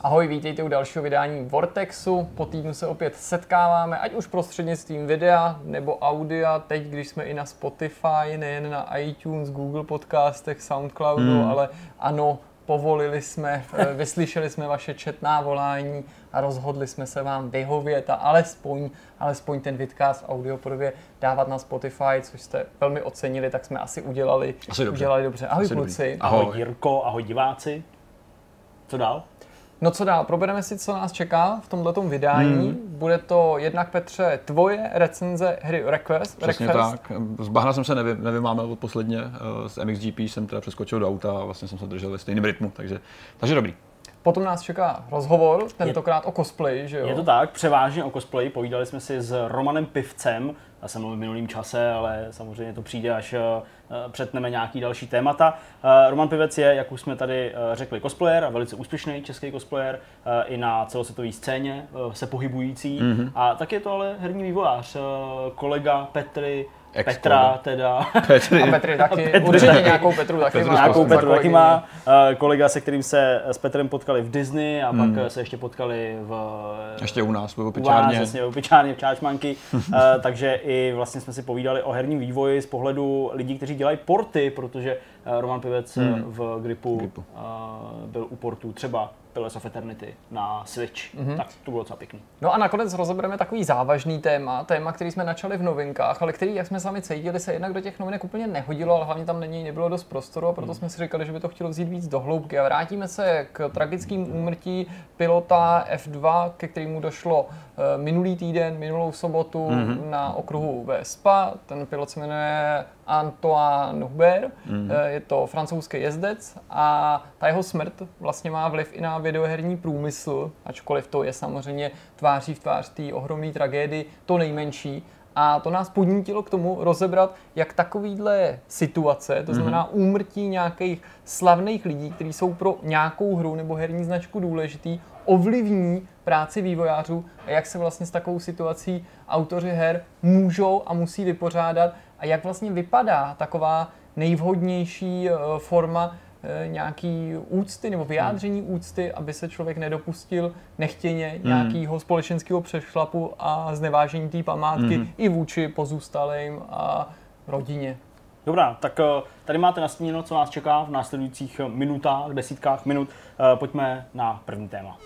Ahoj, vítejte u dalšího vydání Vortexu. Po týdnu se opět setkáváme, ať už prostřednictvím videa nebo audia. Teď, když jsme i na Spotify, nejen na iTunes, Google podcastech, Soundcloudu, ale ano, povolili jsme, vyslyšeli jsme vaše četná volání a rozhodli jsme se vám vyhovět a alespoň ten vidcast v audiopodobě dávat na Spotify, což jste velmi ocenili, tak jsme asi udělali dobře. Ahoj kluci. Ahoj Jirko, ahoj diváci. Co dál? No co dál, probereme si, co nás čeká v tomhletom vydání. Bude to jednak, Petře, tvoje recenze hry Wreckfest. Přesně tak. Z bahna jsem se nevymámel od posledně. Z MXGP jsem teda přeskočil do auta a vlastně jsem se držel ve stejném rytmu, takže dobrý. Potom nás čeká rozhovor, tentokrát o cosplay, že jo? Je to tak, převážně o cosplay. Povídali jsme si s Romanem Pivcem, já jsem mluvil v minulým čase, ale samozřejmě to přijde, až přetneme nějaký další témata. Roman Pivec je, jak už jsme tady řekli, cosplayer a velice úspěšný český cosplayer, i na celosvětové scéně se pohybující. A tak je to ale herní vývojář, kolega Petra teda. A Petry taky, určitě nějakou Petru taky má. Nějakou Petru taky má. Kolega, se kterým se s Petrem potkali v Disney a pak se ještě potkali ještě u nás, v Opičárně. U Opičárně, v Čáčmanky. Takže i vlastně jsme si povídali o herním vývoji z pohledu lidí, kteří dělají porty, protože Roman Pivec v Gripu byl u portů třeba Pillars of Eternity na Switch, tak to bylo docela pěkný. No a nakonec rozebereme takový závažný téma, který jsme načali v novinkách, ale který, jak jsme sami cítili, se jednak do těch novinek úplně nehodilo, ale hlavně tam nebylo dost prostoru a proto jsme si říkali, že by to chtělo vzít víc do hloubky. A vrátíme se k tragickým úmrtí pilota F2, ke kterému došlo minulý týden, minulou sobotu na okruhu ve Spa. Ten pilot se jmenuje Antoine Hubert, je to francouzský jezdec a ta jeho smrt vlastně má vliv i na videoherní průmysl, ačkoliv to je samozřejmě tváří v tvář té ohromné tragédii to nejmenší. A to nás podnítilo k tomu rozebrat, jak takovýhle situace, to znamená úmrtí nějakých slavných lidí, kteří jsou pro nějakou hru nebo herní značku důležitý, ovlivní práci vývojářů a jak se vlastně s takovou situací autoři her můžou a musí vypořádat a jak vlastně vypadá taková nejvhodnější forma nějaký úcty nebo vyjádření úcty, aby se člověk nedopustil nechtěně nějakého společenského přešlapu a znevážení té památky i vůči pozůstalým a rodině. Dobrá, tak tady máte nastíněno, co nás čeká v následujících minutách, desítkách minut. Pojďme na první téma.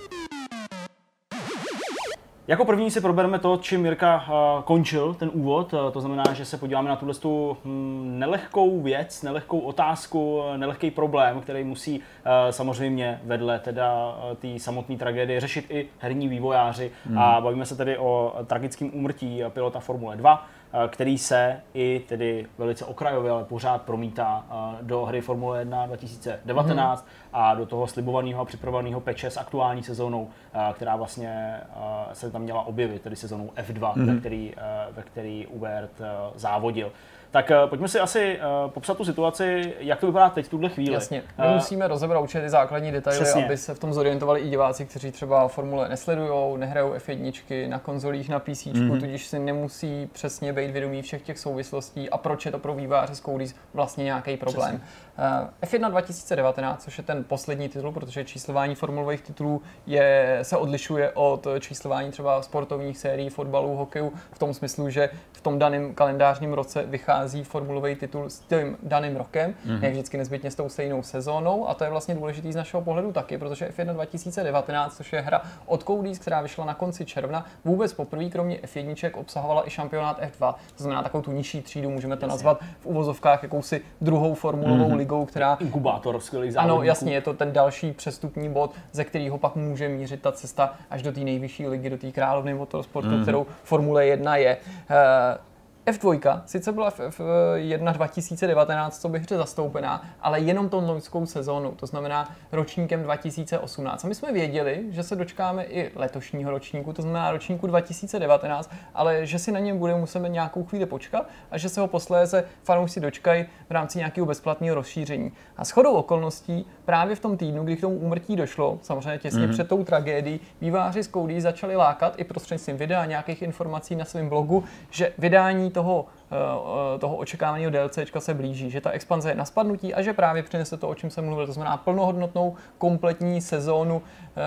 Jako první si probereme to, čím Jirka končil ten úvod, to znamená, že se podíváme na tuhle nelehkou věc, nelehkou otázku, nelehký problém, který musí samozřejmě vedle teda té samotné tragédie řešit i herní vývojáři. A bavíme se tedy o tragickém úmrtí pilota Formule 2, který se i tedy velice okrajově, ale pořád promítá do hry Formule 1 2019 a do toho slibovaného a připravovaného peče s aktuální sezónou, která vlastně se tam měla objevit, tedy sezónou F2, ve který Hubert závodil. Tak pojďme si asi popsat tu situaci, jak to vypadá teď v tuhle chvíli. Jasně, my musíme rozebrat určitě ty základní detaily, přesně, aby se v tom zorientovali i diváci, kteří třeba formule nesledujou, nehrajou F1 na konzolích, na PC, tudíž si nemusí přesně být vědomí všech těch souvislostí a proč je to pro vývojáře z Codys vlastně nějaký problém. F1 2019, což je ten poslední titul, protože číslování formulových titulů se odlišuje od číslování třeba sportovních sérií, fotbalu, hokeju, v tom smyslu, že v tom daném kalendářním roce vychází formulový titul s tím daným rokem, ne vždycky nezbytně s tou stejnou sezónou, a to je vlastně důležitý z našeho pohledu taky, protože F1 2019, což je hra od Codys, která vyšla na konci června, vůbec poprvé kromě F1 obsahovala i šampionát F2, to znamená takovou tu nižší třídu, můžeme to nazvat v uvozovkách jakousi druhou formulovou ligou, která inkubátor skvělých závodníků. Ano, jasně, je to ten další přestupní bod, ze kterého pak může mířit ta cesta až do té nejvyšší ligy, do té královny motorsportu, kterou Formule 1 je. F2 sice byla v 1 2019, co bych řekl, zastoupená, ale jenom tou loňskou sezónu, to znamená ročníkem 2018. A my jsme věděli, že se dočkáme i letošního ročníku, to znamená ročníku 2019, ale že si na něm musíme nějakou chvíli počkat a že se ho posléze fanoušci dočkají v rámci nějakého bezplatného rozšíření. A shodou okolností právě v tom týdnu, kdy k tomu úmrtí došlo, samozřejmě těsně před tou tragédií, vývojáři z Codys začali lákat i prostřednictvím videa a nějakých informací na svém blogu, že vydání naplnění toho očekávaného DLCčka se blíží, že ta expanze je na spadnutí a že právě přinese to, o čem jsem mluvil, to znamená plnohodnotnou kompletní sezónu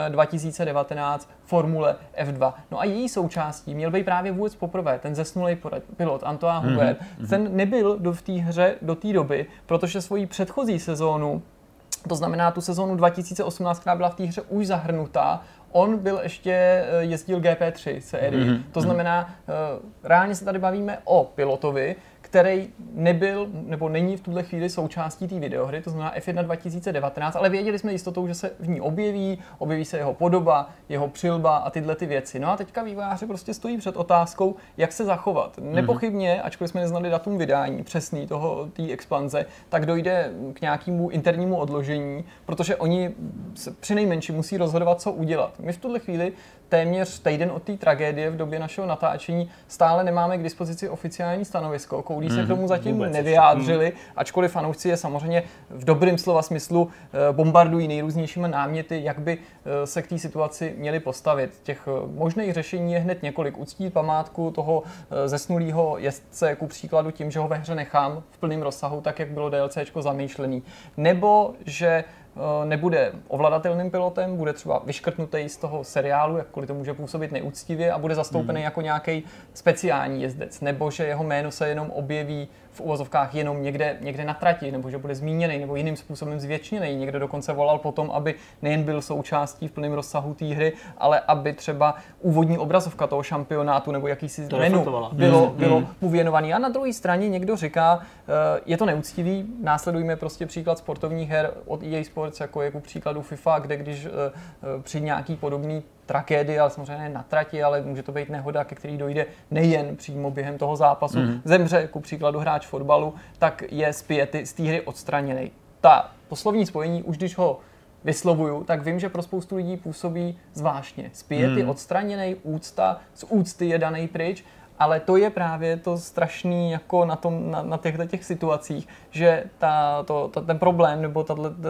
2019 Formule F2. No a její součástí měl být právě vůbec poprvé ten zesnulý pilot Antoine Hubert. Ten nebyl v té hře do té doby, protože svoji předchozí sezónu, to znamená tu sezónu 2018, která byla v té hře už zahrnutá, on byl ještě jezdil GP3 sérii. To znamená, reálně se tady bavíme o pilotovi, který nebyl nebo není v tuhle chvíli součástí té videohry, to znamená F1 2019, ale věděli jsme jistotou, že se v ní objeví se jeho podoba, jeho přilba a tyhle ty věci. No a teďka vývojáři prostě stojí před otázkou, jak se zachovat. Nepochybně, ačkoliv jsme neznali datum vydání přesný té expanze, tak dojde k nějakému internímu odložení, protože oni přinejmenším musí rozhodovat, co udělat. My v tuhle chvíli téměř týden od té tragédie v době našeho natáčení stále nemáme k dispozici oficiální stanovisko. Koudí se k tomu zatím nevyjádřili, ačkoliv fanoušci je samozřejmě v dobrém slova smyslu bombardují nejrůznějšími náměty, jak by se k té situaci měli postavit. Těch možných řešení je hned několik. Uctít památku toho zesnulého jezdce, ku příkladu tím, že ho ve hře nechám v plném rozsahu, tak jak bylo DLCčko zamýšlený. Nebo že nebude ovladatelným pilotem, bude třeba vyškrtnutý z toho seriálu, jakkoliv to může působit neúctivě, a bude zastoupený jako nějaký speciální jezdec, nebo že jeho jméno se jenom objeví v uvozovkách jenom někde na trati, nebo že bude zmíněný, nebo jiným způsobem zvětšněný. Někdo dokonce volal potom, aby nejen byl součástí v plném rozsahu té hry, ale aby třeba úvodní obrazovka toho šampionátu nebo jakýsi menu bylo mu věnovaný. A na druhé straně někdo říká, je to neúctivý, následujme prostě příklad sportovních her od EA Sports, jako je ku příkladu FIFA, kde když při nějaký podobný tragédie, ale samozřejmě ne na trati, ale může to být nehoda, ke který dojde nejen přímo během toho zápasu, zemře ku příkladu hráč fotbalu, tak je z té hry odstraněný. Ta poslovní spojení, už když ho vyslovuju, tak vím, že pro spoustu lidí působí zvláštně. Zpět odstraněný, úcta, z úcty je daný pryč, ale to je právě to strašný jako na těch situacích, že ten problém nebo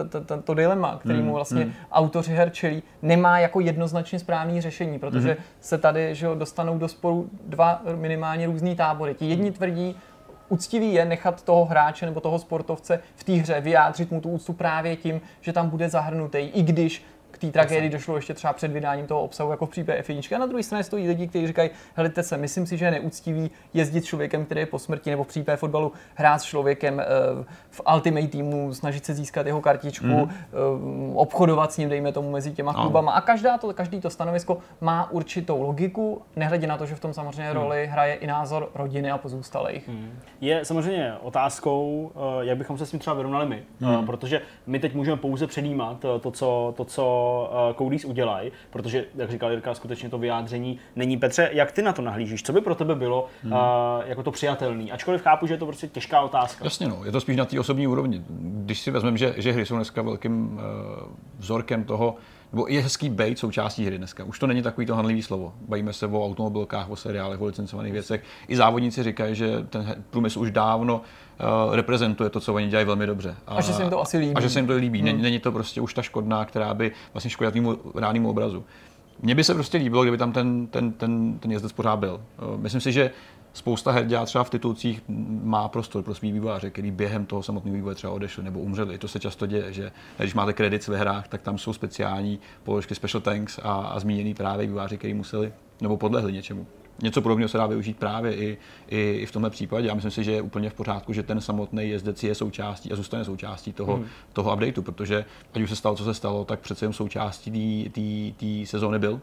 to dilema, kterému vlastně autoři her čelí, nemá jako jednoznačně správný řešení, protože se tady dostanou do sporu dva minimálně různý tábory. Ti jedni tvrdí, uctivý je nechat toho hráče nebo toho sportovce v té hře vyjádřit mu tu úctu právě tím, že tam bude zahrnutý, i když k té tragédii došlo ještě třeba před vydáním toho obsahu, jako v případě F1. A na druhé straně stojí lidi, kteří říkají, helejte se, myslím si, že je neúctivý jezdit s člověkem, který je po smrti, nebo v případě fotbalu hrát s člověkem v Ultimate týmu, snažit se získat jeho kartičku, obchodovat s ním, dejme tomu, mezi těma klubama. A každý to stanovisko má určitou logiku, nehledě na to, že v tom samozřejmě roli hraje i názor rodiny a pozůstalých. Je samozřejmě otázkou, jak bychom se s tím třeba vyrovnali my, protože my teď můžeme pouze předjímat to, co Coudys udělají, protože, jak říkal Jirka, skutečně to vyjádření není. Petře, jak ty na to nahlížíš? Co by pro tebe bylo jako to přijatelný? Ačkoliv chápu, že je to prostě těžká otázka. Jasně, no, je to spíš na té osobní úrovni. Když si vezmeme, že hry jsou dneska velkým vzorkem toho, nebo je hezký bejt součástí hry dneska. Už to není takový to hanlivý slovo. Bavíme se o automobilkách, o seriálech, o licencovaných věcech. I závodníci říkají, že ten průmysl už dávno reprezentuje to, co oni dělají velmi dobře. A že se jim to asi líbí. A že se jim to líbí. Není to prostě už ta škodná, která by vlastně škodila týmu reálnému obrazu. Mně by se prostě líbilo, kdyby tam ten jezdec pořád byl. Myslím si, že spousta her dělá třeba v titulcích má prostor pro svý vývojáře, který během toho samotného vývoje třeba odešli nebo umřeli. To se často děje, že když máte kredit ve hrách, tak tam jsou speciální položky special thanks a zmíněný právě vývojáři, kteří museli nebo podlehli něčemu. Něco podobného se dá využít právě i v tomhle případě. Já myslím si, že je úplně v pořádku, že ten samotný jezdec je součástí a zůstane součástí toho updateu, protože ať už se stalo, co se stalo, tak přece jen součástí té sezóny byl.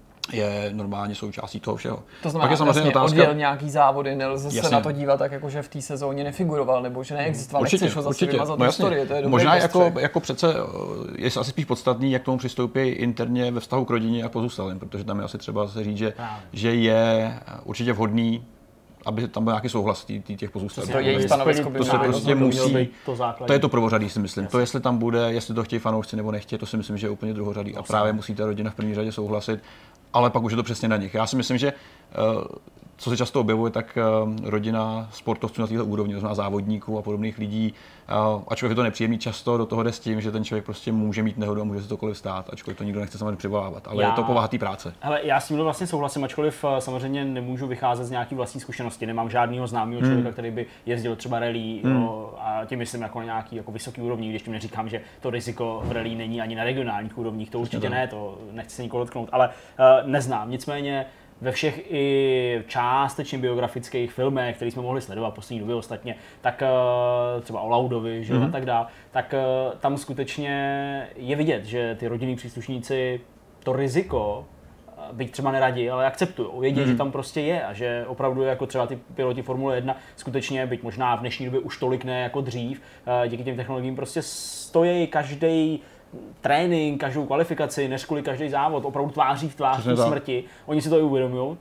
Je normálně součástí toho všeho. To znamená, že odděl nějaký závody, nelze se na to dívat tak, jako že v té sezóně nefiguroval, nebo že neexistoval. Nechceš ho zase vymazat do historie, to je dobrý možná jako přece je asi spíš podstatný, jak tomu přistoupí interně ve vztahu k rodině a pozůstalým, protože tam je asi třeba se říct, že je určitě vhodný, aby tam byl nějaký souhlas těch pozůstalých. To jejich stanovisko by prostě musí. To je to prvořadý, si myslím. To, jestli tam bude, jestli to chtějí fanoušci nebo nechtějí, to si myslím, že je úplně druhořadý. A právě musí ta rodina v první řadě souhlasit, ale pak už je to přesně na nich. Já si myslím, že co se často objevuje, tak rodina sportovců na této úrovni, to znamená závodníků a podobných lidí, ačkoliv je to nepříjemný, často do toho jde s tím, že ten člověk prostě může mít nehodu a může se cokoliv stát, ačkoliv to nikdo nechce samozřejmě přivolávat, ale je to povaha té práce. Hele, já s tím vlastně souhlasím, ačkoliv samozřejmě nemůžu vycházet z nějaký vlastní zkušenosti, nemám žádného známého člověka, který by jezdil třeba rally a tím myslím jako na nějaký jako vysoký úrovni, když tím neříkám, že to riziko v rally není ani na regionálních úrovních, to určitě ne, to nechci se nikoho dotknout, ale neznám. Nicméně ve všech i částečně biografických filmech, které jsme mohli sledovat v poslední době ostatně, tak třeba o Laudovi, že a tak dále, tak tam skutečně je vidět, že ty rodinní příslušníci to riziko, byť třeba neradi, ale akceptují. Vědí, že tam prostě je a že opravdu jako třeba ty piloti Formule 1 skutečně, byť možná v dnešní době už tolik ne jako dřív, díky těm technologiím prostě stojí každý trénink, každou kvalifikaci, než kvůli každý závod, opravdu tváří v tvář té smrti. Oni si to i uvědomují,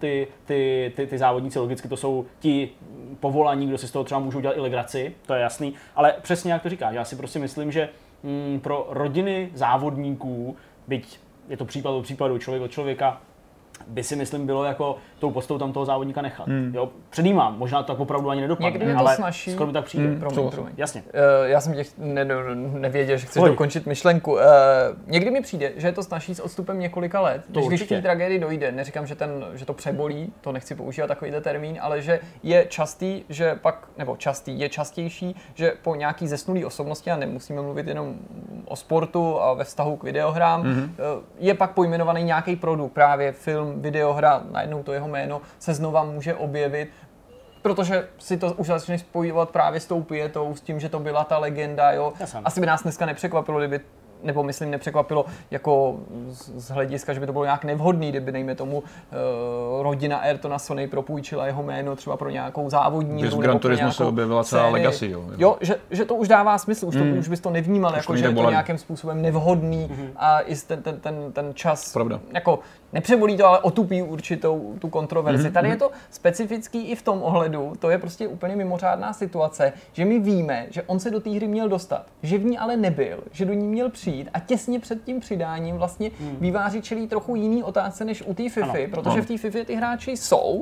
ty závodníci, logicky to jsou ti povolaní, kdo si z toho třeba můžou dělat i legraci, to je jasný, ale přesně jak to říkáš, já si prostě myslím, že pro rodiny závodníků, byť je to případ od případu, člověk od člověka, by si myslím bylo jako tou postou tam toho závodníka nechat. Jo, předjímám, možná to tak opravdu ani nedopadne, ale skoro by tak přijde. Promiň. Jasně. Já jsem nevěděl, že chceš dokončit myšlenku. Někdy mi přijde, že je to snazší s odstupem několika let, když k té tragédii dojde. Neříkám, že to přebolí, to nechci používat takovýhle termín, ale že je častý, že pak, nebo je častější, že po nějaký zesnulý osobnosti, a nemusíme mluvit jenom o sportu a ve vztahu k videohrám, je pak pojmenovaný nějaký produkt, právě film, videohra, najednou to jeho jméno se znova může objevit, protože si to už začneš spojovat právě s tou pietou, s tím, že to byla ta legenda, jo. Asi by nás dneska nepřekvapilo, kdyby, nebo myslím nepřekvapilo jako z hlediska, že by to bylo nějak nevhodný, kdyby dejme tomu rodina Ayrtona Sony propůjčila jeho jméno třeba pro nějakou závodní hru. V Gran Turismo se objevila celá Legacy, jo. Jo, že to už dává smysl, už bys to nevnímal, jako, že je to nějakým způsobem nevhodný a i ten čas jako nepřebolí to, ale otupí určitou tu kontroverzi. Tady je to specifický i v tom ohledu, to je prostě úplně mimořádná situace, že my víme, že on se do té hry měl dostat, že v ní ale nebyl, že do ní měl přijít a těsně před tím přidáním vlastně výváři čelí trochu jiný otázce než u té FIFA, protože v té FIFA ty hráči jsou,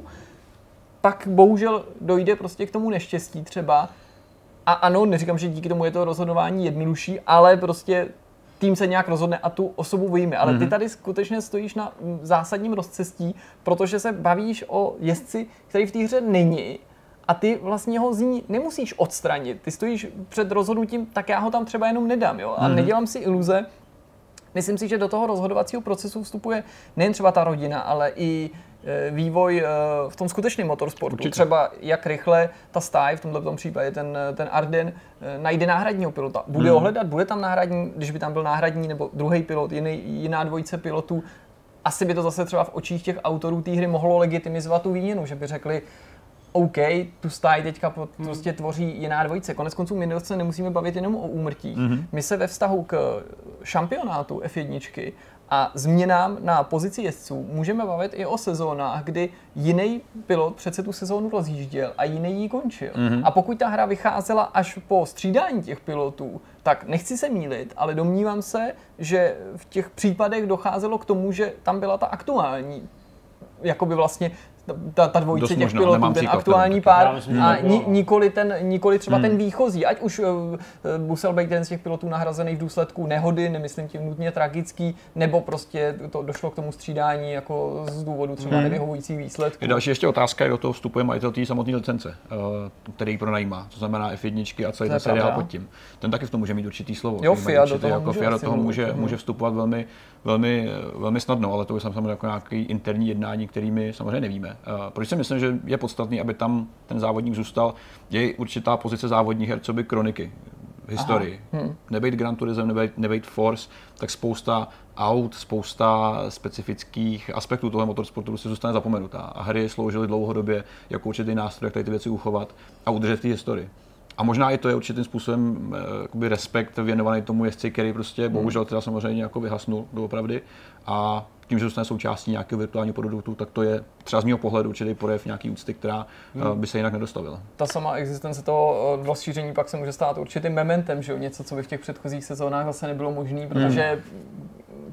pak bohužel dojde prostě k tomu neštěstí třeba a ano, neříkám, že díky tomu je to rozhodování jednodušší, ale prostě tým se nějak rozhodne a tu osobu vyjme. Ale ty tady skutečně stojíš na zásadním rozcestí, protože se bavíš o jezdci, který v té hře není a ty vlastně ho z ní nemusíš odstranit. Ty stojíš před rozhodnutím, tak já ho tam třeba jenom nedám. Jo? A nedělám si iluze. Myslím si, že do toho rozhodovacího procesu vstupuje nejen třeba ta rodina, ale i vývoj v tom skutečném motorsportu. Určitě. Třeba jak rychle ta stáj, v tomto případě ten Arden, najde náhradního pilota. Bude ho hledat, bude tam náhradní, když by tam byl náhradní nebo druhý pilot, jiná dvojice pilotů. Asi by to zase třeba v očích těch autorů té hry mohlo legitimizovat tu výměnu, že by řekli, OK, tu stáj teďka prostě tvoří jiná dvojice. Konec konců my se nemusíme bavit jenom o úmrtích. My se ve vztahu k šampionátu F1 a změnám na pozici jezdců můžeme bavit i o sezónách, kdy jiný pilot přece tu sezónu rozjížděl a jiný ji končil. A pokud ta hra vycházela až po střídání těch pilotů, tak nechci se mýlit, ale domnívám se, že v těch případech docházelo k tomu, že tam byla ta aktuální, jakoby vlastně ta dvojice těch pilotů, ten aktuální pár a nikoli třeba ten výchozí, ať už musel být jeden z těch pilotů nahrazený v důsledku nehody, nemyslím tím nutně tragický, nebo prostě to došlo k tomu střídání jako z důvodu třeba nevyhovujících výsledků. Další ještě otázka je, do toho vstupuje majitel té samotné licence, který ji pronajímá, to znamená F1 a celý ten seriál pod tím. Ten taky v tom může mít určitý slovo. Jo, FIA do toho může vstupovat velmi snadno, ale to je samozřejmě jako nějaký interní jednání, který my samozřejmě nevíme. Proč si myslím, že je podstatný, aby tam ten závodník zůstal, je určitá pozice závodních her, co by kroniky v historii. Nebejt Gran Turismo, nebejt Force, tak spousta aut, spousta specifických aspektů toho motorsportu si zůstane zapomenutá. A hry sloužily dlouhodobě jako určitý nástroj, jak tady ty věci uchovat a udržet v té historii. A možná i to je určitým způsobem respekt věnovaný tomu jezdci, který prostě bohužel teda samozřejmě jako vyhasnul doopravdy. A tím, že zůstane součástí nějakého virtuálního produktu, tak to je třeba z mého pohledu určitý projev nějaký úcty, která by se jinak nedostavila. Ta sama existence toho rozšíření pak se může stát určitým mementem, že jo? Něco, co by v těch předchozích sezónách zase nebylo možné, protože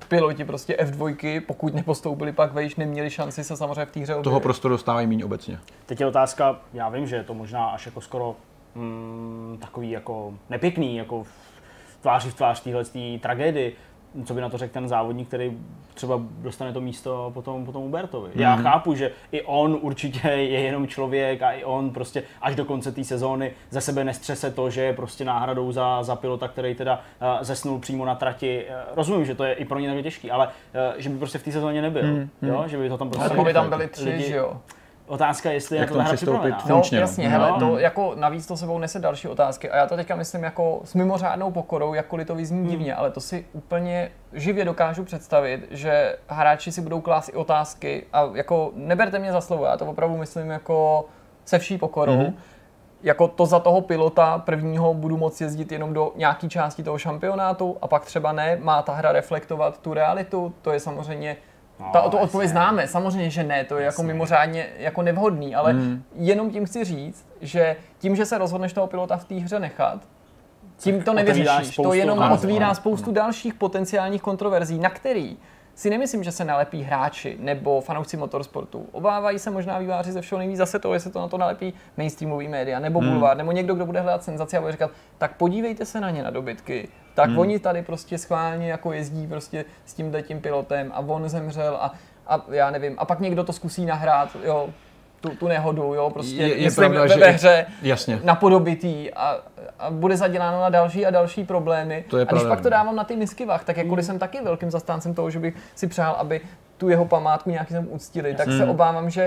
piloti prostě F2, pokud nepostoupili pak vejš, neměli šanci se samozřejmě v té hře objevit. Toho prostoru dostávají méně obecně. Teď je otázka, já vím, že je to možná až jako skoro takový jako nepěkný, jako tváří v tvář téhletý tragédii. Co by na to řekl ten závodník, který třeba dostane to místo potom Hubertovi. Já chápu, že i on určitě je jenom člověk a i on prostě až do konce té sezóny ze sebe nestřese to, že je prostě náhradou za pilota, který teda zesnul přímo na trati. Rozumím, že to je i pro ně taky těžký, ale že by prostě v té sezóně nebyl. Jo? Že by to tam prostě... Ale by tam byli 3, že jo? Otázka je, jestli je jak to ta hra připravená. No jasně, hele, to jako navíc to sebou nese další otázky a já to teďka myslím jako s mimořádnou pokorou, jakkoliv to vyzní divně, ale to si úplně živě dokážu představit, že hráči si budou klást i otázky a jako neberte mě za slovo, já to opravdu myslím jako se vší pokorou. Jako to za toho pilota prvního budu moct jezdit jenom do nějaký části toho šampionátu a pak třeba ne, má ta hra reflektovat tu realitu, to je samozřejmě tu odpověď známe, samozřejmě, že ne, to je jako mimořádně jako nevhodný, ale jenom tím chci říct, že tím, že se rozhodneš toho pilota v té hře nechat, tím to nevyřešíš, to jenom otvírá spoustu dalších potenciálních kontroverzí, na který si nemyslím, že se nalepí hráči nebo fanoušci motorsportu. Obávají se možná vývojáři ze všeho nejvíc zase toho, jestli to na to nalepí mainstreamový média nebo bulvár, nebo někdo, kdo bude hledat senzaci a bude říkat, tak podívejte se na ně, na dobytky. Tak oni tady prostě schválně jako jezdí prostě s tím pilotem a on zemřel a já nevím. A pak někdo to zkusí nahrát, jo, tu nehodu, jo, prostě je pravda, ve hře jasně. napodobitý a bude zaděláno na další a další problémy. To je a když pak to dávám na ty misky vah, tak jakkoliv jsem taky velkým zastáncem toho, že bych si přál, aby tu jeho památku nějakým způsobem uctili, tak se obávám, že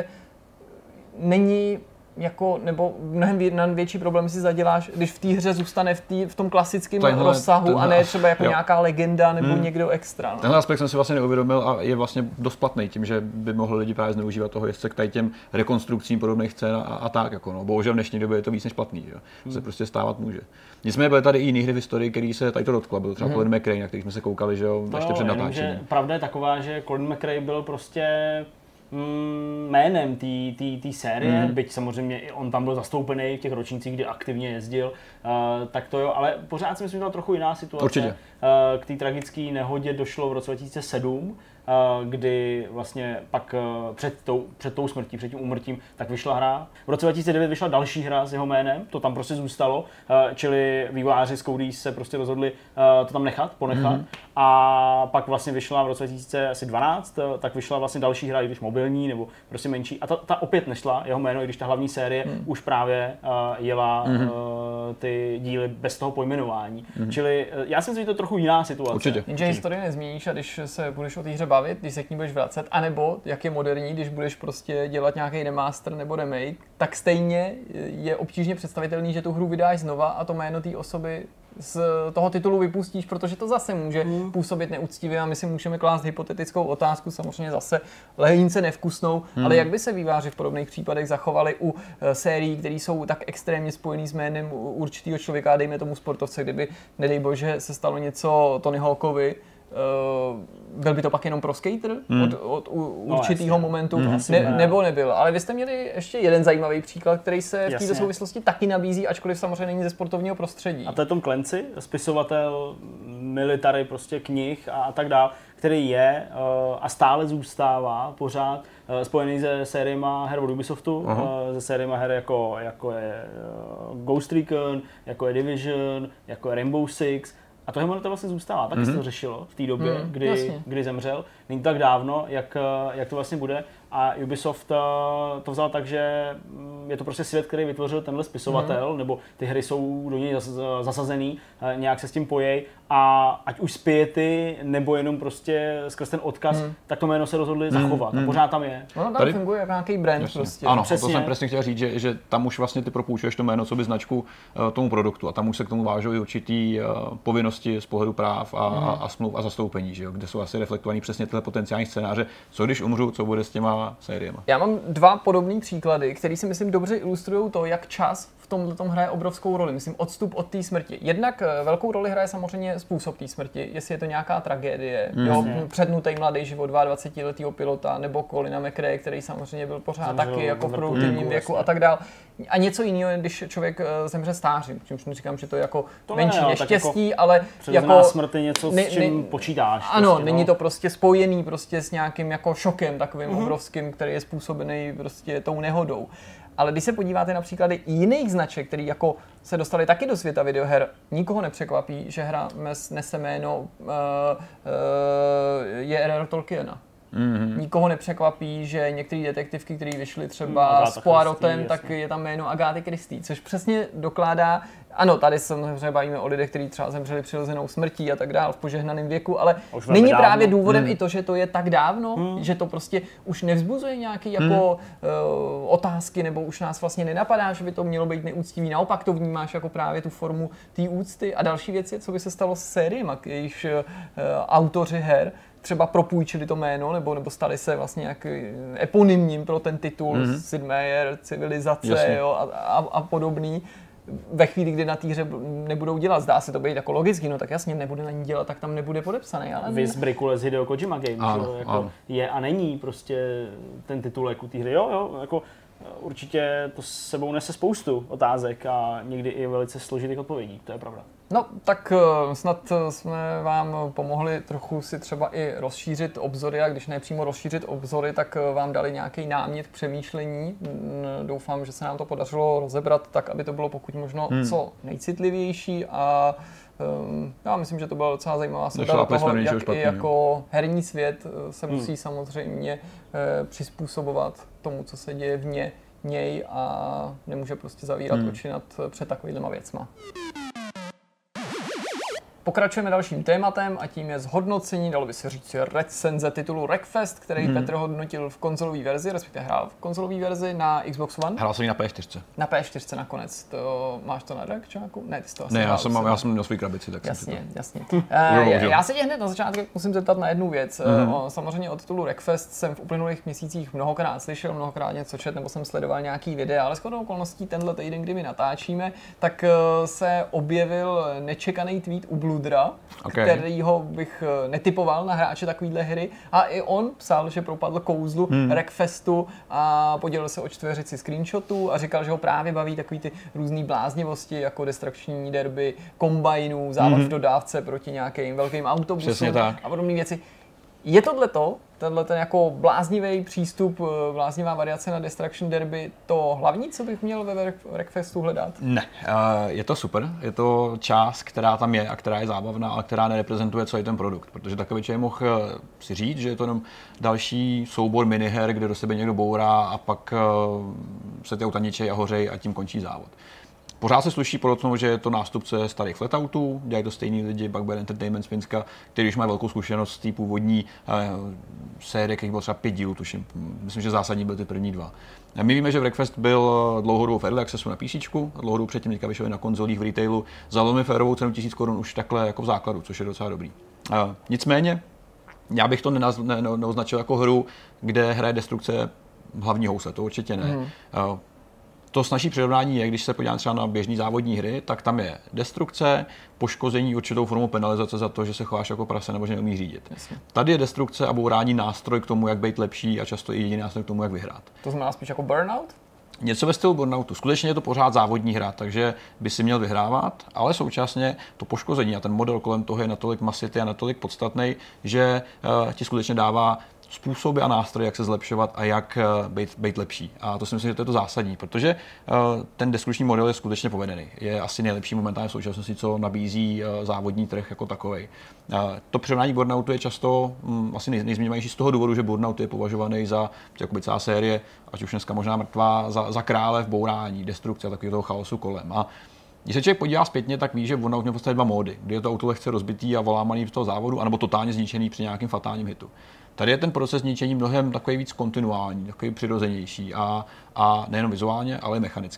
není jako, nebo mnohem větší problém si zaděláš, když v té hře zůstane v tom klasickém rozsahu a ne třeba jako nějaká legenda nebo někdo extra. No. Tenhle aspekt jsem si vlastně neuvědomil a je vlastně dost platný tím, že by mohli lidi právě zneužívat toho jezdce k tady těm rekonstrukcím podobných scén a tak. Jako no. Bohužel v dnešní době je to víc než platný, jo. To se prostě stávat může. Nicméně byly tady i jiné hry v historii, který se tady to dotkla. Byl třeba Colin McRae, na který jsme se koukali, že jo, ještě před natáčením. Pravda je taková, že Colin McRae byl prostě jménem té série, byť samozřejmě i on tam byl zastoupený v těch ročnících, kdy aktivně jezdil, tak to jo, ale pořád si myslím, že byla trochu jiná situace. Určitě. K té tragické nehodě došlo v roce 2007, kdy vlastně pak před tou smrtí, před tím úmrtím, tak vyšla hra. V roce 2009 vyšla další hra s jeho jménem, to tam prostě zůstalo, čili vývojáři z Codys se prostě rozhodli to tam ponechat. A pak vlastně vyšla v roce 2012, tak vyšla vlastně další hra, i když mobilní nebo prostě menší. A ta opět nešla, jeho jméno, i když ta hlavní série už právě jela ty díly bez toho pojmenování. Čili já si myslím, že to je trochu jiná situace. Určitě. Jenže historii nezměníš a když se budeš o té hře bavit, když se k ní budeš vracet, anebo jak je moderní, když budeš prostě dělat nějaký remaster nebo remake, tak stejně je obtížně představitelný, že tu hru vydáš znova a to jméno té osoby z toho titulu vypustíš, protože to zase může působit neúctivě a my si můžeme klást hypotetickou otázku, samozřejmě zase lehínce nevkusnou, ale jak by se vývojáři v podobných případech zachovali u sérií, které jsou tak extrémně spojený s jménem určitého člověka, dejme tomu sportovce, kdyby, nedej bože, se stalo něco Tony Hawkovi, byl by to pak jenom pro skater od určitého momentu, nebo nebyl. Ale vy jste měli ještě jeden zajímavý příklad, který se v této souvislosti taky nabízí, ačkoliv samozřejmě není ze sportovního prostředí. A to je Tom Clancy, spisovatel, military prostě knih a tak dále, který je a stále zůstává pořád spojený se sériema her od Ubisoftu, se sériema her jako je Ghost Recon, jako je Division, jako je Rainbow Six. A to jméno to vlastně zůstává, taky se to řešilo v té době, kdy zemřel. Není tak dávno, jak to vlastně bude. A Ubisoft to vzal tak, že je to prostě svět, který vytvořil tenhle spisovatel, nebo ty hry jsou do něj zasazený, nějak se s tím pojej a ať už z piety, nebo jenom prostě skrz ten odkaz, tak to jméno se rozhodli zachovat a pořád tam je. Ono tam funguje jako nějaký brand prostě. Ano, přesně. To jsem přesně chtěl říct, že tam už vlastně ty propůjčuješ to jméno, co by značku tomu produktu a tam už se k tomu vážou i určitý povinnosti z pohledu práv a smluv a zastoupení, že jo, kde jsou asi reflektovaný přesně tyhle potenciální scénáře, co když umřu, co bude s těma těma sériema. Já mám dva podobné příklady, které si myslím dobře ilustrují to, jak čas v tomhletom hraje obrovskou roli. Myslím, odstup od té smrti. Jednak velkou roli hraje samozřejmě způsob té smrti, jestli je to nějaká tragédie, přednutý mladý život 22letého pilota, nebo Colina McRae, který samozřejmě byl pořád taky jako v produktivním věku a tak dál. A něco jiného, když člověk zemře stářím, čímž neříkám, že to je jako menší neštěstí, jako ale jako smrt je něco, s čím počítáš. Ano, prostě, není to prostě spojený prostě s nějakým jako šokem takovým obrovským, který je způsobený prostě tou nehodou. Ale když se podíváte na příklady jiných značek, které jako se dostaly taky do světa videoher, nikoho nepřekvapí, že hra nese jméno J.R.R. Tolkiena. Nikoho nepřekvapí, že některé detektivky, které vyšly třeba s Poirotem, tak je tam jméno Agáty Christie, což přesně dokládá, ano, tady samozřejmě bavíme o lidech, kteří třeba zemřeli přirozenou smrtí a tak dál v požehnaném věku, ale není právě důvodem i to, že to je tak dávno, že to prostě už nevzbuzuje nějaké jako otázky, nebo už nás vlastně nenapadá, že by to mělo být neúctivý, naopak to vnímáš jako právě tu formu té úcty. A další věc je, co by se stalo s sériemi, jejichž autoři her třeba propůjčili to jméno, nebo stali se vlastně jak eponymním pro ten titul, Sid Meier, Civilizace, jo, a podobný. Ve chvíli, kdy na té hře nebudou dělat, zdá se to být jako logicky, no tak jasně, nebude na ní dělat, tak tam nebude podepsaný. Ale Viz Bricule z Hideo Kojima Games, jako je a není prostě ten titulek u té hry, jo, jako určitě to s sebou nese spoustu otázek a někdy i velice složitých odpovědí, to je pravda. No, tak snad jsme vám pomohli trochu si třeba i rozšířit obzory, a když ne přímo rozšířit obzory, tak vám dali nějaký námět k přemýšlení. Doufám, že se nám to podařilo rozebrat tak, aby to bylo pokud možno co nejcitlivější a já myslím, že to byla docela zajímavá světa toho, jak špatný, i jako herní svět se musí samozřejmě přizpůsobovat tomu, co se děje vně něj a nemůže prostě zavírat oči před takovýhlema věcma. Pokračujeme dalším tématem a tím je zhodnocení, dalo by se říct recenze titulu Wreckfest, který Petr hodnotil v konzolové verzi, respektive hrál v konzolové verzi na Xbox One. Hrál jsem na P4. Na P4 nakonec. To, máš to na Rackčáku? Ne, ty jsi to asi ne, já jsem měl svůj krabici, tak jasně. Já se tě hned na začátku musím zeptat na jednu věc. Samozřejmě o titulu Wreckfest jsem v uplynulých měsících mnohokrát slyšel, mnohokrát něco čet, nebo jsem sledoval nějaký videa, ale shodou okolností tenhle týden, kdy my natáčíme, tak se objevil nečekaný tweet u Bludra, kterýho bych netypoval na hráče takovýhle hry. A i on psal, že propadl kouzlu Wreckfestu a podělil se o čtveřici screenshotů a říkal, že ho právě baví takový ty různý bláznivosti, jako destrukční derby, kombajnů, závod v dodávce proti nějakým velkým autobusům a podobné věci. Je tenhle ten jako bláznivý přístup, bláznivá variace na Destruction Derby to hlavní, co bych měl ve Wreckfestu hledat? Ne, je to super, je to část, která tam je a která je zábavná, ale která nereprezentuje celý ten produkt, protože takový člověk mohl si říct, že je to jenom další soubor miniher, kde do sebe někdo bourá a pak se ty auta ničej a hořej a tím končí závod. Pořád se sluší podotknout, že je to nástupce starých Flatout, dělají to stejní lidi, Bugbear Entertainment z Finska, který už má velkou zkušenost z té původní série, kterých bylo třeba 5 dílů, tuším. Myslím, že zásadní byly ty první 2. My víme, že Wreckfest byl dlouhou dobu v Early Accessu na PC, dlouhou dobu předtím teďka vyšel na konzolích v retailu za velmi férovou cenu 1000 korun už takhle jako v základu, což je docela dobrý. Nicméně, já bych to neoznačil jako hru, kde hraje destrukce hlavní housle, to určitě ne. To snažší přirovnání je, když se podíváme třeba na běžné závodní hry, tak tam je destrukce, poškození určitou formou penalizace za to, že se chováš jako prase nebo že neumíš řídit. Jasně. Tady je destrukce a bourání nástroj k tomu, jak být lepší a často i jediný nástroj k tomu, jak vyhrát. To znamená spíš jako Burnout? Něco ve stylu Burnoutu. Skutečně je to pořád závodní hra, takže by si měl vyhrávat, ale současně to poškození a ten model kolem toho je natolik masitý a natolik podstatný, že ti skutečně dává způsoby a nástroje, jak se zlepšovat a jak být lepší. A to si myslím, že to je to zásadní, protože ten destrukční model je skutečně povedený. Je asi nejlepší momentálně v současnosti, co nabízí závodní trh jako takovej. To přirovnání Burnoutu je často asi nejzmíněnější z toho důvodu, že Burnout je považovaný za jakoby celá série, ať už dneska možná mrtvá, za krále v bourání, destrukce a takového toho chaosu kolem. A když se člověk podívá zpětně, tak ví, že Burnout měl v podstatě 2 módy, kdy je to auto lehce rozbitý a volámaný z toho závodu, anebo totálně zničený při nějakém fatálním hitu. Tady je ten proces zničení mnohem takový víc kontinuální, takový přirozenější a nejenom vizuálně, ale i mechanicky.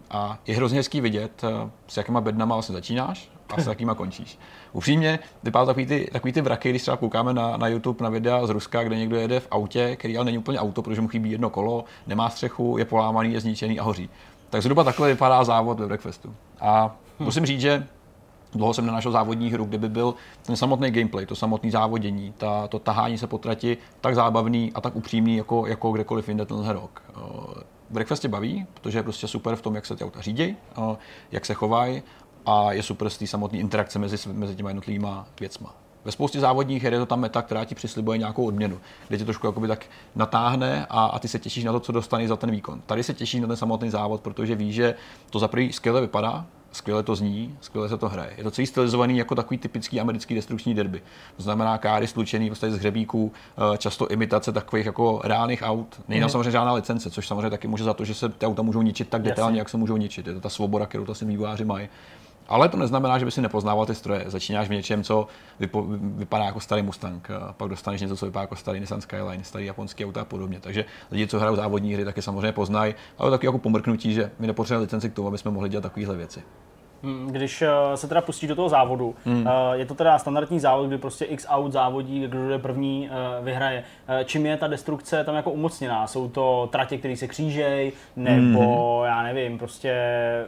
A je hrozně hezký vidět, s jakýma bednama vlastně začínáš a s jakýma končíš. Upřímně, vypadá takový ty vraky, když třeba koukáme na YouTube na videa z Ruska, kde někdo jede v autě, který ale není úplně auto, protože mu chybí jedno kolo, nemá střechu, je polámaný, je zničený a hoří. Tak zhruba takhle vypadá závod ve Wreckfestu. A musím říct, že dlouho jsem nenašel závodní hru, kde by byl ten samotný gameplay, to samotné závodění, to tahání se po trati tak zábavný a tak upřímný, jako kdekoliv jinde tenhle rok. Wreckfest tě baví, protože je prostě super v tom, jak se ty auta řídí, jak se chovají a je super z té samotné interakce mezi těma jednotlivýma věcma. Ve spoustě závodních her je to tam meta, která ti přislibuje nějakou odměnu, kde tě trošku jakoby tak natáhne a ty se těšíš na to, co dostaneš za ten výkon. Tady se těšíš na ten samotný závod, protože víš, že to za prvý skvěle vypadá, skvěle to zní, skvěle se to hraje. Je to celý stylizovaný jako takový typický americký destrukční derby. To znamená káry slučený z hřebíků, často imitace takových jako reálných aut. Není tam samozřejmě žádná licence, což samozřejmě taky může za to, že se ty auta můžou ničit tak detailně, jak se můžou ničit. Je to ta svoboda, kterou to asi vývojáři mají. Ale to neznamená, že by si nepoznával ty stroje. Začínáš v něčem, co vypadá jako starý Mustang, pak dostaneš něco, co vypadá jako starý Nissan Skyline, starý japonský auta a podobně. Takže lidi, co hrajou závodní hry, taky samozřejmě poznají, ale taky jako pomrknutí, že my nepotřebujeme licenci k tomu, aby jsme mohli dělat takovéhle věci. Když se teda pustíš do toho závodu, je to teda standardní závod, kdy prostě x aut závodí, kdo je první, vyhraje. Čím je ta destrukce tam jako umocněná? Jsou to tratě, které se křížejí, nebo já nevím, prostě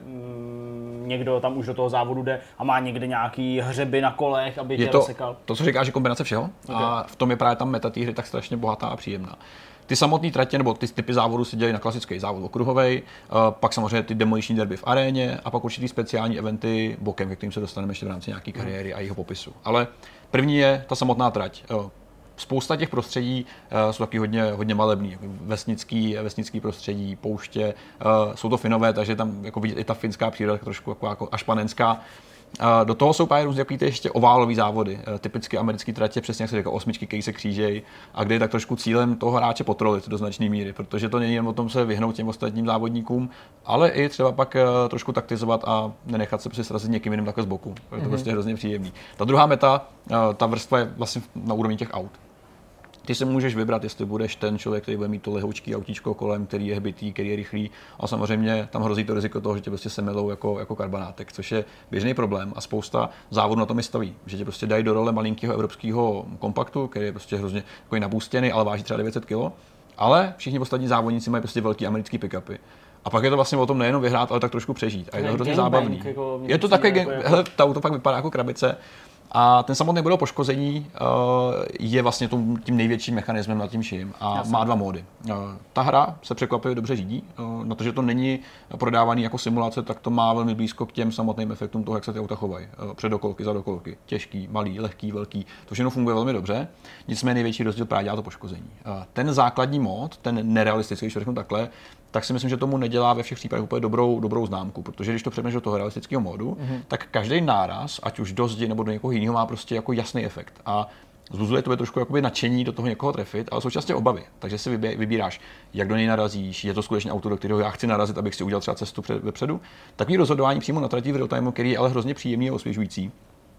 někdo tam už do toho závodu jde a má někde nějaký hřeby na kolech, aby tě rozsekal? To, co říkáš, je kombinace všeho. Okay. A v tom je právě ta meta té hry tak strašně bohatá a příjemná. Ty samotné tratě nebo ty typy závodů se dělají na klasický závod okruhovej, pak samozřejmě ty demoliční derby v aréně a pak určitý speciální eventy bokem, ke kterým se dostaneme ještě v rámci nějaké kariéry a jeho popisu. Ale první je ta samotná trať. Spousta těch prostředí jsou taky hodně malebný, vesnický prostředí, pouště, jsou to Finové, takže tam jako vidět i ta finská příroda trošku jako až panenská. Do toho jsou právě různě ještě oválový závody, typicky americký tratě, přesně jak se říká, osmičky, které se křížejí a kde je tak trošku cílem toho hráče potrolit do značné míry, protože to není jen o tom se vyhnout těm ostatním závodníkům, ale i třeba pak trošku taktizovat a nenechat se prostě srazit někým jiným takhle z boku. Je to prostě hrozně příjemný. Ta druhá meta, ta vrstva je vlastně na úrovni těch aut. Ty si můžeš vybrat, jestli budeš ten člověk, který bude mít to lehoučký autíčko kolem, který je hbitý, který je rychlý, a samozřejmě tam hrozí to riziko toho, že tě prostě semelou jako karbanátek, což je běžný problém a spousta závodů na tom i staví, že tě prostě dají do role malinkého evropského kompaktu, který je prostě hrozně jako nabůstěný, ale váží třeba 900 kg, ale všichni ostatní závodníci mají prostě velký americký pick-upy. A pak je to vlastně o tom nejenom vyhrát, ale tak trošku přežít. A je to hrozně zábavný. Jako je to takový hele, ta auto pak vypadá jako krabice. A ten samotný model poškození je vlastně tím největším mechanismem nad tím vším a má dva módy. Ta hra se překvapivě dobře řídí, na to, že to není prodávaný jako simulace, tak to má velmi blízko k těm samotným efektům toho, jak se ty auta chovají. Předokolky, zadokolky, těžký, malý, lehký, velký, to všechno funguje velmi dobře. Nicméně největší rozdíl právě dělá to poškození. Ten základní mód, ten nerealistický, když to řeknu takhle, tak si myslím, že tomu nedělá ve všech případech úplně dobrou známku, protože když to přepneš do toho realistického módu, tak každý náraz, ať už do zdi nebo do někoho jiného, má prostě jako jasný efekt. A zbuzuje to trošku jakoby nadšení do toho někoho trefit, ale současně obavy. Takže si vybíráš, jak do něj narazíš, je to skutečně auto, do kterého já chci narazit, abych si udělal třeba cestu vepředu. Takový rozhodování přímo na trati v real time, který je ale hrozně příjemný a osvěžující.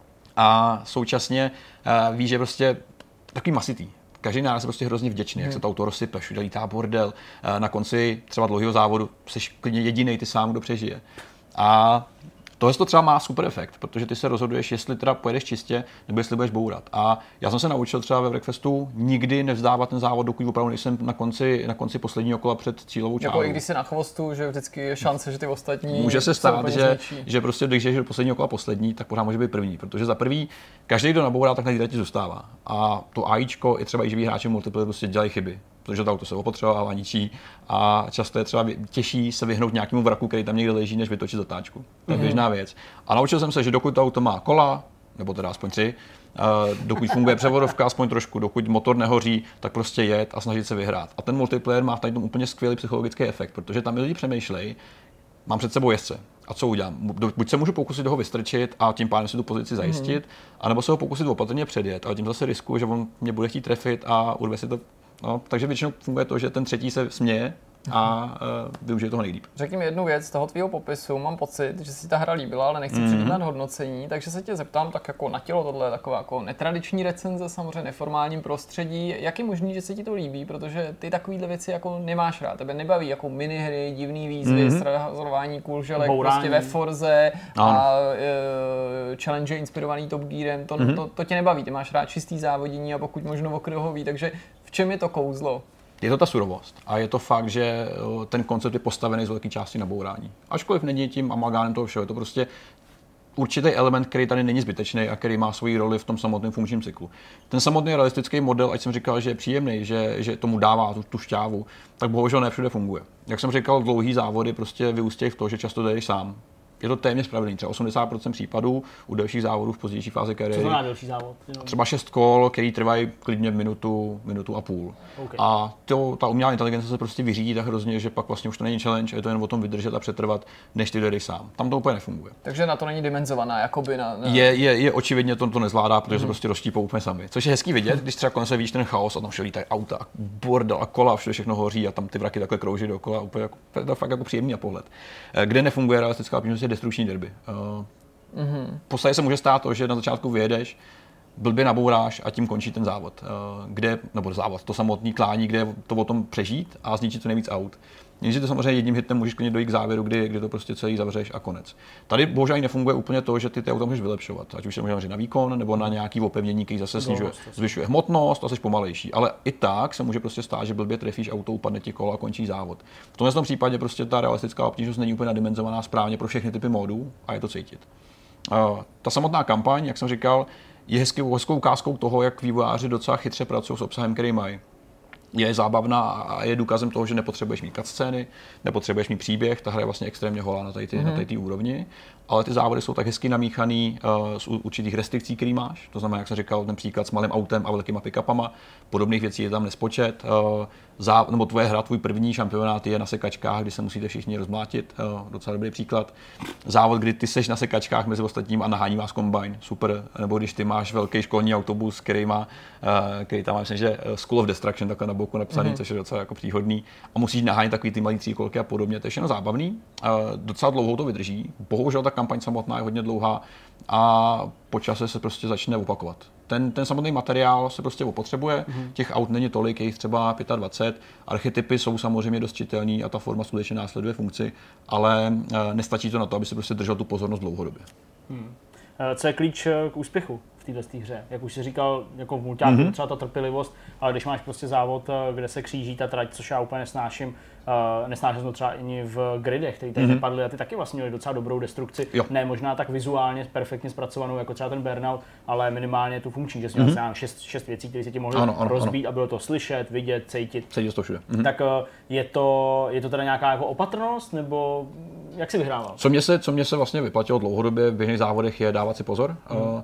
A současně víš, že prostě takový masitý. Každý náraz je prostě hrozně vděčný, jak se to auto rozsype, všude lítá bordel. Na konci třeba dlouhého závodu jsi klidně jedinej ty sám, kdo přežije. A tohle to třeba má super efekt, protože ty se rozhoduješ, jestli teda pojedeš čistě, nebo jestli budeš bourat. A já jsem se naučil třeba ve Wreckfestu nikdy nevzdávat ten závod, dokud opravdu nejsem na konci posledního kola před cílovou čárou. Jako i když jsi na chvostu, že vždycky je šance, že ty ostatní může se stát, že prostě když jdeš do posledního kola poslední, tak pořád může být první, protože za prvý každý, kdo nabourá, tak na té trati zůstává. A to AIčko i třeba i živí hráči multiplayer prostě dělají chyby. Protože to auto se opotřebovává, ničí a často je třeba těžší se vyhnout nějakému vraku, který tam někde leží, než vytočit zatáčku. To je běžná věc. A naučil jsem se, že dokud to auto má kola, nebo teda aspoň 3, dokud funguje převodovka aspoň trošku, dokud motor nehoří, tak prostě jet a snažit se vyhrát. A ten multiplayer má v tom úplně skvělý psychologický efekt, protože tam lidi přemýšlejí, mám před sebou jezdce. A co udělám? Buď se můžu pokusit ho vystrčit a tím pádem si tu pozici zajistit, anebo se ho pokusit opatrně předjet, ale tím zase riskuju, že on mě bude chtít trefit a urve si to. No, takže většinou funguje to, že ten třetí se směje a využije toho nejlíp. Řekni mi jednu věc z toho tvýho popisu, mám pocit, že si ta hra líbila, ale nechci předjímat hodnocení, takže se tě zeptám tak jako na tělo, tohle je taková jako netradiční recenze, samozřejmě neformálním prostředí. Jak je možný, že se ti to líbí, protože ty takovýhle věci jako nemáš rád, tebe nebaví jako minihry, divný výzvy, srazování kůlželek prostě ve Forze a challenge inspirovaný Top Gearem, to tě nebaví, ty máš rád čistý závodění a pokud možno okruhový, takže v čem je to kouzlo? Je to ta surovost a je to fakt, že ten koncept je postavený z velké části na bourání. Ačkoliv není tím amalgánem toho všeho, je to prostě určitý element, který tady není zbytečný a který má svoji roli v tom samotném funkčním cyklu. Ten samotný realistický model, ať jsem říkal, že je příjemný, že tomu dává tu šťávu, tak bohužel ne všude funguje. Jak jsem říkal, dlouhý závody prostě vyústějí v to, že často jdeš sám. Je to téměř spravedlivý, třeba 80% případů u delších závodů v pozdější fázi kariéry. Co znamená delší závod? Třeba 6 kol, který trvají klidně minutu a půl. Okay. A ta umělá inteligence se prostě vyřídí tak hrozně, že pak vlastně už to není challenge, je to jen o tom vydržet a přetrvat, než ty jdeš sám. Tam to úplně nefunguje. Takže na to není dimenzovaná, jakoby na... Je očividně to nezvládá, protože se prostě rozštípou úplně sami. Což je hezký vidět, když třeba konec se vidíš ten chaos a tam všude lítají auta a bordel a kola, všude všechno hoří a tam ty vraky takhle krouží dokola, úplně jako, to fakt jako příjemný na pohled. Kde nefunguje realistická optimalizace, je destrukční derby. V podstatě se může stát to, že na začátku vyjedeš, blbě nabouráš a tím končí ten závod. To samotný klání, kde je to o tom přežít a zničit to nejvíc aut. Jenže ty samozřejmě jedním hitem můžeš klidně dojít k závěru, kdy to prostě celý zavřeš a konec. Tady bohužel nefunguje úplně to, že ty auta můžeš vylepšovat, ať už se můžeme na výkon nebo na nějaký opevnění, který zase zvyšuje hmotnost a jsi pomalejší. Ale i tak se může prostě stát, že blbě trefíš auto, upadne ti kolo a končí závod. V tomhle případě prostě ta realistická obtížnost není úplně nadimenzovaná správně pro všechny typy módů a je to cítit. Ta samotná kampaň, jak jsem říkal, je hezkou ukázkou toho, jak vývojáři docela chytře pracují s obsahem, který mají. Je zábavná a je důkazem toho, že nepotřebuješ mít cutscény, nepotřebuješ mít příběh, ta hra je vlastně extrémně holá na té úrovni, ale ty závody jsou tak hezky namíchaný z určitých restrikcí, který máš. To znamená, jak jsem říkal, ten příklad s malým autem a velkýma pick-upama, podobných věcí je tam nespočet. Nebo tvoje hra, tvůj první šampionát je na sekačkách, kdy se musíte všichni rozmlátit, docela dobrý příklad. Závod, kdy ty seš na sekačkách mezi ostatním a nahání vás kombajn, super. Nebo když ty máš velký školní autobus, který tam má, myslím, že School of Destruction takhle na boku napsaný, což je docela jako příhodný. A musíš nahánět takový ty malý tříkolky a podobně, to je všechno zábavný. Docela dlouho to vydrží. Bohužel ta kampaň samotná je hodně dlouhá a po čase se prostě začne opakovat. Ten samotný materiál se prostě opotřebuje, těch aut není tolik, je jich třeba 25, archetypy jsou samozřejmě dost čitelný a ta forma skutečně následuje funkci, ale nestačí to na to, aby si prostě držel tu pozornost dlouhodobě. Co je klíč k úspěchu v této hře? Jak už jsi říkal, jako v multiáku třeba ta trpělivost, ale když máš prostě závod, kde se kříží ta trať, což já úplně nesnáším to třeba ani v gridech, které tady nepadly a ty taky vlastně měli docela dobrou destrukci. Jo. Ne možná tak vizuálně perfektně zpracovanou jako třeba ten Burnout, ale minimálně tu funkční, že jsi měl 6 věcí, které se ti mohly rozbít a bylo to slyšet, vidět, cítit. Cítit to všude. Tak je to teda nějaká jako opatrnost, nebo jak jsi vyhrával? Co mě se vlastně vyplatilo dlouhodobě v běžných závodech je dávat si pozor.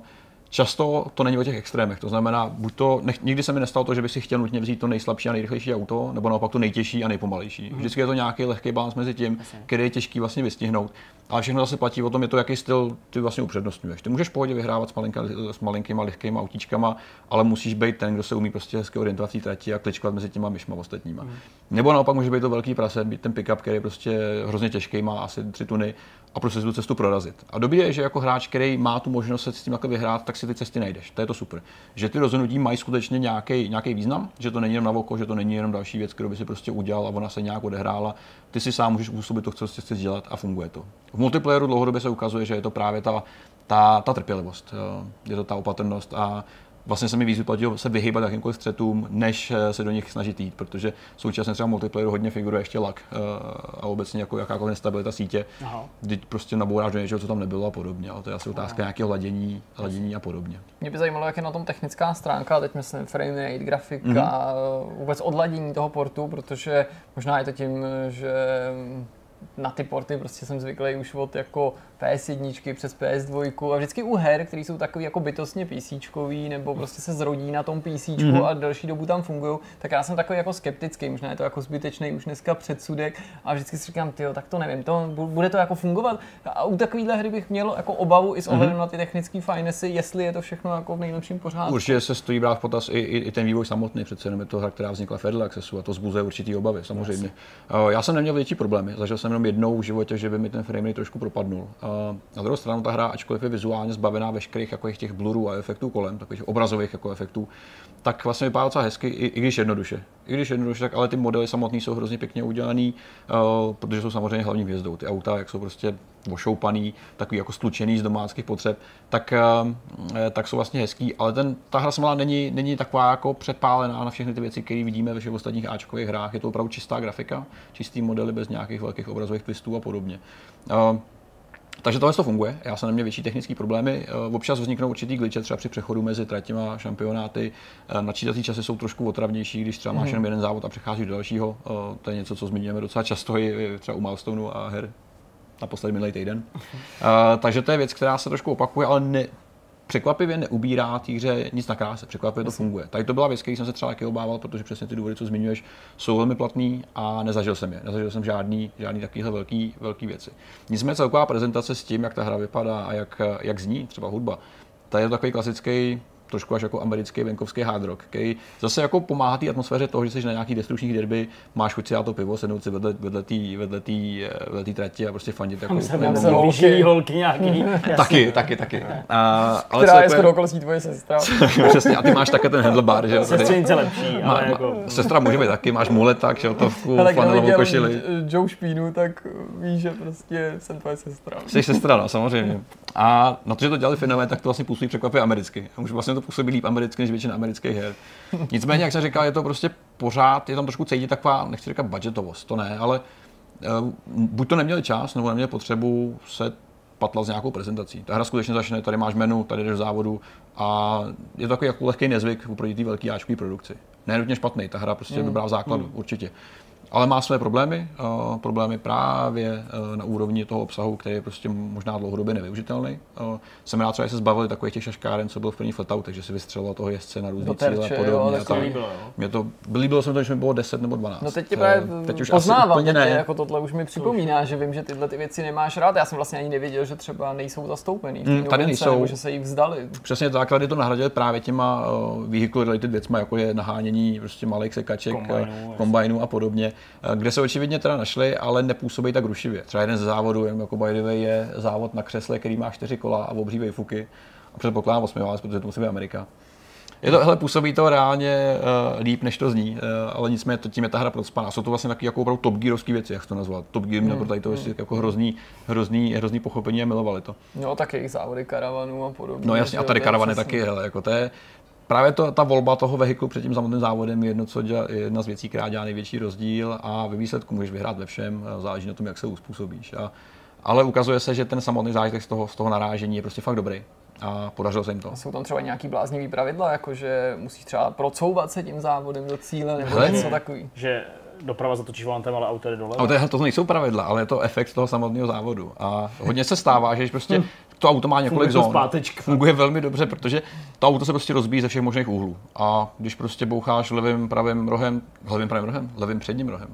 Často to není o těch extrémech, to znamená, nikdy se mi nestalo to, že bych si chtěl nutně vzít to nejslabší a nejrychlejší auto, nebo naopak to nejtěžší a nejpomalejší. Vždycky je to nějaký lehký balans mezi tím, který je těžký vlastně vystihnout. Ale všechno zase platí o tom, je to, jaký styl ty vlastně upřednostňuješ. Ty můžeš v pohodě vyhrávat s malinkýma, lehkýma autíčkama, ale musíš být ten, kdo se umí prostě hezky orientovat v té trati a kličkovat mezi těma myšma ostatníma. Nebo naopak může být to velký prase, být ten pickup, který je prostě hrozně těžký, má asi 3 tuny a prostě si tu cestu prorazit. A dobrý je, že jako hráč, který má tu možnost se s tím jako vyhrát, tak si ty cesty najdeš. To je to super. Že ty rozhodnutí mají skutečně nějaký význam, že to není jenom na oko, že to není jenom další věc, kterou by si prostě udělal a ona se nějak odehrála. Ty si sám můžeš způsobit to, co chceš dělat a funguje to. V multiplayeru dlouhodobě se ukazuje, že je to právě ta trpělivost, je to ta opatrnost a vlastně se mi víc vyplatilo se vyhýbat jakýmkoliv střetům, než se do nich snažit jít, protože současně třeba v multiplayeru hodně figuruje ještě lag a obecně jako jakákoliv nestabilita sítě, kdy prostě nabouráš do něčeho, co tam nebylo a podobně, ale to je asi otázka nějakého ladění a podobně. Mě by zajímalo, jak je na tom technická stránka, teď myslím frame rate, grafika, vůbec odladění toho portu, protože možná je to tím, že na ty porty prostě jsem zvyklý už od jako PS1 přes PS2 a vždycky u her, které jsou takový jako bytostně PCčkový nebo prostě se zrodí na tom PCčku a delší dobu tam fungují, tak já jsem takový jako skeptický, možná je to jako zbytečný už dneska předsudek a vždycky si říkám, tyjo, tak to nevím, bude to jako fungovat a u takovýhle hry bych měl jako obavu i s ohledem na ty technické finesy, jestli je to všechno jako v nejlepším pořádku. Určitě se stojí brát v potaz i ten vývoj samotný, přece jenom je to hra, která vznikla v Early Accessu a to vzbuzuje určitý obavy, samozřejmě. Já jsem neměl větší problémy, zažil jsem jenom jednou v životě, že by mi ten framerate trošku propadnul. Na druhou stranu ta hra, ačkoliv je vizuálně zbavená veškerých jako těch blurů a efektů kolem, takových obrazových jako efektů, tak vlastně vypadá docela hezky, i když jednoduše. Tak ale ty modely samotný jsou hrozně pěkně udělaný, protože jsou samozřejmě hlavní hvězdou. Ty auta, jak jsou prostě ošoupaný, takový jako sklučený z domáckých potřeb, tak jsou vlastně hezký, ale ta hra samotná není taková jako předpálená na všechny ty věci, které vidíme ve všech ostatních áčkových hrách. Je to opravdu čistá grafika, čistý modely bez nějakých velkých obrazových twistů a podobně. Takže tohle to funguje, já jsem neměl větší technické problémy. Občas vzniknou určitý glitche třeba při přechodu mezi tratěma šampionáty. Načítací časy jsou trošku otravnější, když třeba máš jenom jeden závod a přecházíš do dalšího. To je něco, co zmiňujeme docela často i třeba u Milestoneu a her naposledy minulý týden. Takže to je věc, která se trošku opakuje, ale překvapivě neubírá té hře nic na kráse, překvapivě to funguje. Tady to byla věc, který jsem se třeba taky obával, protože přesně ty důvody, co zmiňuješ, jsou velmi platný a nezažil jsem je. Nezažil jsem žádný takovýhle velký věci. Nicméně celková prezentace s tím, jak ta hra vypadá a jak zní třeba hudba, to je takový klasický trošku až jako americký venkovský hard rock, který zase jako pomáhá té atmosféře toho, že jsi na nějaký destrukčních derby, máš chuť si dát to pivo, sednout si vedle té trati a prostě fandit jako holky nějaký. Taky. Která je shodou okolností tvoje sestra. Přesně, a ty máš také ten handlebar, že jo. Sestřenice lepší, ale jako... Sestra může být taky, máš mulet tak, že jo, to v flanelovou košili. Joe Špínu, tak víš, že prostě jsem tvoje sestra. Jsi sestra, no, samozřejmě. A na to, že to dělali Finové, tak to vlastně působí překvapivě americky. A už vlastně to působí líp americky než většina amerických her. Nicméně, jak jsem říkal, je to prostě pořád, je tam trošku cítit taková, nechci říkat budgetovost, to ne, ale buď to neměli čas, nebo neměli potřebu se patlat s nějakou prezentací. Ta hra skutečně začne, tady máš menu, tady jdeš do závodu a je to takový jako lehký nezvyk oproti té velké áčkové produkci. Ne nutně špatný, ta hra prostě je dobrá v základu, určitě. Ale má své problémy právě na úrovni toho obsahu, který je prostě možná dlouhodobě nevyužitelný. Jsem rád, že se zbavili takových těch šaškáren, co bylo v první Flatout, takže si vystřelilo toho jezdce na různé cíle a podobně. Mě to líbilo se mi to, že mi bylo 10 nebo 12. No teď už poznávám, jako tohle už mi připomíná, že vím, že tyhle ty věci nemáš rád. Já jsem vlastně ani nevěděl, že třeba nejsou zastoupený. Tady nejsou. Nebo že se jich vzdali. Přesně tak, tady to nahradili právě těma vehicle related věcma, jako je nahánění prostě malých sekaček, kombajnů a podobně. Kde se očividně teda našli, ale nepůsobí tak rušivě. Třeba jeden ze závodů, jako by the way, je závod na křesle, který má 4 kola a obří vejfuky. A předpokládám 8 válec, protože to musí být Amerika. Působí to reálně líp, než to zní, ale nicméně tím je ta hra procpaná. Jsou to vlastně taky jako opravdu top gearovský věci, jak to nazvat. Top Gear měl pro tady to jako hrozný pochopení a milovali to. No, tak jejich závody karavanů a podobně. No jasně, a tady karavany taky, hele, jako to je. Právě ta volba toho vehiklu před tím samotným závodem je jedna z věcí, která dělá největší rozdíl a ve výsledku můžeš vyhrát ve všem, záleží na tom, jak se uspůsobíš. Ale ukazuje se, že ten samotný zážitek z toho narážení je prostě fakt dobrý. A podařilo se jim to. A jsou tam třeba nějaký bláznivý pravidla, jako že musíš třeba procouvat se tím závodem do cíle nebo něco takový. Že doprava zatočíš volantem, ale auto jde dole. Ale to nejsou pravidla, ale je to efekt toho samotného závodu. A hodně se stává, že prostě to auto má několik zón. Funguje velmi dobře, protože to auto se prostě rozbíjí ze všech možných úhlů. A když prostě boucháš levým předním rohem,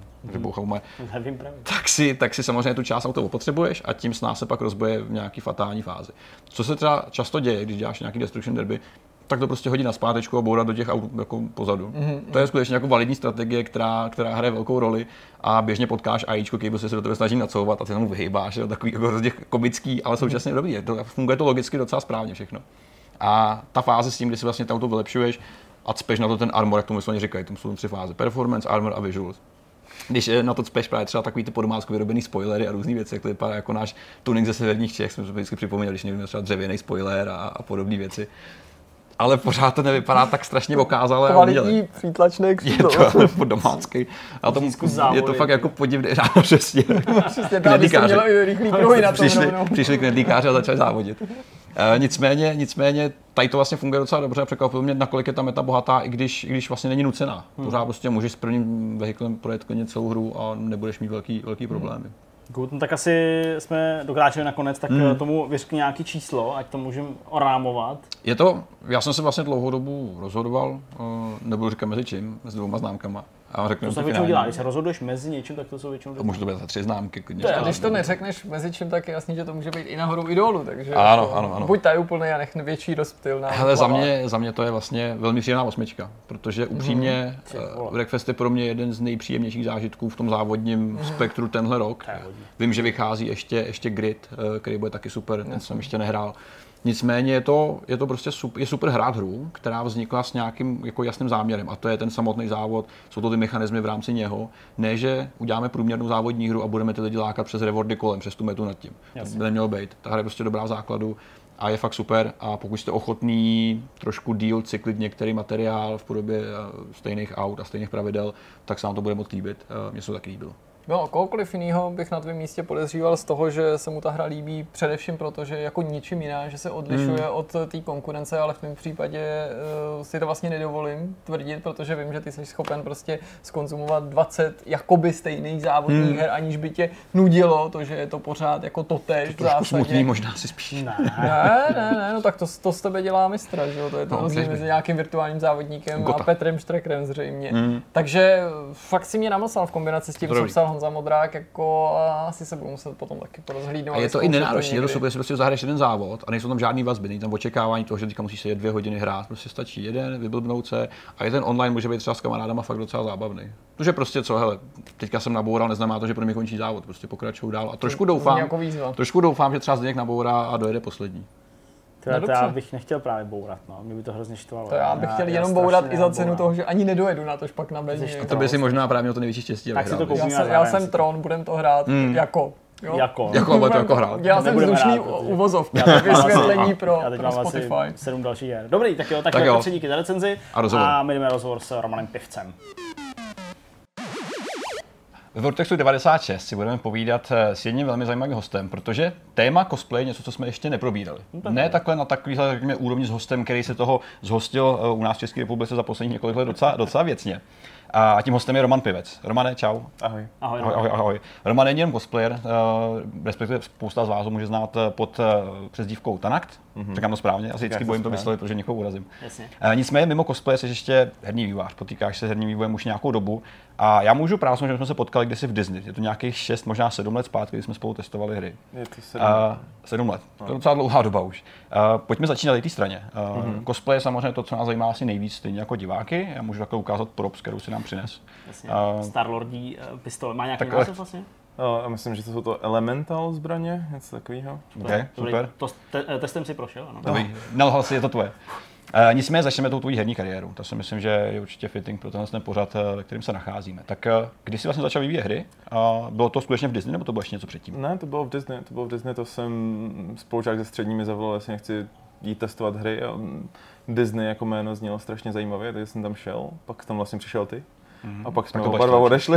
tak si samozřejmě tu část auto opotřebuješ a tím snáz se pak rozboje v nějaký fatální fázi. Co se třeba často děje, když děláš nějaký destruction derby, tak to prostě hodí na zpátečku a bourat do těch aut jako pozadu. To je skutečně jako validní strategie, která hraje velkou roli a běžně potkáš AIčko, který se do tebe snaží nacouvat a ty tomu vyhýbáš, takový jako hrozně komický, ale současně dobrý. Funguje to logicky docela správně všechno. A ta fáze s tím, kdy si vlastně to auto vylepšuješ a cpeš na to ten armor, jak tomu vysloveně říkají, tomu jsou 3 fáze: performance, armor a visuals. Když na to cpeš právě třeba takový ty po domácku vyrobený spoilery a různé věci, jak to vypadá jako náš tuning ze severních Čech, jsme vždycky připomínali, když někdo měl třeba dřevěný spoiler a podobné věci. Ale pořád to nevypadá tak strašně okázale. Kvalitní přítlačné křídlo. Je to domácký. A to je to fakt jako podivný, ráno přesně. Knedlíkáři. Přišli knedlíkáři a začali závodit. Nicméně tady to vlastně funguje docela dobře a překvapilo mě, nakolik je ta meta bohatá, i když vlastně není nucená. Pořád prostě můžeš s prvním vehiklem projet klidně celou hru a nebudeš mít velký problémy. Good, no tak asi jsme dokráčeli nakonec, tak tomu vyřkni nějaký číslo, ať to můžeme orámovat. Já jsem se vlastně dlouhou dobu rozhodoval, nebudu říkat mezi čím, s 2 známkama. A řeknu, to se většinou dělá, když se rozhoduješ mezi něčím, tak to jsou většinou... Může to být za 3 známky. Klidně, a když to neřekneš mezi čím, tak je jasný, že to může být i nahoru i dolů, takže ano. buď tajuplnej a nech větší rozptyl. Hele, za mě to je vlastně velmi příjemná 8, protože upřímně Wreckfest je pro mě jeden z nejpříjemnějších zážitků v tom závodním spektru tenhle rok. Vím, že vychází ještě Grid, který bude taky super, ten jsem ještě nehrál. Nicméně je to prostě super hrát hru, která vznikla s nějakým jako jasným záměrem, a to je ten samotný závod, jsou to ty mechanismy v rámci něho, ne že uděláme průměrnou závodní hru a budeme ty lidi lákat přes rewardy kolem, přes tu metu nad tím. To by nemělo být. Ta hra je prostě dobrá v základu a je fakt super, a pokud jste ochotný trošku díl cyklit některý materiál v podobě stejných aut a stejných pravidel, tak se vám to bude moc líbit. Mně se to taky líbilo. No, kohokoliv jinýho bych na tvém místě podezříval z toho, že se mu ta hra líbí především proto, že jako ničím jiná, že se odlišuje od té konkurence, ale v tom případě si to vlastně nedovolím tvrdit, protože vím, že ty jsi schopen prostě zkonzumovat 20 jakoby stejných závodních her, aniž by tě nudilo to, že je to pořád jako totéž v zásadě. Smutný možná si spíš. Ne, no tak to z tebe dělá mistra, že jo, to je to rozdíl mezi nějakým virtuálním závodníkem a Petrem Štrekrem zřejmě. Takže fakt si mě namlsal v kombinaci s tím, co psal Honza Modrák, jako asi se budu muset potom taky porozhlídnout. A je to i nenáročné, je to super, jestli prostě zahraješ jeden závod a nejsou tam žádný vazby, není tam očekávání toho, že teďka musíš se 2 hodiny hrát, prostě stačí jeden, vyblbnout se, a jeden online může být třeba s kamarádama fakt docela zábavný. Protože prostě co, teďka jsem naboural, neznamená to, že pro mě končí závod, prostě pokračuju dál a trošku doufám, že třeba Zdeněk nabourá a dojede poslední. To já bych nechtěl právě bourat, no. Mě by to hrozně štvalo. To já bych chtěl jenom bourat i za cenu toho, že ani nedojedu na to špak na Bení. To by si možná právě měl to největší štěstí. Tak si to já jsem Tron, budem to hrát jako. Bude to jako hrát. Já jsem vzdušný uvozovky, vysvětlení pro Spotify. 7 dalších her. Dobrý, tak jo, Petře, díky za recenzi a my jdeme rozhovor s Romanem Pivcem. Ve Vortexu 96 si budeme povídat s jedním velmi zajímavým hostem, protože téma cosplay je něco, co jsme ještě neprobírali. Ne takhle na takovýhle úrovni s hostem, který se toho zhostil u nás v České republice za posledních několik let docela věcně. A tím hostem je Roman Pivec. Romane, čau. Ahoj. Ahoj. Roman není jen cosplayer, respektive spousta z vás ho může znát pod přezdívkou Tanakt. Říkám to správně, asi vždycky bojím to vyslovit, protože někoho urazím. Nicméně mimo cosplay jsi ještě herní vývojář, potýkáš se s herním vývojem už nějakou dobu. A já můžu právě, že jsme se potkali kdysi v Disney. Je to nějakých 6, možná 7 let zpátky, kdy jsme spolu testovali hry. Je to 7 let. To je docela dlouhá doba už. Pojďme začít na té straně. Cosplay je samozřejmě to, co nás zajímá asi nejvíc, stejně jako diváky. Já můžu takhle ukázat props, kterou si nám přines. Star-Lordí pistole. Má nějaký název vlastně? Já myslím, že to jsou to Elemental zbraně, něco takového. Okay, super. Testem si prošel, ano. Dobrý, nelhal si, je to tvoje. Nicméně začneme tou tvojí herní kariéru. To si myslím, že je určitě fitting pro tenhle pořad, ve kterém se nacházíme. Tak kdy jsi vlastně začal vyvíjet hry? Bylo to skutečně v Disney, nebo to bylo ještě něco předtím? Ne, to bylo v Disney, to jsem spolužák ze střední mi zavolal, jestli nechci jít testovat hry. A Disney jako jméno znělo strašně zajímavě, takže jsem tam šel, pak tam vlastně přišel ty. A pak jsme oba dva odešli.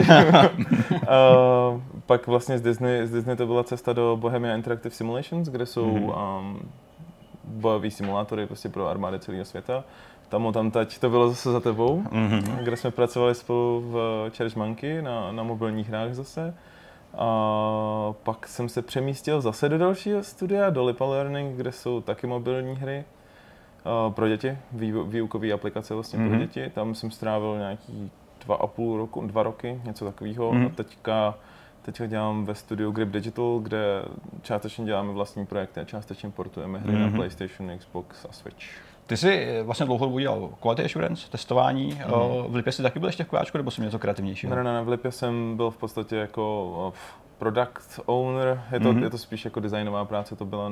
Pak vlastně z Disney to byla cesta do Bohemia Interactive Simulations, kde jsou bojový simulátory prostě pro armády celého světa. Tam teď to bylo zase za tebou, kde jsme pracovali spolu v Church Monkey na mobilních hrách zase. A pak jsem se přemístil zase do dalšího studia, do Lipa Learning, kde jsou taky mobilní hry pro děti, výukové aplikace vlastně pro děti. Tam jsem strávil nějaký 2 roky, něco takového. A teďka dělám ve studiu Grip Digital, kde částečně děláme vlastní projekty a částečně portujeme hry na PlayStation, Xbox a Switch. Ty jsi vlastně dlouho dělal quality assurance, testování. V Lipě jsi taky byl ještě v kováčku, nebo jsi něco kreativnějšího? Ne, v Lipě jsem byl v podstatě jako product owner. Je to spíš jako designová práce to byla,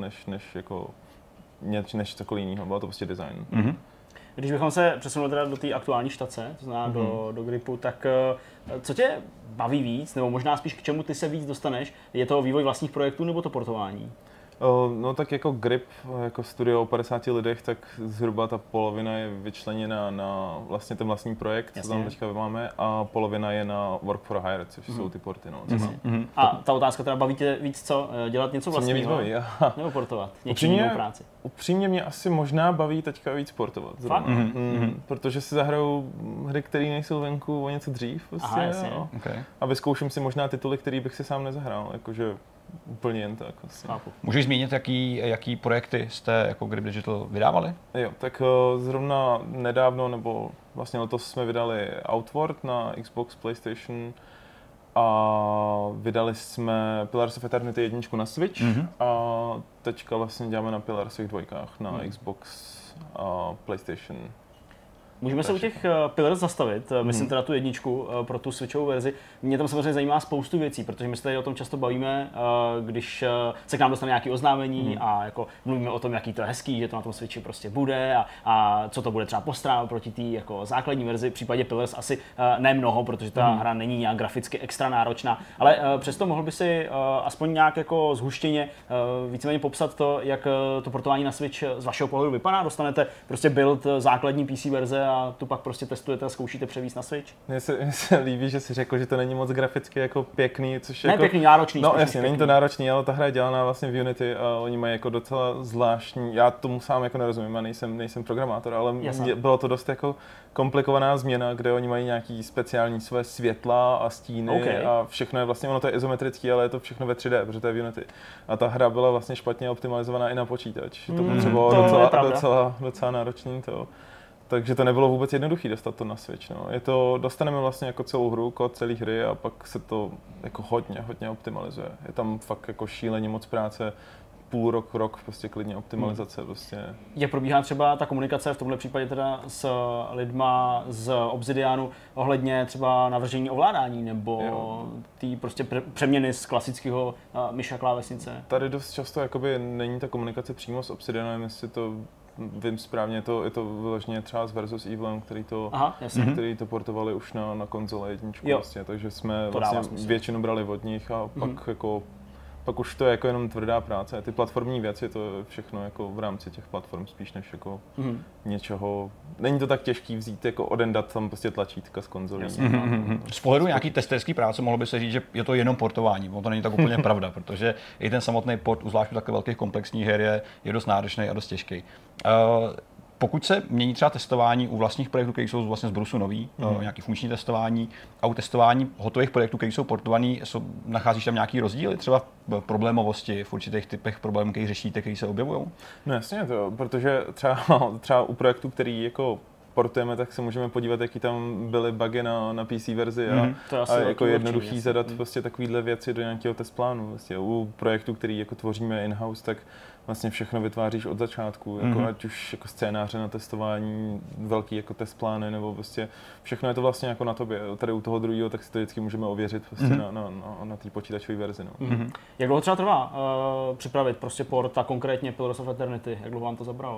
než cokoliv jiného. Bylo to prostě design. Když bychom se přesunuli teda do té aktuální štace, to znamená do Gripu, tak co tě baví víc, nebo možná spíš k čemu ty se víc dostaneš? Je to vývoj vlastních projektů nebo to portování? No tak jako Grip, jako studio o 50 lidech, tak zhruba ta polovina je vyčleněna na vlastně ten vlastní projekt, co tam teďka máme, a polovina je na Work for Hire, což jsou ty porty. No. A ta otázka teda baví tě víc co? Dělat něco vlastního? Nebo portovat? Něčí práci? Upřímně mě asi možná baví teďka víc portovat. Protože si zahraju hry, které nejsou venku o něco dřív. Prostě, okay. A vyzkouším si možná tituly, které bych si sám nezahrál. Jakože úplně jen tak. Vlastně. Můžeš zmínit, jaký projekty jste jako Grip Digital vydávali? Jo, tak zrovna nedávno, nebo vlastně letos jsme vydali Outward na Xbox, PlayStation a vydali jsme Pillars of Eternity 1 na Switch a teďka vlastně děláme na Pillarsech 2 na Xbox a PlayStation. Můžeme se u těch Pillars zastavit, myslím teda tu 1 pro tu switchovou verzi. Mě tam samozřejmě zajímá spoustu věcí, protože my se tady o tom často bavíme, když se k nám dostane nějaké oznámení a jako mluvíme o tom, jaký to je hezký, že to na tom Switchi prostě bude a co to bude třeba postrávat proti té jako základní verzi. V případě Pillars asi ne mnoho, protože ta hra není nějak graficky extra náročná, ale přesto mohl by si aspoň nějak jako zhuštěně víceméně popsat to, jak to portování na Switch z vašeho pohledu vypadá. Dostanete prostě build základní PC verze a tu pak prostě testujete a zkoušíte převízt na Switch? Mně se líbí, že jsi řekl, že to není moc graficky jako pěkný, což ne jako... pěkný, náročný. No jasně, není to náročný, ale ta hra je dělaná vlastně v Unity a oni mají jako docela zvláštní, já tomu sám jako nerozumím, já nejsem programátor, ale bylo to dost jako komplikovaná změna, kde oni mají nějaký speciální své světla a stíny a všechno je vlastně, ono to je izometrický, ale je to všechno ve 3D, protože to je v Unity. A ta hra byla vlastně špatně optimalizovaná i na počítač. To potřebovalo docela náročný to. Takže to nebylo vůbec jednoduché dostat to na Switch. No. Dostaneme vlastně jako celou hru, kód celé hry a pak se to jako hodně optimalizuje. Je tam fakt jako šíleně moc práce, půl rok prostě klidně optimalizace. Prostě. Jak probíhá třeba ta komunikace v tomhle případě teda s lidma z Obsidianu ohledně třeba navržení ovládání nebo ty prostě přeměny z klasického myša klávesnice? Tady dost často jakoby není ta komunikace přímo s Obsidianem, jestli to vím správně, je to vyloženě třeba s Versus Evilem, který to portovali už na konzole 1, vlastně, takže jsme vlastně většinu brali od nich a pak už to je jako jenom tvrdá práce. Ty platformní věci, to je všechno jako v rámci těch platform spíš než jako něčeho. Není to tak těžký vzít, jako odendat tam prostě tlačítka z konzolí. Z pohledu nějaký testerský práce mohlo by se říct, že je to jenom portování. To není tak úplně pravda, protože i ten samotný port, zvlášť u takových velkých komplexních her, je dost náročný a dost těžký. Pokud se mění třeba testování u vlastních projektů, které jsou vlastně z brusu nový, nějaký funkční testování, a u testování hotových projektů, které jsou portovaný, nacházíš tam nějaký rozdíly, třeba v problémovosti, v určitých typech problémů, které řešíte, které se objevují? No jasně, protože třeba u projektů, který jako portujeme, tak se můžeme podívat, jaký tam byly bugy na PC verzi a jako jednoduchý zadat prostě takovýhle věci do nějakého testplánu. Vlastně. U projektu, který jako tvoříme in-house, tak vlastně všechno vytváříš od začátku, jako ať už jako scénáře na testování, velký jako testplány, nebo prostě všechno je to vlastně jako na tobě. Tady u toho druhého tak si to vždycky můžeme ověřit prostě na té počítačové verzi. No. Jak dlouho třeba trvá připravit prostě port a konkrétně Pillars of Eternity? Jak dlouho vám to zabralo?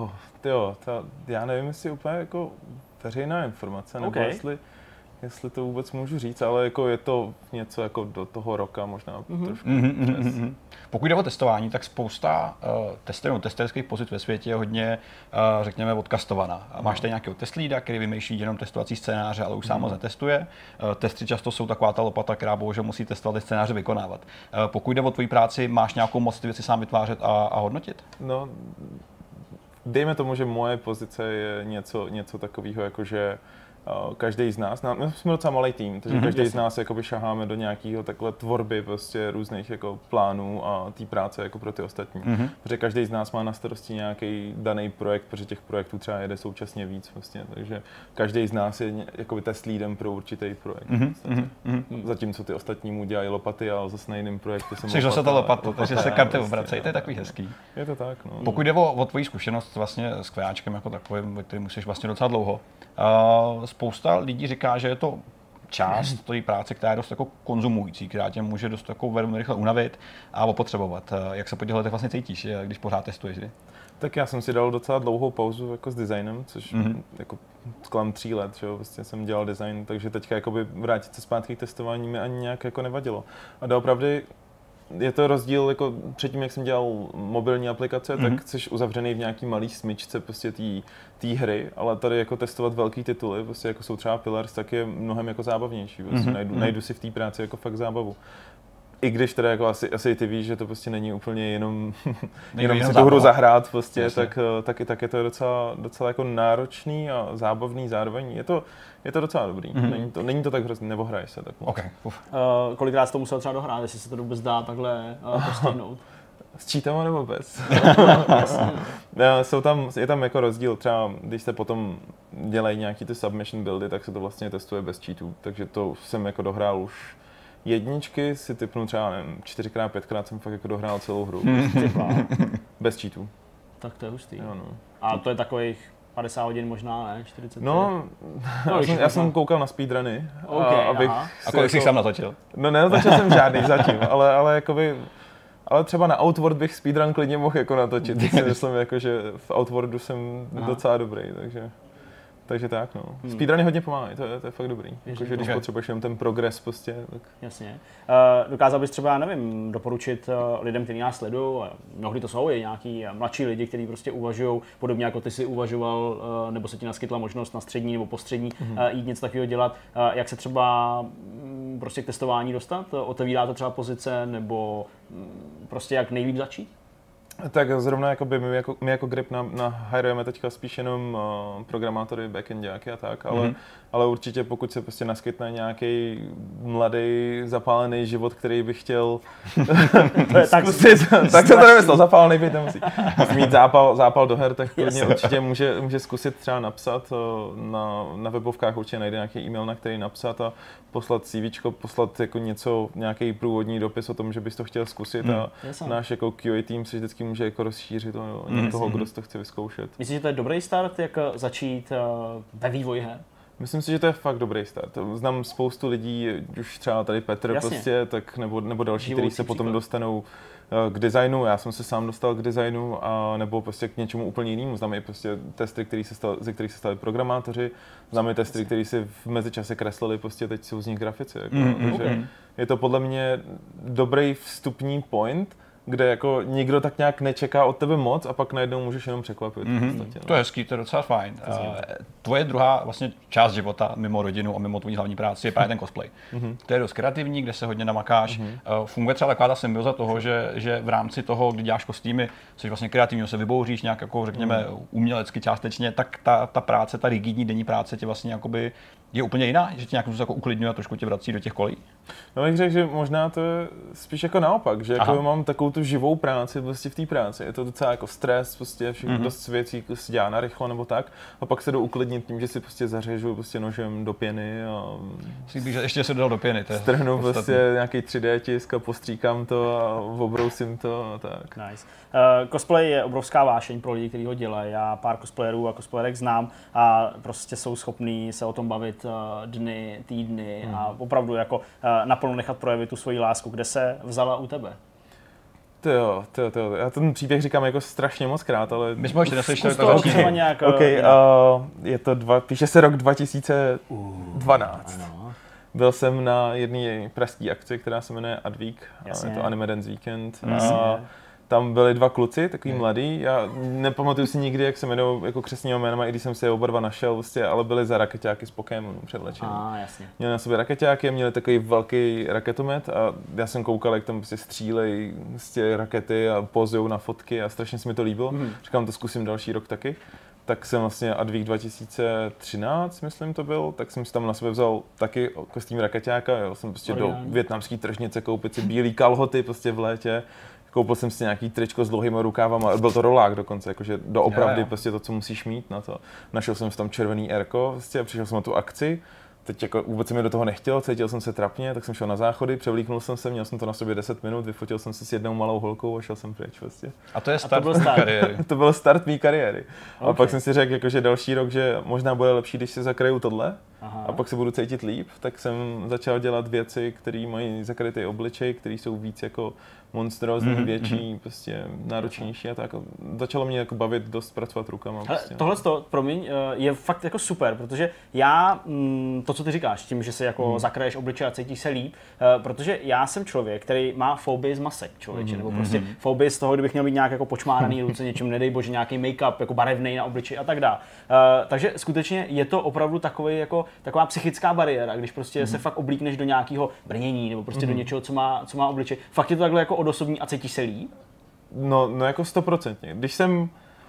Já nevím, jestli úplně jako veřejná informace, nebo jestli to vůbec můžu říct, ale jako je to něco jako do toho roka možná trošku. Pokud jde o testování, tak spousta testerských pozic ve světě je hodně, řekněme, odkastovaná. Máš tady nějakého test leada, který vymýšlí jenom testovací scénáře, ale už sám moc netestuje. Testři často jsou taková ta lopata, která bohužel musí testovat ty scénáře vykonávat. Pokud jde o tvoji práci, máš nějakou moc ty věci sám vytvářet a hodnotit? No, dejme tomu, že moje pozice je něco takového, jakože každý z nás, my jsme docela malý tým, takže každý z nás jakoby šaháme do nějakého takhle tvorby prostě různých jako plánů a té práce jako pro ty ostatní. Protože každý z nás má na starosti nějaký daný projekt, protože těch projektů třeba jede současně víc vlastně, takže každý z nás je jakoby test leadem pro určitý projekt. Zatímco ty ostatní mu dělají lopaty a zase na jiném projektu jsem zase ta lopata, takže se karty obracejí, to je takový hezký. Je to tak, no. Pokud jde o tvoji zkušenost vlastně s kvejáčkem jako takovým, ty musíš vlastně docela dlouho. Spousta lidí říká, že je to část té práce, která je dost jako konzumující, která tě může dost jako velmi rychle unavit a opotřebovat. Jak se po těch letech vlastně cítíš, když pořád testuješ? Tak já jsem si dal docela dlouhou pauzu jako s designem, což jako kolem 3 let, že jo, vlastně jsem dělal design, takže teďka jakoby vrátit se zpátky k testování mi ani nějak jako nevadilo. A doopravdy je to rozdíl, jako předtím, jak jsem dělal mobilní aplikace, tak jsi uzavřený v nějaký malý smyčce prostě té hry, ale tady jako testovat velký tituly, prostě jako jsou třeba Pillars, tak je mnohem jako zábavnější. Prostě najdu si v té práci jako fakt zábavu. I když teda jako asi ty víš, že to prostě není úplně jenom si tu hru zahrát prostě, tak je to docela jako náročný a zábavný zároveň. Je to docela dobrý. Není to tak hrozný, nebo hraješ se tak moc. Okay. Kolikrát jsi to musel třeba dohrát, jestli se to vůbec dá takhle postihnout? S cheatama nebo bez? Je tam jako rozdíl, třeba když se potom dělají nějaký ty submission buildy, tak se to vlastně testuje bez cheatů, takže to jsem jako dohrál už jedničky, si typnu třeba, nevím, 4x, 5x jsem fakt jako dohrál celou hru. Bez cheatů. Tak to je hustý. Jo, no. A to je takových 50 hodin možná, ne? 40? No, já jsem koukal na speedruny. Okay, a kolik jsi sám natočil? No nenatočil jsem žádný zatím, ale jakoby... Ale třeba na Outward bych speedrun klidně mohl jako natočit. Si myslím, jako, že v Outwardu jsem docela dobrý, takže tak, no. Speedruny hodně pomáhají, to je fakt dobrý. Jakože když potřebuješ jenom ten progres prostě, tak... Jasně. Dokázal bys třeba, nevím, doporučit lidem, kteří nás sledují, mnohdy to jsou i nějaký mladší lidi, kteří prostě uvažují, podobně jako ty si uvažoval, nebo se ti naskytla možnost na střední nebo postřední jít něco takového dělat, jak se třeba prostě k testování dostat? Otevírá to třeba pozice, nebo prostě jak nejlíp začít? Tak zrovna jakoby my jako Grip hajrujeme teďka spíš jenom programátory, backendáky a tak, ale určitě pokud se prostě naskytne nějaký mladý zapálený život, který by chtěl zkusit, tak jsem to nemyslel, zapálený být nemusí. Mít zápal do her, tak klidně určitě může zkusit třeba napsat na webovkách, určitě najde nějaký e-mail, na který napsat a poslat CVčko, poslat jako nějaký průvodní dopis o tom, že bys to chtěl zkusit a náš jako QA tým se vždycky může jako rozšířit toho, kdo to chce vyzkoušet. Myslíš, že to je dobrý start, jak začít ve vývoji her? Myslím si, že to je fakt dobrý start. Znám spoustu lidí, už třeba tady Petr prostě, tak nebo další, kteří se potom dostanou k designu. Já jsem se sám dostal k designu a nebo prostě k něčemu úplně jinému. Znám i prostě testry, ze kterých se stali programátoři. Znám i testry, kteří si v mezičase kreslili, prostě teď jsou z nich grafici. Jako, takže je to podle mě dobrý vstupní point, kde jako nikdo tak nějak nečeká od tebe moc a pak najednou můžeš jenom překvapit. To je hezký, to je docela fajn. Tvoje druhá vlastně část života mimo rodinu a mimo tvou hlavní práci je právě ten cosplay. To je dost kreativní, kde se hodně namakáš. Funguje třeba taková ta symbioza toho, že v rámci toho, kdy děláš kostýmy, jsi vlastně kreativní, se vybouříš nějak jako řekněme umělecky částečně, tak ta práce, ta rigidní denní práce tě vlastně jakoby je úplně jiná, že tě nějak jako uklidňuje a trošku tě vrací do těch kolejí? No bych řekl, že možná to je spíš jako naopak, že jako mám takovou tu živou práci vlastně v té práci. Je to docela jako stres, prostě všechno dost věcí se dělá narychlo nebo tak a pak se jdu uklidnit tím, že si prostě zařežu prostě nožem do pěny a že ještě se dal do pěny, to je strhnu prostě nějaký 3D tisk a postříkám to a obrousím to a tak. Nice. Cosplay je obrovská vášeň pro lidi, kteří ho dělají. Já pár cosplayerů a cosplayerek znám a prostě jsou schopní se o tom bavit dny, týdny a opravdu jako naplno nechat projevit tu svoji lásku. Kde se vzala u tebe? To jo. Já ten příběh říkám jako strašně moc krát, ale... My jsme ho ještě neslyšeli, tak třeba nějak... je to píše se rok 2012. Byl jsem na jedné pražské akci, která se jmenuje Adweek, je to Anime Dance Weekend. Tam byli dva kluci, takový mladý, já nepamatuju si nikdy, jak se jmenují jako křestního jména, i když jsem si je oba dva našel, vlastně, ale byli za rakeťáky z Pokémonu předlečení. Měli na sobě rakeťáky, měli takový velký raketomet a já jsem koukal, jak tam prostě střílej z těch rakety a pozujou na fotky a strašně se mi to líbilo. Říkám, to zkusím další rok taky. Tak jsem vlastně Adweek 2013, myslím to byl, tak jsem si tam na sebe vzal taky kostým rakeťáka, jel jsem prostě do vietnamské tržnice koupit si bílý kalhoty prostě v létě. Koupil jsem si nějaký tričko s dlouhýma rukávama, byl to rolák dokonce, jakože doopravdy prostě to, co musíš mít na to. Našel jsem si tam červený airko prostě a přišel jsem na tu akci. Teď jako vůbec se mi do toho nechtělo, cítil jsem se trapně, tak jsem šel na záchody, převlíknul jsem se, měl jsem to na sobě 10 minut, vyfotil jsem se s jednou malou holkou a šel jsem pryč vlastně. A to je start kariéry. To byl start mý kariéry. A pak jsem si řekl, jako, že další rok, že možná bude lepší, když si zakraju tohle. a pak se budu cítit líp, tak jsem začal dělat věci, které mají zakrytý obličej, které jsou víc jako monstrózní, větší, prostě náročnější a tak. Začalo mě jako bavit dost pracovat rukama. Prostě. Tohle promiň, je fakt jako super, protože já, to co ty říkáš, tím, že si jako zakraješ obličej a cítíš se líp, protože já jsem člověk, který má fobii z masek, člověče, nebo prostě fobii z toho, kdybych měl mít nějak jako počmáraný ruce, něčím, nedej bože, nějaký make-up, jako barevnej na obličeji a tak dále. Takže skutečně je to opravdu taková psychická bariéra, když prostě se fakt oblíkneš do nějakého brnění nebo prostě do něčeho, co má obličej. Fakt je to takhle jako odosobní a cítíš se líp? No jako 100%. Když jsem,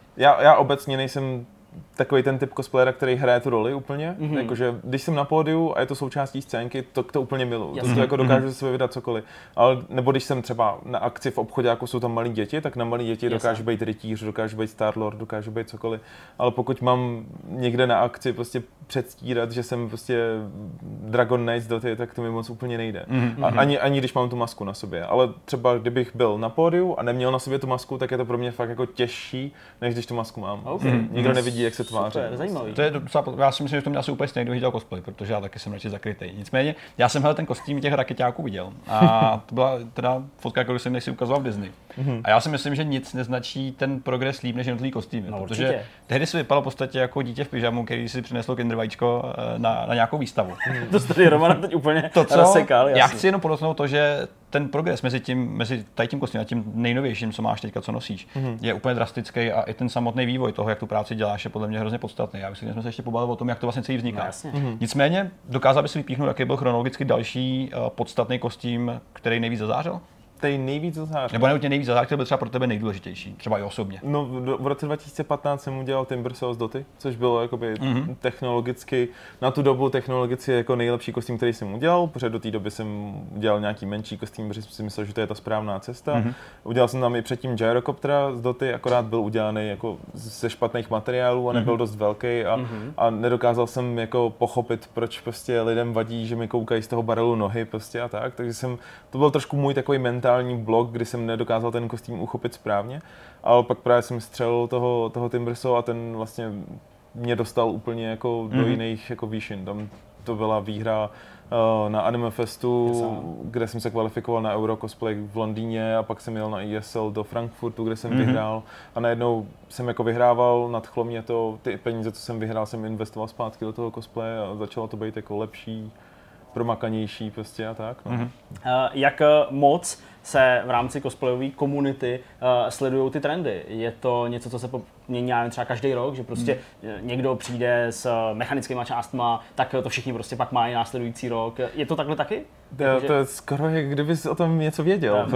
já obecně nejsem takový ten typ cosplayera, který hraje tu roli úplně, jakože když jsem na pódiu a je to součástí scénky, to úplně miluju, to jako dokážu se vydat cokoliv, ale nebo když jsem třeba na akci v obchodě, jako jsou tam malí děti, tak na malí děti dokážu být rytíř, dokážu být Star-Lord, dokážu být cokoliv, ale pokud mám někde na akci prostě předstírat, že jsem prostě Dragon Knight Doty, tak to mi moc úplně nejde. Ani když mám tu masku na sobě, ale třeba kdybych byl na pódiu a neměl na sobě tu masku, tak je to pro mě fakt jako těžší, než když tu masku mám. Nikdo nevidí, jak se tváří. Super, zajímavý. To je docela, já si myslím, že to mě asi úplně stejně, kdo dělal cosplay, protože já taky jsem radši zakrytej. Nicméně, já jsem ten kostým těch rakeťáků viděl a to byla teda fotka, kterou jsem si ukazoval v Disney. A já si myslím, že nic neznačí ten progres líp než jednotlivý kostýmy, protože určitě. tehdy si vypadal v podstatě jako dítě v pyžamu, který si přineslo Kinder vajíčko na nějakou výstavu. To tady Roman teď úplně rozsekal. Já chci jenom podotknout to, že ten progres mezi tím kostýmem a tím nejnovějším, co máš teďka, co nosíš, je úplně drastický a i ten samotný vývoj toho, jak tu práci děláš, je podle mě hrozně podstatný. Já myslím, že jsme se ještě pobavili o tom, jak to vlastně celý vzniká. Nicméně, dokázal by si vypíchnout, jaký byl chronologicky další podstatný kostým, který nejvíc zazářil? Který nejvíc zazářil? Nebo neutně nejvíc zazářil, který byl třeba pro tebe nejdůležitější, třeba i osobně. No, v roce 2015 jsem udělal Timbersaw z Doty, což bylo jakoby technologicky, na tu dobu technologicky jako nejlepší kostým, který jsem udělal, protože do té doby jsem udělal nějaký menší kostým, protože jsem si myslel, že to je ta správná cesta. Udělal jsem tam i předtím Gyrocoptera z Doty, akorát byl udělaný jako ze špatných materiálů a nebyl dost velký a nedokázal jsem jako pochopit, proč prostě lidem vadí, že mi koukají z toho barelu nohy prostě a tak, takže to byl trošku můj takový mentální blok, kdy jsem nedokázal ten kostým uchopit správně, ale pak právě jsem střelil toho Timbersaw a ten vlastně mě dostal úplně jako do jiných jako výšin. Tam to byla výhra na Anime Festu, kde jsem se kvalifikoval na Euro Cosplay v Londýně a pak jsem jel na ESL do Frankfurtu, kde jsem vyhrál a najednou jsem jako vyhrával, nadchlo mě to, ty peníze, co jsem vyhrál, jsem investoval zpátky do toho cosplaye a začalo to být jako lepší, promakanější prostě a tak. No. Jak moc se v rámci cosplayové komunity sledují ty trendy? Je to něco, co se mění třeba každý rok, že prostě někdo přijde s mechanickými částma, tak to všichni prostě pak mají následující rok. Je to takhle taky? To je skoro, jak kdybys o tom něco věděl,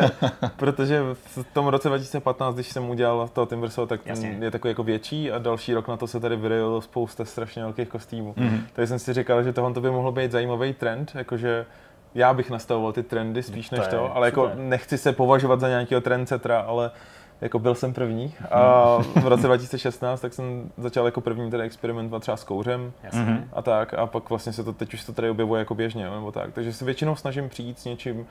protože v tom roce 2015, když jsem udělal toho Timbersaw, tak ten je takový jako větší a další rok na to se tady vyrojilo spousta strašně velkých kostýmů. Takže jsem si říkal, že tohle by mohlo být zajímavý trend, jakože já bych nastavoval ty trendy spíš než to, ale jako nechci se považovat za nějakého trendsettera, ale jako byl jsem první a v roce 2016 tak jsem začal jako první tady experimentovat třeba s kouřem a tak a pak vlastně teď už to tady objevuje jako běžně nebo tak, takže se většinou snažím přijít s něčím,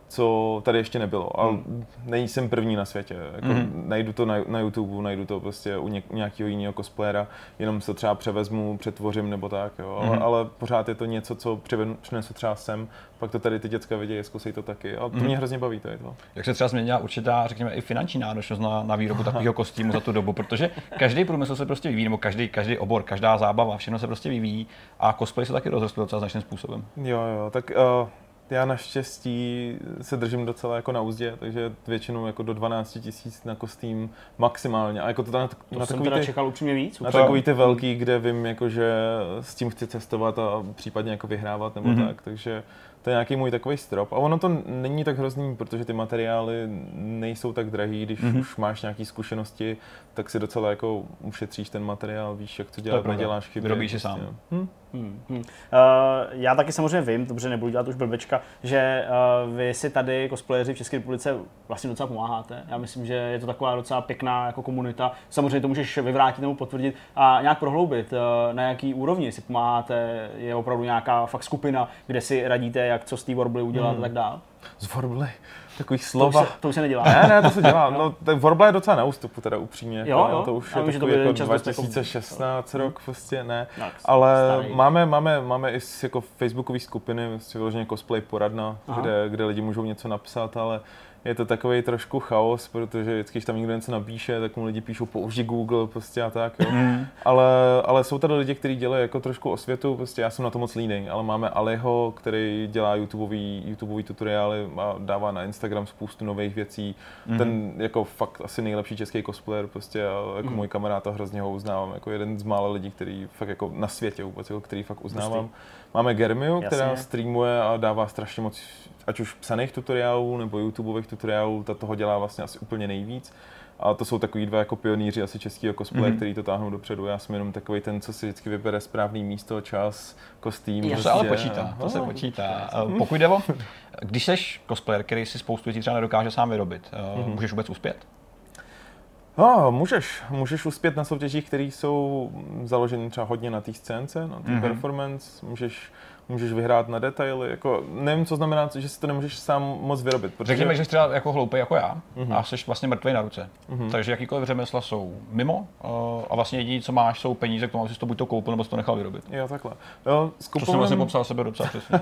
co tady ještě nebylo, ale nejsem první na světě, jako najdu to na YouTube, najdu to prostě u nějakého jiného cosplayera, jenom se třeba převezmu, přetvořím nebo tak, jo, ale pořád je to něco, co přinesu třeba sem, pak to tady ty děcka vidějí, zkusej to taky a to mě hrozně baví to je to. Jak se třeba změnila určitá, řekněme, i finanční náročnost na výrobu takového kostýmu za tu dobu, protože každý průmysl se prostě vyvíjí, nebo každý obor, každá zábava, všechno se prostě vyvíjí a cosplay se taky rozrostl docela značným způsobem. Jo, tak já naštěstí se držím docela jako na úzdě, takže většinou jako do 12 000 na kostým maximálně. A jako to na takový ty, čekal upřímně víc. Na takový ty velký, kde vím, jako, že s tím chci cestovat a případně jako vyhrávat nebo tak, takže to je nějaký můj takový strop. A ono to není tak hrozný, protože ty materiály nejsou tak drahý, když už máš nějaké zkušenosti, tak si docela jako ušetříš ten materiál, víš, jak to dělat, neděláš chyby. Vyrobíš si sám. Já taky samozřejmě vím, dobře, nebudu dělat už blbečka, že vy si tady cosplayeři v České republice vlastně docela pomáháte. Já myslím, že je to taková docela pěkná jako komunita. Samozřejmě to můžeš vyvrátit nebo potvrdit a nějak prohloubit, na jaký úrovni si pomáháte. Je opravdu nějaká fakt skupina, kde si radíte, jak co z té Warbly udělat a tak dále? Z Warbley, takových slova. To už se nedělá. Ne, to se dělá. No, tak Warbley je docela na ústupu, teda upřímně. Jo. To už a je takový jako 2016 rok, prostě ne. No, ale máme i jako facebookové skupiny, vlastně vyloženě cosplay poradna, kde lidi můžou něco napsat, ale je to takový trošku chaos, protože vždycky, když tam někdo něco napíše, tak mu lidi píšou použij Google prostě a tak, jo. Ale jsou tady lidi, kteří dělají jako trošku osvětu, prostě já jsem na to moc línej, ale máme Aliho, který dělá YouTubeový tutoriály a dává na Instagram spoustu nových věcí. Ten jako fakt asi nejlepší český cosplayer, prostě a jako můj kamarád, a hrozně ho uznávám, jako jeden z mála lidí, který fakt jako na světě vůbec, jako který fakt uznávám. Máme Germiu, která streamuje a dává strašně moc, ať už psaných tutoriálů nebo YouTubeových tutoriálů, ta toho dělá vlastně asi úplně nejvíc. A to jsou takový dva jako pionýři asi českého cosplaye, který to táhnou dopředu. Já jsem jenom takový ten, co si vždycky vybere správný místo, čas, kostým. To se ale počítá, to se počítá. Pokud jde o, když seš cosplayer, který si spoustu věcí třeba nedokáže sám vyrobit, můžeš vůbec uspět? Můžeš uspět na soutěžích, které jsou založeny třeba hodně na té scénce, na té performance, můžeš vyhrát na detaily, jako nevím, co znamená, že si to nemůžeš sám moc vyrobit. Protože... Řekněme, že jsi třeba jako hloupej jako já a jsi vlastně mrtvej na ruce. Takže jakýkoliv řemesla jsou mimo a vlastně jediné, co máš, jsou peníze k tomu, aby jsi to buď to koupil, nebo jsi to nechal vyrobit. Jo, takhle. Jo, to jsem vlastně popsal sebe docela přesně.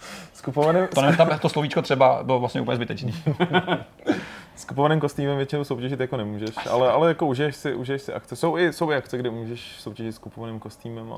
To slovíčko třeba bylo vlastně úplně zbytečný. S kupovaným kostýmem většinou soutěžit jako nemůžeš, ale jako užiješ si akce. Jsou i akce, kde můžeš soutěžit s kupovaným kostýmem,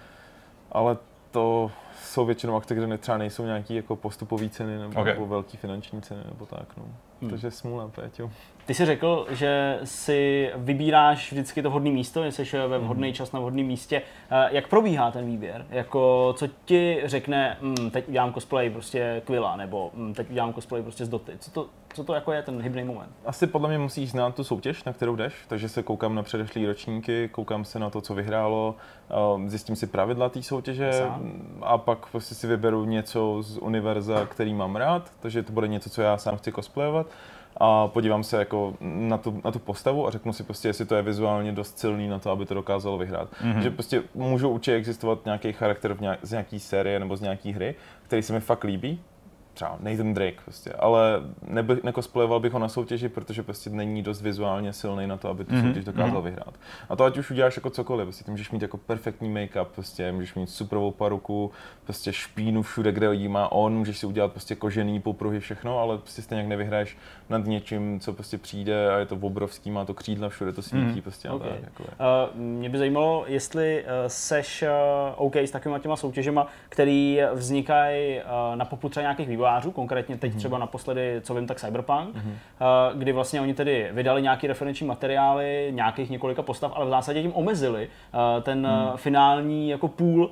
ale to jsou většinou akce, kde třeba nejsou nějaký jako postupové ceny nebo velký finanční ceny nebo tak, no. Takže smůla, Péťo. Ty jsi řekl, že si vybíráš vždycky to vhodné místo, že jsi ve vhodný čas na vhodném místě. Jak probíhá ten výběr? Jako, co ti řekne, teď udělám cosplay prostě Quilla, nebo teď udělám cosplay prostě z Doty? Co to jako je ten hybný moment? Asi podle mě musíš znát tu soutěž, na kterou jdeš, takže se koukám na předešlý ročníky, koukám se na to, co vyhrálo, zjistím si pravidla té soutěže a pak prostě si vyberu něco z univerza, který mám rád, takže to bude něco, co já sám chci cosplayovat. A podívám se jako na tu postavu a řeknu si prostě, jestli to je vizuálně dost silný na to, aby to dokázalo vyhrát. Že prostě můžou určitě existovat nějaký charakter z nějaký série nebo z nějaký hry, který se mi fakt líbí. Třeba Nathan Drake prostě, ale nekosplayoval bych ho na soutěži, protože prostě není dost vizuálně silný na to, aby tu soutěž dokázal vyhrát. A to ať už uděláš jako cokoliv, prostě ty můžeš mít jako perfektní make-up, prostě můžeš mít superovou paruku, prostě špínu všude, kde ji má on, můžeš si udělat prostě kožený popruhy, všechno, ale prostě stejně nevyhraješ nad něčím, co prostě přijde a je to obrovský, má to křídla, všude to svítí prostě. A tak, jako mě by zajímalo, jestli seš OK s takovýma těma soutěžema, který vznikají na popudu třeba nějakých vývojářů, konkrétně teď třeba naposledy, co vím, tak Cyberpunk, kdy vlastně oni tedy vydali nějaký referenční materiály, nějakých několika postav, ale v zásadě tím omezili ten finální jako půl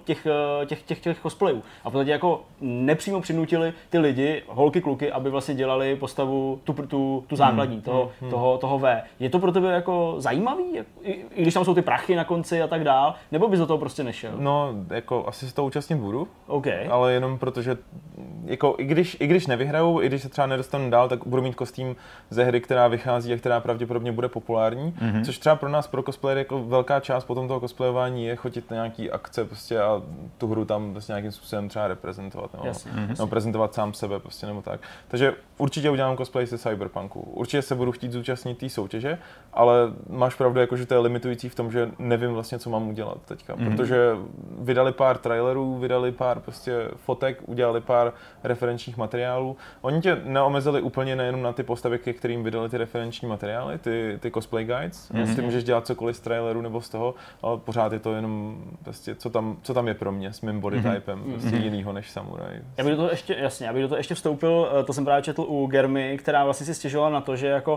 těch cosplayů. A v podstatě jako nepřímo přinutili ty lidi, holky, kluky, aby vlastně dělali postavu tu základní, toho V. Je to pro tebe jako zajímavý, i když tam jsou ty prachy na konci a tak dál, nebo bys do toho prostě nešel? No, jako asi se to účastnit budu, okay. Ale jenom protože jako i když nevyhraju, i když se třeba nedostanu dál, tak budu mít kostým ze hry, která vychází a která pravděpodobně bude populární, což třeba pro nás, pro cosplayery, jako velká část potom toho cosplayování je chodit na nějaký akce prostě a tu hru tam prostě nějakým způsobem třeba reprezentovat, nebo prezentovat sám sebe prostě, nebo tak. Takže určitě udělám cosplay se Cyberpunku. Určitě se budu chtít zúčastnit té soutěže, ale máš pravdu, jako, že to je limitující v tom, že nevím vlastně, co mám udělat teďka, protože vydali pár trailerů, vydali pár prostě fotek, udělali pár referenčních materiálů. Oni tě neomezili úplně nejenom na ty postavy, ke kterým vydali ty referenční materiály, ty cosplay guides. Ty můžeš dělat cokoliv z traileru nebo z toho, ale pořád je to jenom prostě, co tam je pro mě s mým body typem, prostě jinýho než samuraj. Já bych do toho ještě vstoupil, to jsem právě četl u Germy, která vlastně si stěžovala na to, že jako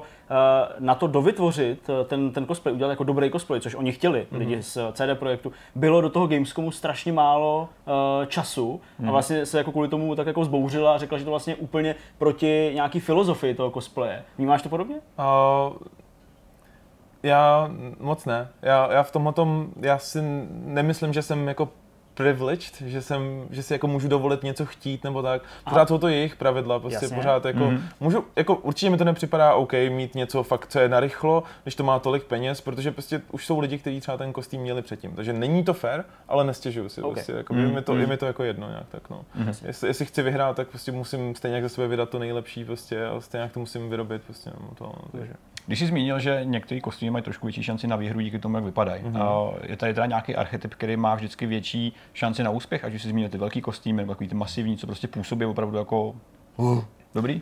na to dovytvořit ten cosplay, udělat jako dobrý cosplay, což oni chtěli, lidi z CD Projektu, bylo do toho Gamescomu strašně málo času a vlastně se jako kvůli tomu tak jako zbouřila a řekla, že to vlastně úplně proti nějaký filozofii toho cosplaye. Vnímáš to podobně? Já moc ne. Já v tomhletom, já si nemyslím, že jsem jako privileged, že si jako můžu dovolit něco chtít nebo tak. Pořád jsou to jejich pravidla, prostě pořád jako můžu, jako určitě mi to nepřipadá OK mít něco fakt, co je narychlo, když to má tolik peněz, protože prostě už jsou lidi, kteří třeba ten kostým měli předtím. Takže není to fair, ale nestěžuju si. Prostě, jako, je mi to jako jedno nějak tak, no. Jestli chci vyhrát, tak prostě musím stejně za sebe vydat to nejlepší prostě a stejně to musím vyrobit prostě, takže. Když jsi zmínil, že některé kostýmy mají trošku větší šanci na výhru díky tomu, jak vypadají. Je tady teda nějaký archetyp, který má vždycky větší šanci na úspěch, ať už jsi zmínil ty velký kostýmy nebo takový ty masivní, co prostě působí opravdu jako dobrý?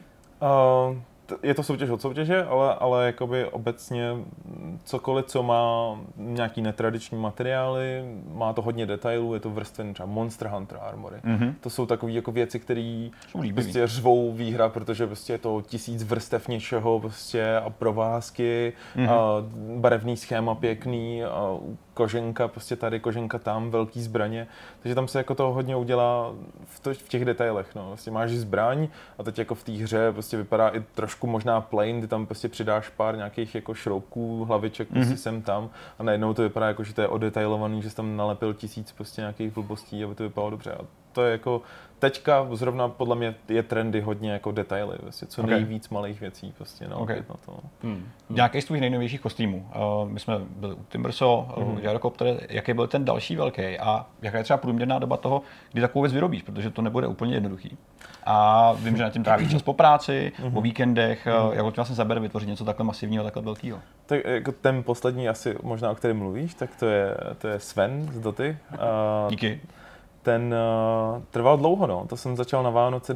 Je to soutěž od soutěže, ale jakoby obecně cokoliv, co má nějaký netradiční materiály, má to hodně detailů, je to vrstven třeba Monster Hunter armory. To jsou takové jako věci, které prostě řvou výhra, protože prostě je to 1000 vrstev něčeho prostě a provázky, a barevný schéma pěkný, a koženka, prostě tady, koženka tam, velký zbraně. Takže tam se jako toho hodně udělá v těch detailech. No. Vlastně máš zbraň a teď jako v té hře prostě vypadá i trošku možná plain, ty tam prostě přidáš pár nějakých jako šroubků, hlaviček, prostě sem tam a najednou to vypadá jako, že to je odetailovaný, že jsi tam nalepil 1000 prostě nějakých blbostí, aby to vypadalo dobře. A to je jako teďka zrovna podle mě je trendy hodně jako detaily, vlastně, co nejvíc malých věcí prostě na to. Nějaký z tvých nejnovějších kostýmů. My jsme byli u Timbersaw, u Gyrocopter, jaký byl ten další velký a jaká je třeba průměrná doba toho, kdy takovou věc vyrobíš, protože to nebude úplně jednoduchý. A vím, že na tím trávíš čas po práci, po víkendech, jak to vlastně zabere vytvořit něco takhle masivního, takhle velkého. Tak jako ten poslední asi možná, o kterém mluvíš, tak to je Sven z Doty. Díky. Ten trval dlouho, no. To jsem začal na Vánoce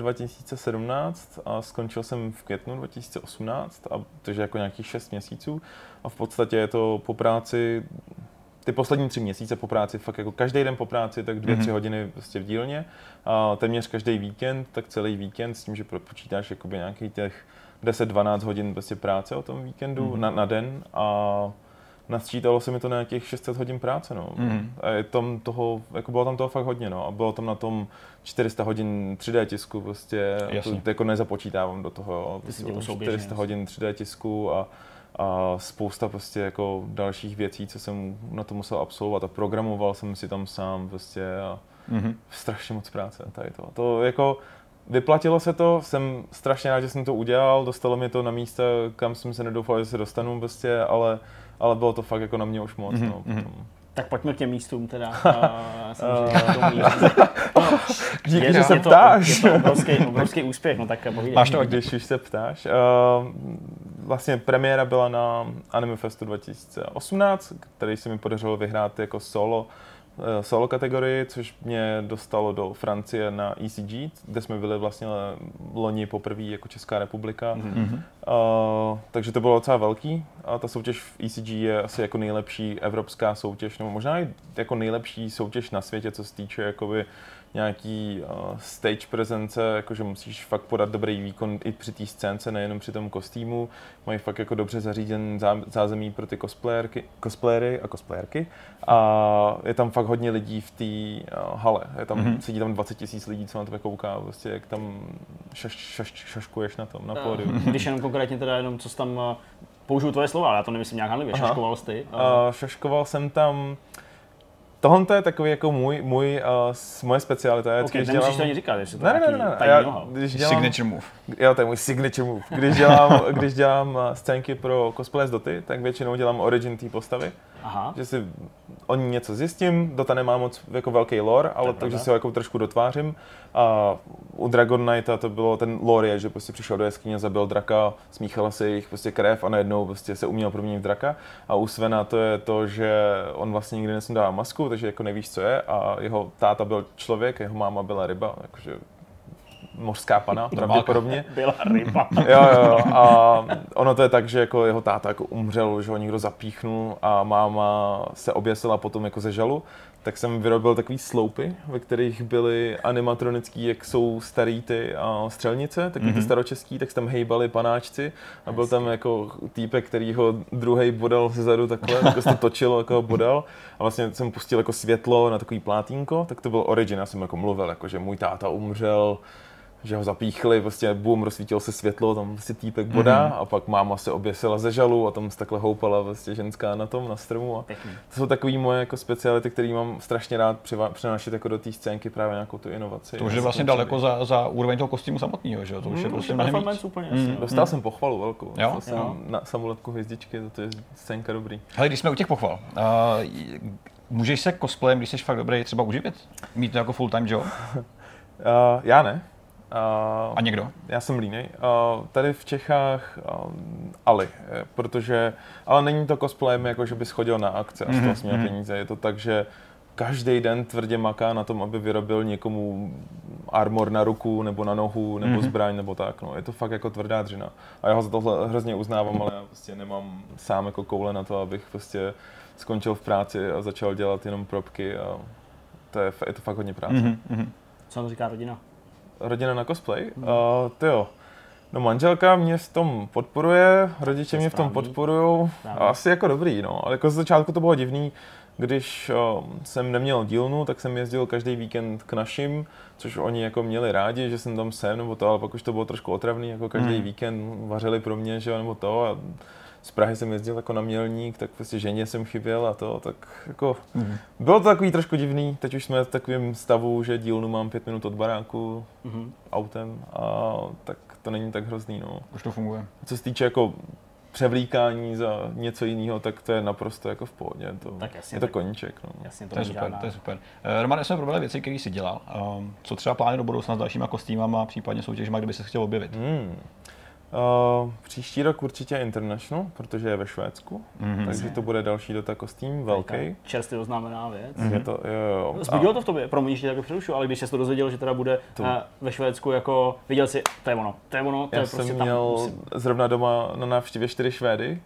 2017 a skončil jsem v květnu 2018, takže jako nějakých 6 měsíců. A v podstatě je to po práci, ty poslední 3 měsíce po práci, fakt jako každý den po práci, tak 2-3 hodiny prostě v dílně. A téměř každý víkend, tak celý víkend s tím, že počítáš jakoby nějakých těch 10-12 hodin prostě práce o tom víkendu na den a nasčítalo se mi to na nějakých 600 hodin práce, no. A je tam toho, jako bylo tam toho fakt hodně, no. A bylo tam na tom 400 hodin 3D tisku, prostě. To jako nezapočítávám do toho, prostě 400 hodin 3D tisku a spousta prostě jako dalších věcí, co jsem na to musel absolvovat a programoval jsem si tam sám prostě a strašně moc práce tady to. To jako vyplatilo se to, jsem strašně rád, že jsem to udělal, dostalo mi to na místa, kam jsem se nedoufal, že se dostanu prostě, ale bylo to fakt jako na mě už moc. No, tak pojďme k těm místům teda. Díky, že se ptáš. Je to obrovský úspěch, no tak povídej. Máš to, když už se ptáš. Vlastně premiéra byla na Anime Festu 2018, který se mi podařilo vyhrát jako solo kategorii, což mě dostalo do Francie na ECG, kde jsme byli vlastně loni poprvé jako Česká republika. Takže to bylo docela velký a ta soutěž v ECG je asi jako nejlepší evropská soutěž, nebo možná i jako nejlepší soutěž na světě, co se týče jakoby nějaký stage prezence, jakože musíš fakt podat dobrý výkon i při té scénce, nejenom při tom kostýmu. Mají fakt jako dobře zařízen zázemí pro ty cosplayery a cosplayerky. A je tam fakt hodně lidí v té hale. Sedí tam 20 000 lidí, co na tebe kouká, prostě jak tam šaškuješ na tom, na pódiu. Když jenom konkrétně teda jenom, co jsi tam, použiju tvoje slova, ale já to nemyslím nějak hanlivě, šaškoval jsi ty? Šaškoval jsem tam. Tohle je takový jako moje specialita. Nemusíš to ani říkat, jestli to signature move. Jo, to je můj signature move. Když dělám scénky pro cosplay z Doty, tak většinou dělám origin té postavy. Že si o ní něco zjistím, Dota nemá moc jako velký lore, ale takže si ho jako trošku dotvářím. A u Dragon Knighta to bylo ten lore, že prostě přišel do jeskyně, zabil draka, smíchala se jich prostě krev a najednou prostě se uměl proměnit v draka. A u Svena to je to, že on vlastně nikdy nesundává masku, takže jako nevíš, co je, a jeho táta byl člověk, jeho máma byla ryba, jakože mořská pana, pravděpodobně. Byla ryba. Jo, a ono to je tak, že jako jeho táta jako umřel, že ho někdo zapíchnul a máma se oběsila potom jako ze žalu, tak jsem vyrobil takový sloupy, ve kterých byly animatronický, jak jsou starý ty střelnice, takový ty staročeský, tak se tam hejbali panáčci a byl tam jako týpek, který ho druhej bodal zezadu takhle, tak se to točilo, jako ho bodal a vlastně jsem pustil jako světlo na takový plátínko, tak to byl origin, já jsem jako mluvil, jako že můj táta umřel že ho zapíchli, prostě boom, rozsvítilo se světlo, tam prostě týpek voda a pak máma se oběsila ze žalu a tam se takhle houpala prostě ženská na tom, na strmu. A to jsou takový moje jako speciality, které mám strašně rád přenášet jako do té scénky právě nějakou tu inovaci. To už je vlastně daleko za úroveň toho kostýmu samotného, že jo? To už je prostě mnohem víc. Dostal jsem pochvalu velkou. Dostal jsem na samolepku hvězdičky, to je scénka dobrý. Hele, když jsme u těch pochval, můžeš se cosplayem, když jsi fakt dobrý, třeba uživit? Mít to jako full-time job? Já ne. A někdo? Já jsem línej. Tady v Čechách Ali, protože, ale není to cosplayem, jako že bys chodil na akce a z toho směl peníze. Je to tak, že každý den tvrdě maká na tom, aby vyrobil někomu armor na ruku, nebo na nohu, nebo zbraň, nebo tak. No. Je to fakt jako tvrdá dřina. A já ho za tohle hrozně uznávám, ale já prostě nemám sám jako koule na to, abych prostě skončil v práci a začal dělat jenom propky. A je to fakt hodně práce. Co nám říká rodina? Rodina na cosplay? Tyjo. No manželka mě v tom podporuje, rodiče mě v tom podporujou. Asi jako dobrý, no. Ale jako z začátku to bylo divný. Když jsem neměl dílnu, tak jsem jezdil každý víkend k našim, což oni jako měli rádi, že jsem tam nebo to, ale pak už to bylo trošku otravný, jako každý víkend vařili pro mě, že jo, nebo to. A z Prahy jsem jezdil jako na Mělník, tak prostě ženě jsem chyběl a to, tak jako bylo to takový trošku divný. Teď už jsme v takovém stavu, že dílnu mám 5 minut od baráku autem a tak to není tak hrozný, no. Už to funguje. Co se týče jako převlíkání za něco jiného, tak to je naprosto jako v pohodě. Je to koníček. No. Jasně, to je super. Romane, jsme probrali věci, které jsi dělal. Co třeba plány do budoucna s dalšíma kostýmama, případně soutěžima, kde by se chtěl objevit? Příští rok určitě International, protože je ve Švédsku, takže to bude další Dota kostým, velký. Čerstvě oznámená věc. Je to, jo. Zbudilo to v tobě, promiň, že tak přerušu, ale když jsi to dozvěděl, že teda bude ve Švédsku, jako viděl jsi, to je ono, to je já prostě jsem tam. měl zrovna doma na návštěvě 4 Švédy.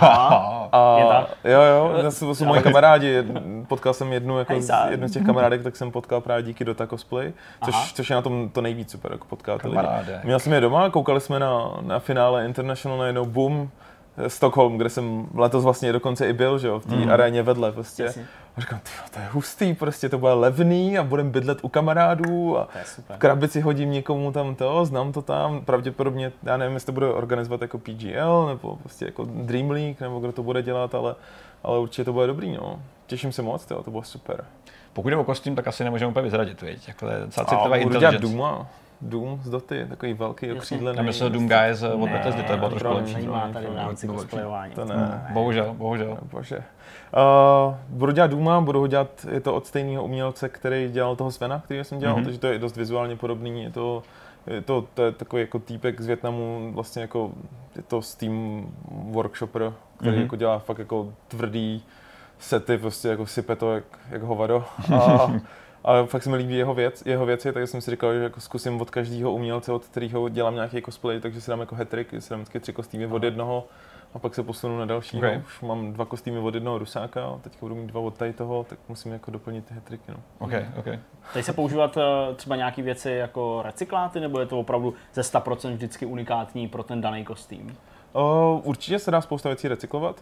Jo, to jsou moji kamarádi, potkal jsem jednu z těch kamarádek, tak jsem potkal právě díky Dota Cosplay, což je na tom to nejvíc super, jako potkat lidi. Měl jsem je doma, koukali jsme na finále International, najednou boom, Stockholm, kde jsem letos vlastně dokonce i byl, že jo, v té aréně vedle prostě. Jasně. A říkám, to je hustý, prostě to bude levný a budem bydlet u kamarádů a v krabici hodím někomu tam to, znám to tam, pravděpodobně, já nevím, jestli to bude organizovat jako PGL nebo prostě jako Dream League, nebo kdo to bude dělat, ale určitě to bude dobrý, no. Těším se moc, to bylo super. Pokud jde o kostým, tak asi nemůžeme úplně vyzradit, viď? Jako to je docela citlivá inteligence. Doom z Doty, takový velký okřídlený. Já myslím, Doom Guys od Bethesdy, to je bylo trošku lepší. Nejímá tady v rámci cosplayování. To ne. Bohužel. Bože. Budu dělat Dooma, budu ho dělat, je to od stejného umělce, který dělal toho Svena, který jsem dělal, takže to je dost vizuálně podobný, to je takový jako týpek z Vietnamu, vlastně jako je to Steam workshopper, který jako dělá fakt jako tvrdý sety, prostě jako sype to jak hovado. Ale fakt se mi líbí jeho věci, takže jsem si říkal, že jako zkusím od každého umělce, od kterého dělám nějaký cosplay, takže si dám jako hat-trick, si dám vždycky 3 kostýmy od jednoho a pak se posunu na další. Okay. No, už mám 2 kostýmy od jednoho Rusáka, a teď budu mít 2 od tady toho, tak musím jako doplnit ty hat-tricky. No. Okay. Teď se používat třeba nějaké věci jako recykláty, nebo je to opravdu ze 100% vždycky unikátní pro ten daný kostým? Určitě se dá spousta věcí recyklovat.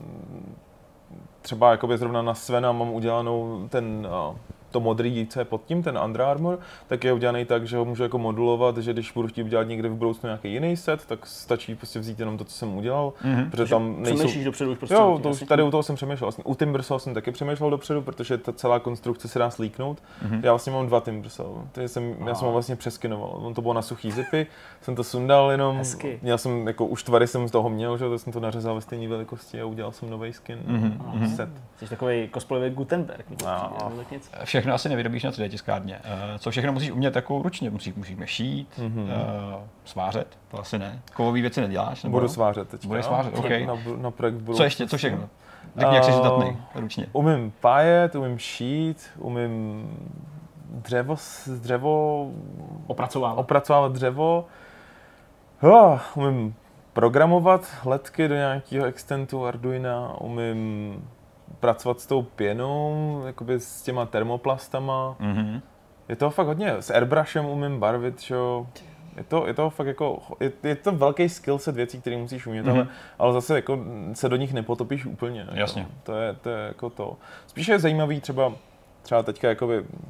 Třeba jakoby zrovna na Svena mám udělanou to modrý, co je pod tím, ten Under Armour, tak je udělaný tak, že ho můžu jako modulovat, že když budu chtít udělat někdy v budoucnu nějaký jiný set, tak stačí prostě vzít jenom to, co jsem udělal, protože tam nejsou... Přemýšlíš dopředu už prostě? Jo, tady u toho jsem přemýšlel. Vlastně, u Timbersol jsem taky přemýšlel dopředu, protože ta celá konstrukce se dá slíknout. Já vlastně mám 2 Timbersol, já jsem ho vlastně přeskinoval. On to bylo na suchý zipy, jsem to sundal jenom. Hezky. Měl jsem jako už tvary jsem z toho měl, že jsem to nařezal ve stejné velikosti a udělal jsem nový skin set. Jsi takový cosplayový Gutenberg. Všechno asi nevyrobíš na 3D tiskárně. Co všechno musíš umět jako ručně? Musíme šít, svářet, to asi ne. Kovové věci neděláš? Nebo? Budu svářet teďka. Budeš svářet, OK. Na projekt budu. Co ještě, co všechno? Řekni, jak jsi zdatný ručně. Umím pájet, umím šít, umím dřevo opracovávat dřevo. Umím programovat letky do nějakého extentu Arduina, umím pracovat s tou pěnou, jakoby s těma termoplastama. Je to fakt hodně. S airbrushem umím barvit, čo? Je to fakt jako, je to velký skillset věcí, které musíš umět, ale zase jako se do nich nepotopíš úplně. Jasně. Jako. To je jako to. Spíš je zajímavý třeba teďka jakoby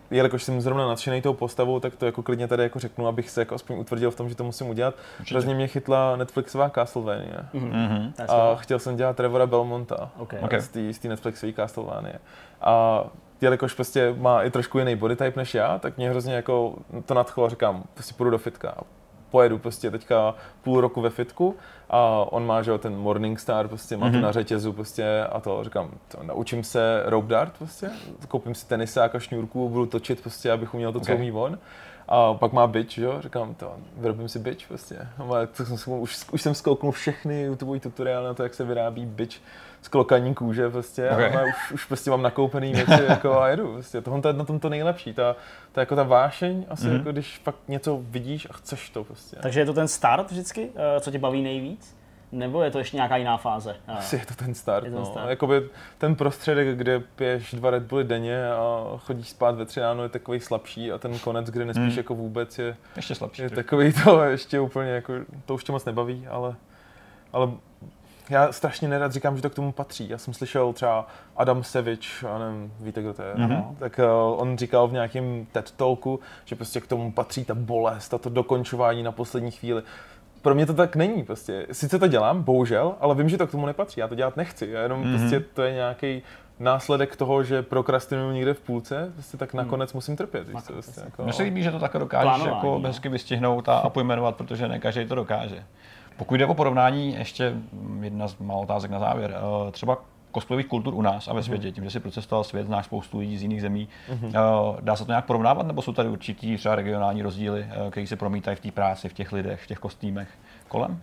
jelikož jsem zrovna nadšený tou postavou, tak to jako klidně tady jako řeknu, abych se jako aspoň utvrdil v tom, že to musím udělat. Hrozně mě chytla Netflixová Castlevania. A chtěl jsem dělat Trevora Belmonta z té Netflixové Castlevanie. A jelikož prostě má i trošku jiný body type než já, tak mě hrozně jako to nadchlo, říkám, prostě půjdu do fitka. Pojedu prostě teďka půl roku ve fitku a on má, že jo, ten Morningstar, prostě má to na řetězu prostě a to říkám, naučím se rope dart prostě, koupím si tenisák a šňůrku, budu točit prostě, abych uměl to, co umí on. A pak má bič, jo, říkám, vyrobím si bič prostě. Už jsem zkouknul všechny YouTube tutoriály na to, jak se vyrábí bič z klokaní kůže prostě. A už prostě mám nakoupený věci jako a jedu prostě. Tohle je na tom to nejlepší, ta jako ta vášeň asi jako když fakt něco vidíš a chceš to prostě. Takže je to ten start vždycky, co tě baví nejvíc? Nebo je to ještě nějaká jiná fáze? Asi je to ten start, Jakoby ten prostředek, kde piješ 2 Red Bully denně a chodíš spát ve 3 ráno, je takový slabší a ten konec, kde nespíš jako vůbec, je ještě slabší. Je takový to ještě úplně jako, to už tě moc nebaví, ale já strašně nerad říkám, že to k tomu patří. Já jsem slyšel třeba Adam Savage, já nevím, víte, kdo to je, tak on říkal v nějakém TED Talku, že prostě k tomu patří ta bolest a to dokončování na poslední chvíli. Pro mě to tak není prostě. Sice to dělám, bohužel, ale vím, že to k tomu nepatří. Já to dělat nechci. Já jenom prostě to je nějaký následek toho, že prokrastinuju někde v půlce, prostě tak nakonec musím trpět. Prostě, jako, mně se líbí, že to takhle dokážeš jako hezky vystihnout a pojmenovat, protože ne každý to dokáže. Pokud jde o porovnání, ještě jedna z málo otázek na závěr. Třeba cosplayových kultur u nás a ve světě, tím, že si procestoval svět, znáš spoustu lidí z jiných zemí. Dá se to nějak porovnávat, nebo jsou tady určitý třeba regionální rozdíly, které se promítají v té práci, v těch lidech, v těch kostýmech kolem?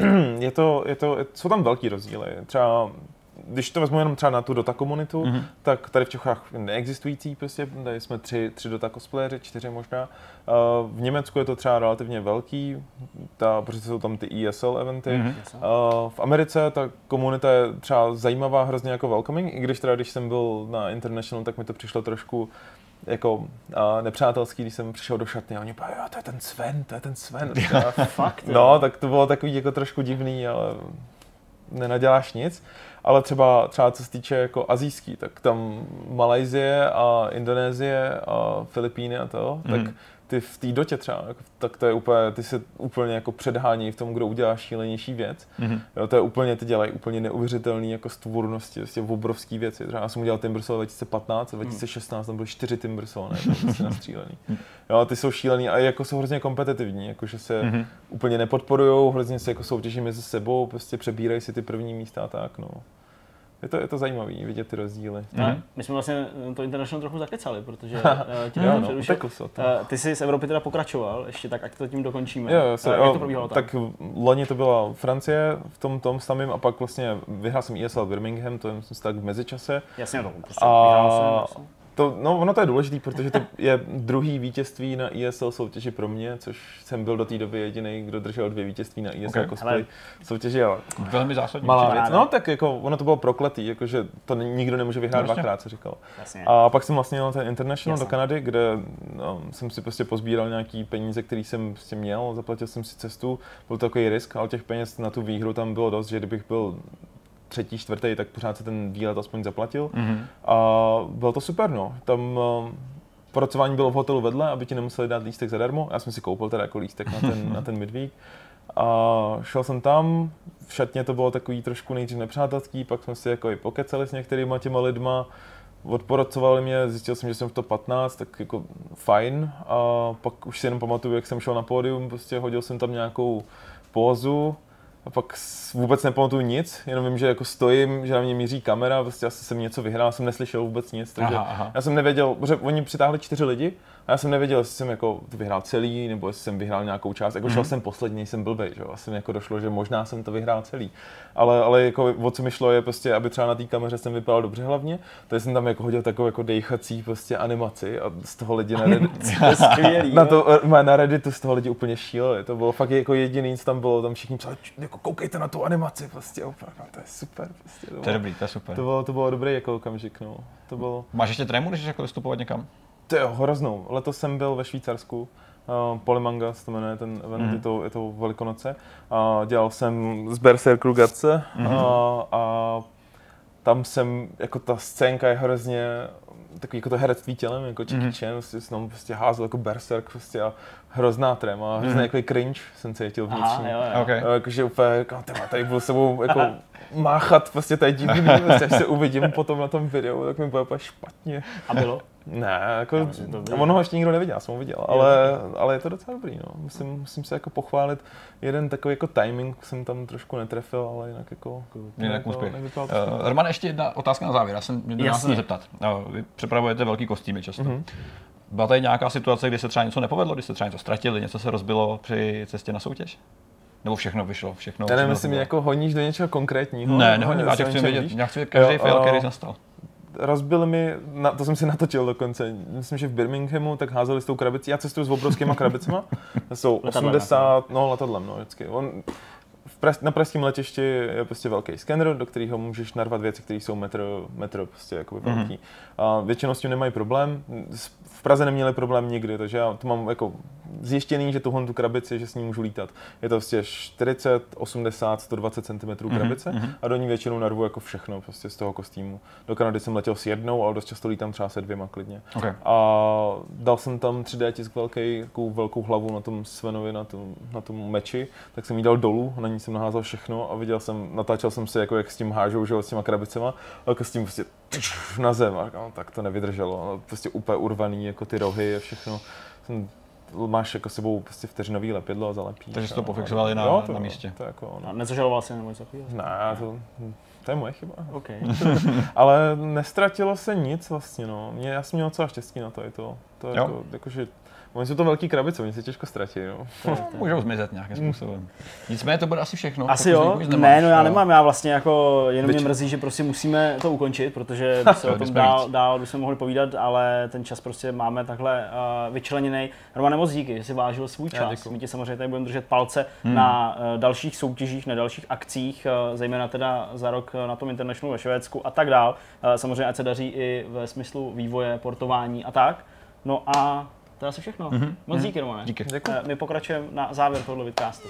Jsou tam velký rozdíly. Třeba když to vezmu jenom třeba na tu Dota komunitu, tak tady v Čechách neexistující, prostě, tady jsme 3 Dota cosplayeři, 4 možná. V Německu je to třeba relativně velký, protože jsou tam ty ESL eventy. V Americe ta komunita je třeba zajímavá, hrozně jako welcoming, i když teda když jsem byl na International, tak mi to přišlo trošku jako nepřátelský, když jsem přišel do šatny a oni říkali, to je ten Sven. Fakt, no, tak to bylo takový jako trošku divný, ale nenaděláš nic. Ale třeba co se týče jako azijský, tak tam Malajsie a Indonésie a Filipíny a to, tak ty v té Dotě třeba, tak to je úplně, ty se úplně jako předhání v tom, kdo udělá šílenější věc. Jo, to je úplně, ty dělají úplně neuvěřitelný jako stvůrnosti, vlastně obrovský věci. Třeba já jsem udělal Timbersaw 2015 a 2016 tam byly 4 Timbersaw, ne, to prostě nastřílený. Jo, ty jsou šílený a jako jsou hrozně kompetitivní, jakože se úplně nepodporujou, hrozně se jako soutěží mezi sebou, prostě přebírají si ty první místa a tak, no. Je to zajímavý vidět ty rozdíly. My jsme vlastně to International trochu zakecali, protože tě přerušil. Ty jsi z Evropy teda pokračoval, ještě tak, ať to tím dokončíme. Jak to probíhalo tam? Tak loni to byla Francie v tom samém a pak vlastně vyhrál jsem ESL Birmingham, to jsem si tak v mezičase. Jasně, to prostě vyhrál jsem. Ono to je důležitý, protože to je druhý vítězství na ESL soutěži pro mě, což jsem byl do té doby jediný, kdo držel 2 vítězství na ESL cosplay soutěži. Velmi zásadní. Malá věc. No tak jako ono to bylo prokletý, jakože to nikdo nemůže vyhrát dvakrát, co říkal. A pak jsem vlastně jel ten International do Kanady, kde jsem si prostě pozbíral nějaký peníze, který jsem prostě měl, zaplatil jsem si cestu, byl to takový risk, ale těch peněz na tu výhru tam bylo dost, že kdybych byl 3., 4., tak pořád se ten výlet aspoň zaplatil. A bylo to super, no. Tam porocování bylo v hotelu vedle, aby ti nemuseli dát lístek zadarmo. Já jsem si koupil teda jako lístek na ten midweek. A šel jsem tam, v šatně to bylo takový trošku nejdřív nepřátelský, pak jsme si jako i pokecali s některýma těma lidma. Odporocovali mě, zjistil jsem, že jsem v top 15, tak jako fajn. A pak už si jenom pamatuju, jak jsem šel na pódium, prostě hodil jsem tam nějakou pózu. A pak vůbec nepamatuju nic, jenom vím, že jako stojím, že na mě míří kamera, prostě asi jsem něco vyhrál, jsem neslyšel vůbec nic, takže já jsem nevěděl, protože oni přitáhli 4 lidi a já jsem nevěděl, jestli jsem jako vyhrál celý, nebo jestli jsem vyhrál nějakou část, jako šel jsem poslední, jsem blbej, že jo, asi mi jako došlo, že možná jsem to vyhrál celý, ale jako o co mi šlo je prostě, aby třeba na té kameře jsem vypadal dobře hlavně, takže jsem tam jako hodil takovou jako dejchací prostě animaci a z toho lidi na Redditu z toho lidi úplně šíleli, to bylo fakt jako jediný, co tam bylo, tam všichni psali, jako koukejte na tu animaci, prostě opravdu, to je super. Prostě, to je dobrý, to je super. To bylo dobrý jako okamžik, no. To bylo... Máš ještě trému, když jako vystupovat někam? To je hroznou. Letos jsem byl ve Švýcarsku, Polymanga se to jmenuje ten event, je to Velikonoce. Dělal jsem z Berserkru Gatse a tam jsem, jako ta scénka je hrozně takový jako to herectví tělem, jako Jackie Chan, prostě házel jako berserk, prostě a hrozná tréma, hrozný jako cringe jsem cítil vnitřní. Okay. Jakože úplně, jako, tady budu sebou jako máchat, prostě to je divný, prostě, až se uvidím potom na tom videu, tak mi bude úplně špatně. A bylo? Ne, jako, ono ho ještě nikdo neviděl, já jsem ho viděl, ale je to docela dobrý, no. Musím se jako pochválit, jeden takový jako timing jsem tam trošku netrefil, ale jinak jako úspěch. Roman, ještě jedna otázka na závěr, já jsem chtěl zeptat. Vy připravujete velký kostýmy často. Byla tady nějaká situace, kdy se třeba něco nepovedlo, kdy se třeba něco ztratili, něco se rozbilo při cestě na soutěž? Nebo všechno vyšlo, všechno? Já nevím, jestli mě jako honíš do něčeho konkrétního. Ne, nehoním, já tě chci vědět, já chci vědět každý fail, který nastal. Rozbili mi, to jsem si natočil dokonce, myslím, že v Birminghamu, tak házeli s tou krabicí, já cestuju s obrovskýma krabicema, jsou 80, letadlem, vždycky. Na pražském letišti je prostě velký skener, do kterého můžeš narvat věci, které jsou metr prostě jakoby velký. A většinou s tím nemají problém. V Praze neměli problém nikdy, takže já to mám jako zjištěný, že tu krabici, že s ní můžu lítat. Je to prostě 40, 80, 120 cm krabice a do ní většinou narvu jako všechno prostě z toho kostýmu. Do Kanady jsem letěl s jednou, ale dost často lítám třeba se 2 klidně. Okay. A dal jsem tam 3D tisk velkou hlavu na tom Svenovi, na tom meči, tak jsem jí dal dolů, na ní jsem naházel všechno a natáčel jsem si, jako jak s tím hážou, že, s těma krabicema, a kostým prostě na zem a tak to nevydrželo, prostě úplně urvaný, jako ty rohy a všechno. Máš jako sebou prostě vteřinový lepidlo a zalepíš. Takže jsi to pofixovali na místě. To jako, no. Nezažaloval jsi nebo něco takového? Ne, to je moje chyba. Okay. Ale nestratilo se nic vlastně, no. Já jsem měl docela štěstí na to, to jakože oni jsou to velký krabice, oni se těžko ztratí, no. Můžou zmizet nějakým způsobem. Nicméně to bude asi všechno. Asi jo, ne, no já nemám, já vlastně jako jenom mě mrzí, že prostě musíme to ukončit, protože by se o tom dál bychom mohli povídat, ale ten čas prostě máme takhle vyčleněný. Romane, moc díky, že jsi vážil svůj čas. My ti samozřejmě tady budeme držet palce na dalších soutěžích, na dalších akcích, zejména teda za rok na tom Internationalu ve Švédsku a tak dál. Samozřejmě ať se daří i ve smyslu vývoje, portování a tak. No a to je asi všechno. Moc díky, Romane. Díky. My pokračujeme na závěr tohoto vidcastu.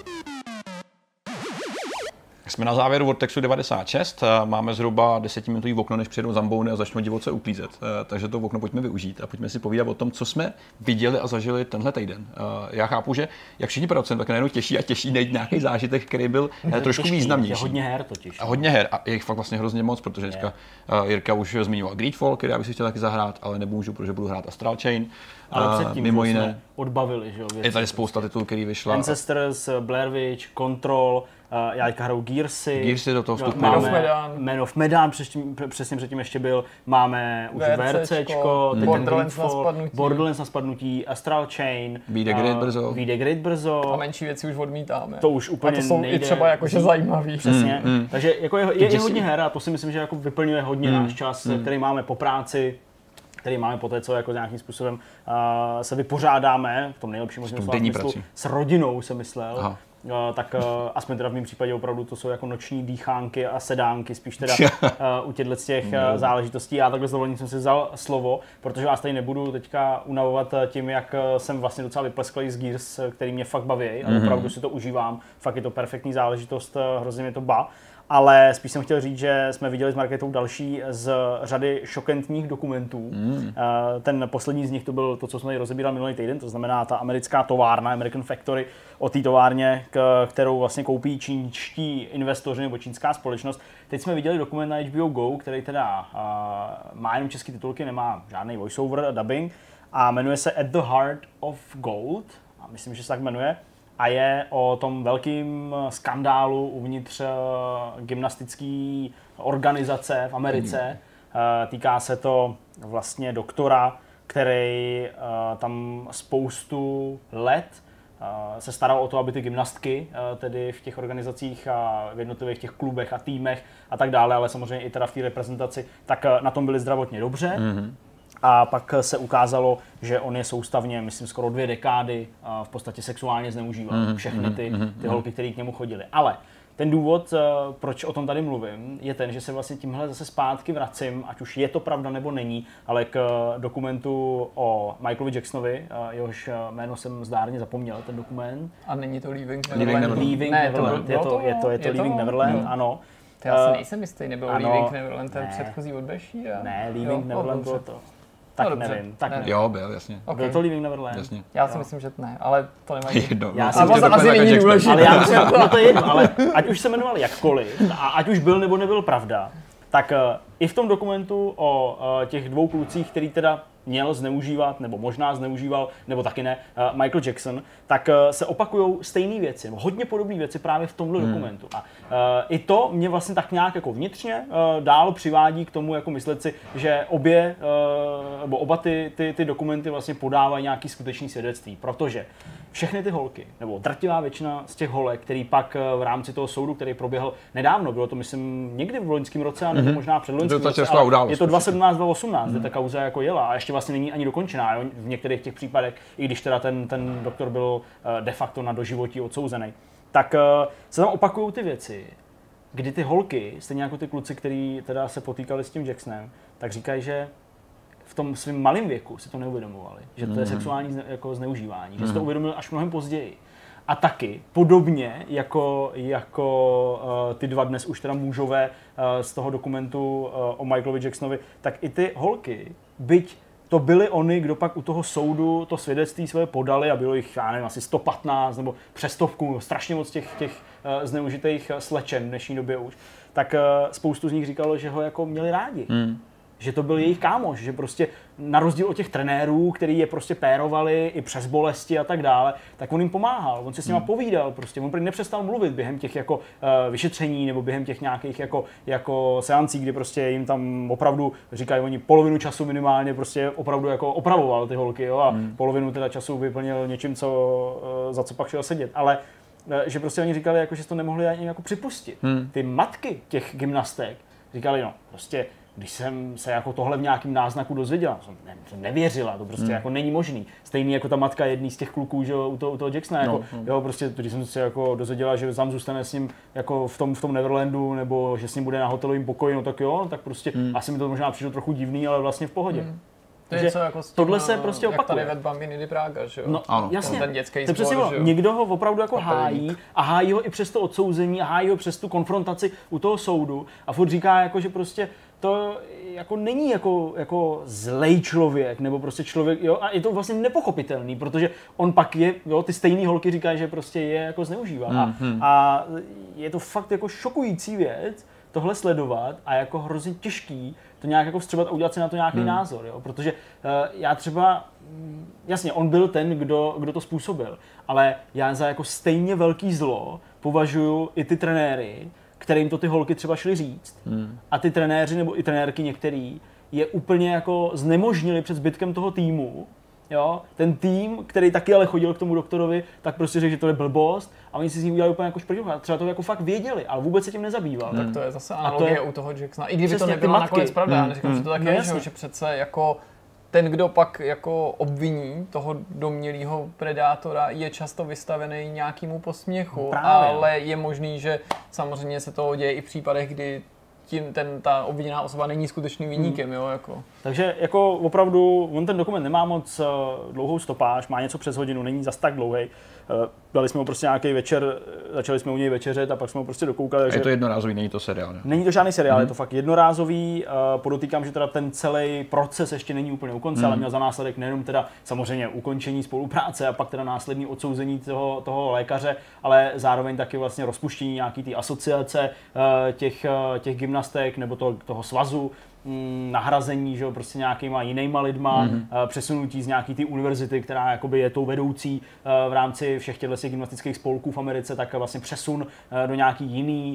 Jsme na závěru Vortexu 96, máme zhruba 10minutový okno, než přijedou zambouny a začnou divoce uklízet. Takže to okno pojďme využít a pojďme si povídat o tom, co jsme viděli a zažili tenhle týden. Já chápu, že jak všichni producenti, tak najednou těší najít nějaký zážitek, který byl trošku významnější. Je hodně her totiž. A hodně her a je jich fakt vlastně hrozně moc, protože dneska Jirka už zmiňoval Greedfall, který já bych si chtěl taky zahrát, ale nemůžu, protože budu hrát Astral Chain. Ale předtím mimo jiné odbavili, že jo, věci. Je tady spousta titulů, který vyšla. Ancestors, Blair Witch, Control, já teďka hraju Gearsy. Gearsy do toho vstupují. Man of Medan, přesně předtím ještě byl. Máme už VRCčko, Borderlands na spadnutí, Astral Chain. Vyjde Grid brzo. A menší věci už odmítáme. To už úplně nejde. A to jsou i třeba jakože zajímavý. Přesně. Takže jako je hodně her a to si myslím, že jako vyplňuje hodně náš čas, který máme po práci, který máme po té, co jako nějakým způsobem se vypořádáme, v tom nejlepším možném slova smyslu, s rodinou jsem myslel. Tak aspoň teda v mém případě opravdu to jsou jako noční dýchánky a sedánky, spíš teda u těchto těch záležitostí. Já takhle s dovolením jsem si vzal slovo, protože vás tady nebudu teďka unavovat tím, jak jsem vlastně docela vyplesklý z Gears, který mě fakt baví a opravdu si to užívám. Fakt je to perfektní záležitost, hrozně mě to ale spíš jsem chtěl říct, že jsme viděli s Marketou další z řady šokantních dokumentů. Ten poslední z nich to byl to, co jsme tady rozebírali minulý týden, to znamená ta americká továrna, American Factory, o té továrně, kterou vlastně koupí čínští investoři nebo čínská společnost. Teď jsme viděli dokument na HBO Go, který teda má jenom české titulky, nemá žádný voiceover, dubbing a jmenuje se At the Heart of Gold, a myslím, že se tak jmenuje. A je o tom velkým skandálu uvnitř gymnastické organizace v Americe. Týká se to vlastně doktora, který tam spoustu let se staral o to, aby ty gymnastky tedy v těch organizacích a v jednotlivých těch klubech a týmech a tak dále, ale samozřejmě i teda v té reprezentaci, tak na tom byli zdravotně dobře. A pak se ukázalo, že on je soustavně, myslím, skoro 2 dekády v podstatě sexuálně zneužíval všechny ty holky, které k němu chodily. Ale ten důvod, proč o tom tady mluvím, je ten, že se vlastně tímhle zase zpátky vracím, ať už je to pravda nebo není, ale k dokumentu o Michaelovi Jacksonovi, jehož jméno jsem zdárně zapomněl, ten dokument. A není to Leaving Neverland? Leaving Neverland, je to Leaving Neverland, ano. Ty já si nejsem jistý, nebyl ano, Leaving Neverland ten předchozí od Bashira? Ne, Leaving Neverland bylo to. Tak nevím, tak nevím. Jo, byl, jasně. Okay. Byl to Leaving Neverland? Jasně. Já si myslím, že ne, ale to nevadí. Já si myslím, že asi není důležité. Ale já myslím, no to je jedno, ale ať už se jmenoval jakkoliv, a ať už byl nebo nebyl pravda, tak i v tom dokumentu o těch dvou klucích, který teda měl zneužívat, nebo možná zneužíval, nebo taky ne, Michael Jackson, tak se opakují stejné věci, hodně podobné věci právě v tomhle dokumentu. A i to mě vlastně tak nějak jako vnitřně dál přivádí k tomu, jako myslet si, že oba ty dokumenty vlastně podávají nějaký skutečný svědectví, protože všechny ty holky, nebo drtivá většina z těch holek, který pak v rámci toho soudu, který proběhl nedávno, bylo to myslím někdy v loňském roce, nebo možná před loňským roce, ale je to 2017-2018, kde ta kauza jako jela a ještě vlastně není ani dokončená, jo? V některých těch případech, i když teda ten doktor byl de facto na doživotí odsouzený, tak se tam opakují ty věci, kdy ty holky, stejně jako ty kluci, kteří teda se potýkali s tím Jacksonem, tak říkají, že v tom svém malém věku si to neuvědomovali, že to je sexuální jako zneužívání, že si to uvědomili až mnohem později. A taky, podobně jako ty dva dnes už teda mužové z toho dokumentu o Michaelovi Jacksonovi, tak i ty holky, byť to byly oni, kdo pak u toho soudu to svědectví své podali a bylo jich, já nevím, asi 115 nebo přes 100, strašně moc těch zneužitých slečen v dnešní době už, tak spoustu z nich říkalo, že ho jako měli rádi. Že to byl jejich kámoš, že prostě na rozdíl od těch trenérů, který je prostě pérovali i přes bolesti a tak dále, tak on jim pomáhal, on si s nima povídal prostě, on nepřestal mluvit během těch jako vyšetření nebo během těch nějakých jako seancí, kdy prostě jim tam opravdu říkají oni polovinu času minimálně prostě opravdu jako opravoval ty holky, jo, a polovinu teda času vyplnil něčím, za co pak šel sedět, ale že prostě oni říkali, jako, že to nemohli ani jako připustit. Ty matky těch gymnastek říkali, no prostě když jsem se jako tohle v nějakým náznaku dozvěděla, jsem nevěřila, to prostě jako není možný. Stejný jako ta matka jedný z těch kluků, že u toho Jacksona, jako, jo, prostě když jsem se jako dozvěděla, že tam zůstane s ním jako v tom Neverlandu, nebo že s ním bude na hotelovém pokoji, no tak jo, tak prostě asi mi to možná přišlo trochu divný, ale vlastně v pohodě. Takže jako tohle se prostě opakuje. Jak tady ve Bambini Praga, že jo? No, jasně. Ten dětský to přesně spor, někdo ho opravdu jako hájí a hájí ho i přes to odsouzení a hájí ho přes tu konfrontaci u toho soudu a furt říká jako, že prostě to jako není jako zlej člověk, nebo prostě člověk, jo, a je to vlastně nepochopitelný, protože on pak je, jo, ty stejný holky říkají, že prostě je jako zneužívá. A je to fakt jako šokující věc tohle sledovat a jako hrozně těžký to nějak jako vstřebat a udělat si na to nějaký názor, jo, protože já třeba, jasně, on byl ten, kdo to způsobil, ale já za jako stejně velký zlo považuji i ty trenéry, kterým to ty holky třeba šly říct. A ty trenéři nebo i trenérky některý je úplně jako znemožnili před zbytkem toho týmu. Jo? Ten tým, který taky ale chodil k tomu doktorovi, tak prostě řekl, že to je blbost a oni si z ní udělali úplně jako šprťucha. Třeba to jako fakt věděli, ale vůbec se tím nezabýval. Tak to je zase analogie u toho Jacksona. I kdyby to nebyla nakonec pravda, já neříkám, že to tak je, že přece jako ten, kdo pak jako obviní toho domnělého predátora, je často vystavený nějakému posměchu, ale je možný, že samozřejmě se to děje i v případech, kdy ta obviněná osoba není skutečným viníkem, jo, jako. Takže jako opravdu, on ten dokument nemá moc dlouhou stopáž, má něco přes hodinu, není zas tak dlouhý. Dali jsme ho prostě nějaký večer, začali jsme u něj večeřet a pak jsme ho prostě dokoukali. A je to jednorázový, není to seriál, ne? Není to žádný seriál, je to fakt jednorázový. Podotýkám, že teda ten celý proces ještě není úplně u konce, ale měl za následek nejenom teda samozřejmě ukončení spolupráce a pak teda následný odsouzení toho lékaře, ale zároveň taky vlastně rozpuštění nějaký té asociace těch gymnastek nebo toho svazu, nahrazení, že jo, prostě nějakýma jinýma lidma, přesunutí z nějaký té univerzity, která jakoby je tou vedoucí v rámci všech těchto gymnastických spolků v Americe, tak vlastně přesun do nějaký jiný.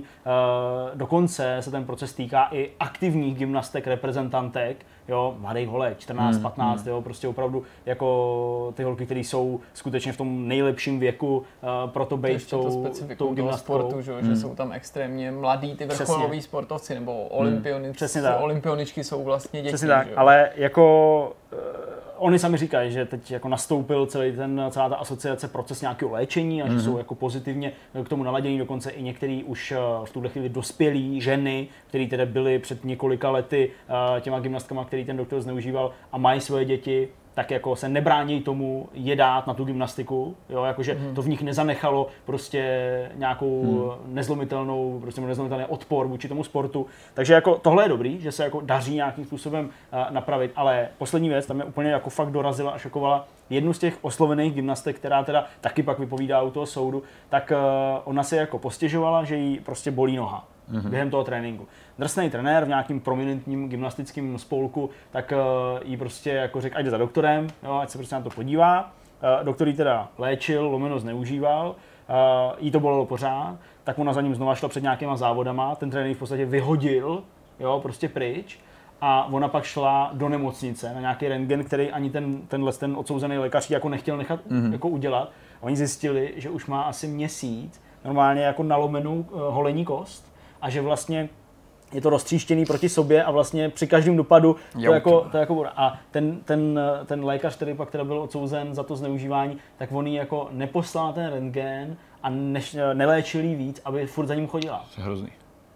Dokonce se ten proces týká i aktivních gymnastek, reprezentantek, jo, mladých holek, 14, 15, jo, prostě opravdu jako ty holky, které jsou skutečně v tom nejlepším věku pro to být tou gymnastkou. Sportu, že jsou tam extrémně mladí ty vrcholoví sportovci nebo olympioničky jsou vlastně děti. Přesně tak, ale jako oni sami říkají, že teď jako nastoupil celá ta asociace proces nějakého léčení a že jsou jako pozitivně k tomu naladění, dokonce i některý už v tuhle chvíli dospělí ženy, které tedy byly před několika lety těma gymnastkama, který ten doktor zneužíval a mají svoje děti, tak jako se nebrání tomu jedát na tu gymnastiku, jo, jakože to v nich nezanechalo prostě nějakou nezlomitelný odpor vůči tomu sportu. Takže jako tohle je dobrý, že se jako daří nějakým způsobem napravit, ale poslední věc, tam mě úplně jako fakt dorazila a šokovala jednu z těch oslovených gymnastek, která teda taky pak vypovídá u toho soudu, tak ona si jako postěžovala, že jí prostě bolí noha během toho tréninku. Drsný trenér v nějakým prominentním gymnastickém spolku, tak jí prostě jako řekl, ať jde za doktorem, jo, ať se prostě na to podívá. Doktor jí teda léčil, lomeno zneužíval, jí to bolelo pořád, tak ona za ním znova šla před nějakýma závodama, ten trenér v podstatě vyhodil, jo, prostě pryč. A ona pak šla do nemocnice na nějaký rentgen, který ani ten odsouzený lékař jako nechtěl nechat jako udělat. A oni zjistili, že už má asi měsíc normálně jako nalomenou holení kost a že vlastně je to roztříštěný proti sobě a vlastně při každém dopadu to jako a ten lékař, který pak teda byl odsouzen za to zneužívání, tak on jí jako neposlal ten rentgen a neléčil jí víc, aby furt za ním chodila. To je hrozný.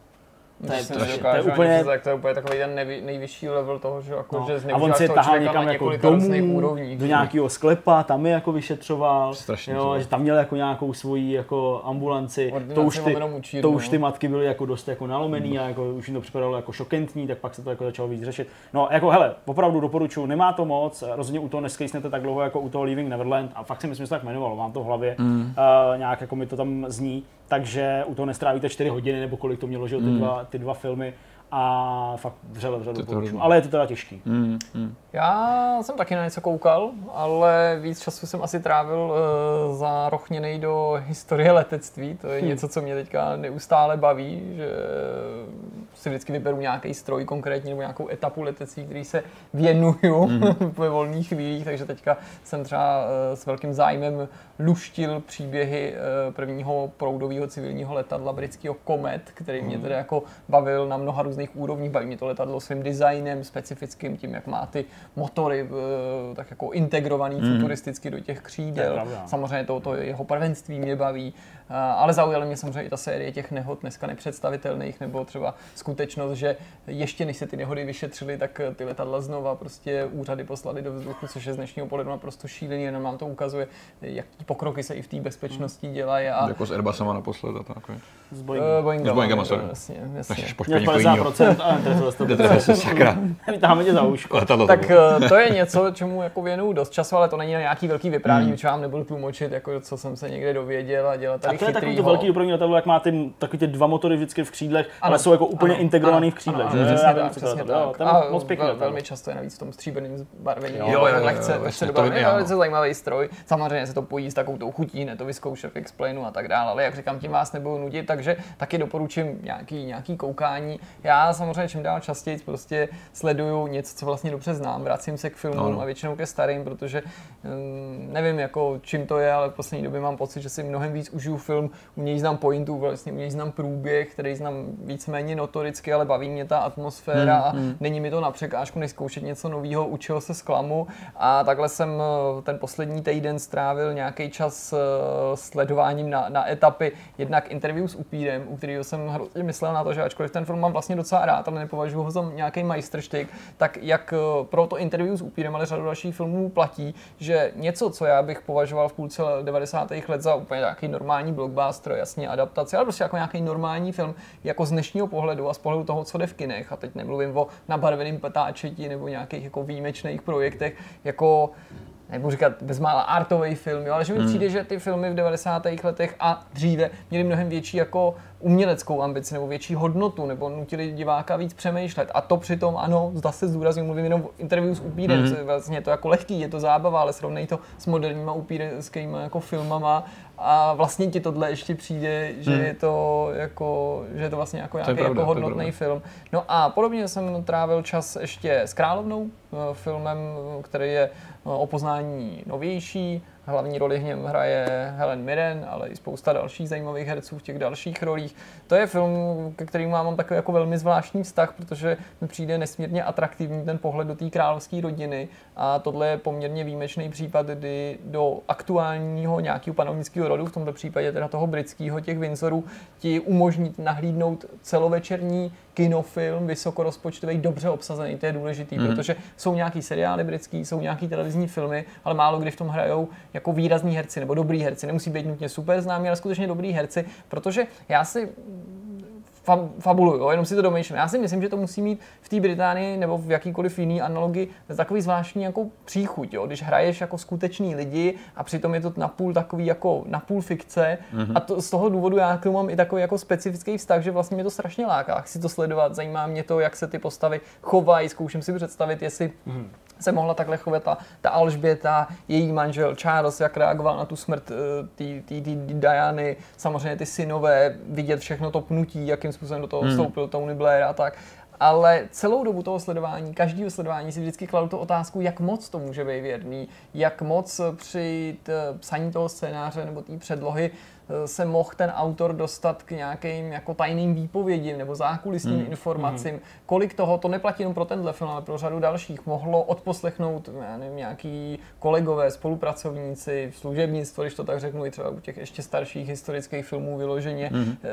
To je úplně takový ten nejvyšší level toho, že jako, že a on si je tahal někam jako domů, úrovních, do nějakého sklepa, tam je jako vyšetřoval, jo, že tam měl jako nějakou svoji jako ambulanci, to už ty matky byly jako dost jako nalomený a jako už jim to připadalo jako šokentní, tak pak se to jako začalo víc řešit. No jako hele, opravdu doporučuji, nemá to moc, rozhodně u toho neskejsnete tak dlouho jako u toho Leaving Neverland a fakt si myslím, že se tak jmenovalo, mám to v hlavě, nějak jako mi to tam zní. Takže u toho nestrávíte 4 hodiny, nebo kolik to mělo, že ty dva filmy a fakt vřele doporučuji. Ale je to teda těžký. Já jsem taky na něco koukal, ale víc času jsem asi trávil zarochněnej do historie letectví. To je něco, co mě teďka neustále baví, že si vždycky vyberu nějaký stroj konkrétní nebo nějakou etapu letectví, který se věnuju ve volných chvílích, takže teďka jsem třeba s velkým zájmem luštil příběhy prvního proudového civilního letadla britského Comet, který mě teda jako bavil na mnoha různých úrovních. Baví mě to letadlo svým designem specifickým, tím, jak má ty motory tak jako integrovaný futuristicky do těch křídel. Samozřejmě to jeho prvenství mě baví, ale zaujala mě samozřejmě i ta série těch nehod dneska nepředstavitelných, nebo třeba skutečnost, že ještě než se ty nehody vyšetřily, tak ty letadla znova prostě úřady poslali do vzduchu, což je z dnešního pohledu naprosto šílený, jenom nám to ukazuje, jaký pokroky se i v té bezpečnosti dělají. A jako s Airbusama naposled a tak. S Boeingama, sorry. Jasně. 50%, ale to sakra. Vytáháme tě za uško. Tak to je něco, čemu jako věnuju dost času, ale to není nějaký velký vyprávění, že vám nebudu tlumočit, jako co jsem se někde dověděl a dělat tady chytrýho. A to je takový velký dopravní letadlo, jak má takový ty 2 motory vždycky v křídlech, ale jsou jako úplně integrovaný v křídlech. Přesně tak. A moc pěkný. Velmi často je navíc v tom stříbrném zbarvení. Jo, to je velice zajímavý stroj. Samozřejmě se to pojí s takovou tou chutí, ne to vyzkoušet v Explainu a tak dále, ale jak říkám, tím vás nebudu nudit, takže taky doporučím nějaký koukání. Já samozřejmě čím dál častěji prostě sleduju něco, co vlastně dobře znám, vracím se k filmům a většinou ke starým, protože nevím jako čím to je, ale v poslední době mám pocit, že si mnohem víc užiju film, u něj znám pointu, vlastně u něj znám průběh, který znám víceméně notoricky, ale baví mě ta atmosféra a není mi to na překážku než zkoušet něco nového, u čeho se zklamu. A takhle jsem ten poslední týden strávil nějaký čas sledováním na etapy, jednak interview s upírem, u kterého jsem hrozně myslel na to, že ačkoliv ten film mám vlastně docela rád, ale nepovažuji ho za nějaký majstrštyk, tak jak pro to interview s upírem, ale řadu dalších filmů platí, že něco, co já bych považoval v půlce 90. let za úplně nějaký normální blockbuster, jasně adaptace, ale prostě jako nějaký normální film, jako z dnešního pohledu a z pohledu toho, co jde v kinech, a teď nemluvím o nabarveném petáčeti nebo nějakých jako výjimečných projektech, jako nebudu říkat bezmála artový film, jo, ale že mi přijde, že ty filmy v 90. letech a dříve měly mnohem větší jako uměleckou ambici nebo větší hodnotu, nebo nutili diváka víc přemýšlet. A to přitom, ano, zase zdůrazně mluvím jenom o interview s upírem, vlastně je to jako lehký, je to zábava, ale srovnej to s moderníma upírskýma jako filmama a vlastně ti tohle ještě přijde, že je to jako, že je to vlastně jako nějaký jako hodnotný film. No a podobně jsem trávil čas ještě s Královnou, filmem, který je o poznání novější, Hlavní roli v něm hraje Helen Mirren, ale i spousta dalších zajímavých herců v těch dalších rolích. To je film, ke kterému mám takový jako velmi zvláštní vztah, protože mi přijde nesmírně atraktivní ten pohled do té královské rodiny a tohle je poměrně výjimečný případ, kdy do aktuálního nějakého panovnického rodu, v tomto případě teda toho britského, těch Windsorů, ti umožní nahlídnout celovečerní kinofilm, vysokorozpočtový, dobře obsazený, to je důležitý, protože jsou nějaký seriály britský, jsou nějaký televizní filmy, ale málo kdy v tom hrajou jako výrazní herci nebo dobrý herci. Nemusí být nutně super známí, ale skutečně dobrý herci, protože já si fabuluju, jenom si to domýšlím. Já si myslím, že to musí mít v té Británii nebo v jakýkoliv jiný analogii takový zvláštní jako příchuť, jo? Když hraješ jako skutečný lidi a přitom je to napůl takový jako napůl fikce a to, z toho důvodu já k tomu mám i takový jako specifický vztah, že vlastně mě to strašně láká. Chci to sledovat, zajímá mě to, jak se ty postavy chovají, zkouším si představit, jestli se mohla takhle chovat ta Alžběta, její manžel Charles, jak reagoval na tu smrt té Diany, samozřejmě ty synové, vidět všechno to pnutí, jakým způsobem do toho vstoupil Tony Blair a tak. Ale celou dobu toho sledování, každého sledování si vždycky kladu tu otázku, jak moc to může být věrný, jak moc při psaní toho scénáře nebo té předlohy se mohl ten autor dostat k nějakým jako tajným výpovědím nebo zákulisním informacím. Kolik toho, to neplatí jenom pro tenhle film, ale pro řadu dalších, mohlo odposlechnout nějaký kolegové, spolupracovníci, služebnictvo, když to tak řeknu, i třeba u těch ještě starších historických filmů vyloženě.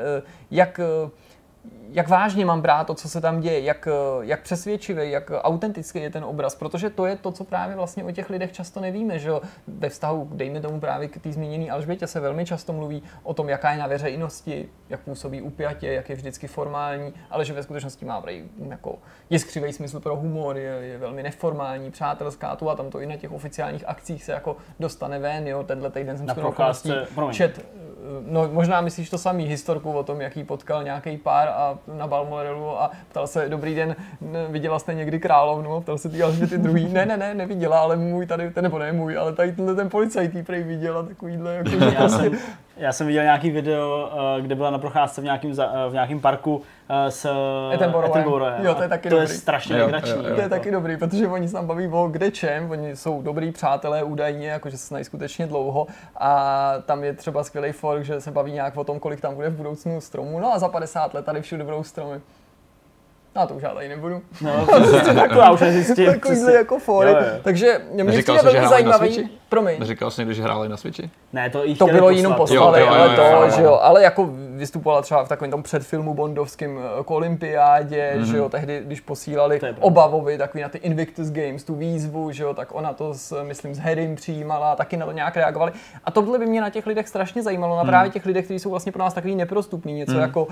Jak vážně mám brát to, co se tam děje, jak přesvědčivý, jak autentický je ten obraz, protože to je to, co právě vlastně o těch lidech často nevíme, že jo. Ve vztahu, dejme tomu právě k té zmíněné Alžbětě se velmi často mluví o tom, jaká je na veřejnosti, jak působí upjatě, jak je vždycky formální, ale že ve skutečnosti má jako jiskřivý smysl pro humor, je velmi neformální, přátelská, tu a tam to i na těch oficiálních akcích se jako dostane ven, jo. Tenhle týden jsem čet, no možná myslíš to samý, historku o tom, jaký potkal nějaký pár a na Balmorelu a ptal se, dobrý den, viděla jste někdy královnu? Ptal se ty Alžběty druhý, ne, neviděla, ale můj tady, nebo ne můj, ale tady ten policajt jí prej viděla, takovýhle jako... Já jsem viděl nějaký video, kde byla na procházce v nějakém parku s Attenboroughem. Jo, to je taky to dobrý. Je strašně legrační. To je taky dobrý, protože oni se tam baví o kde čem, oni jsou dobrý přátelé údajně, jakože se znají skutečně dlouho a tam je třeba skvělý fork, že se baví nějak o tom, kolik tam bude v budoucnu stromů, no a za 50 let tady všude budou stromy. No to už já tady nebudu. No, taková už nezjistím. Takovýhle jako fory. Takže mě přijde velmi zajímavý. Promiň. Neříkal jsi někdy, že hráli na Switchi? Ne, to bylo jenom poslali, ale to, že jo. Ale jako vystupovala třeba v takovém tom předfilmu bondovském k olympiádě, že jo, tehdy, když posílali Obavovi takový na ty Invictus Games, tu výzvu, že jo, tak ona to myslím s Harrym přijímala, taky na to nějak reagovali. A tohle by mě na těch lidech strašně zajímalo, na právě těch lidech, kteří jsou vlastně pro nás takový neprostupný, něco jako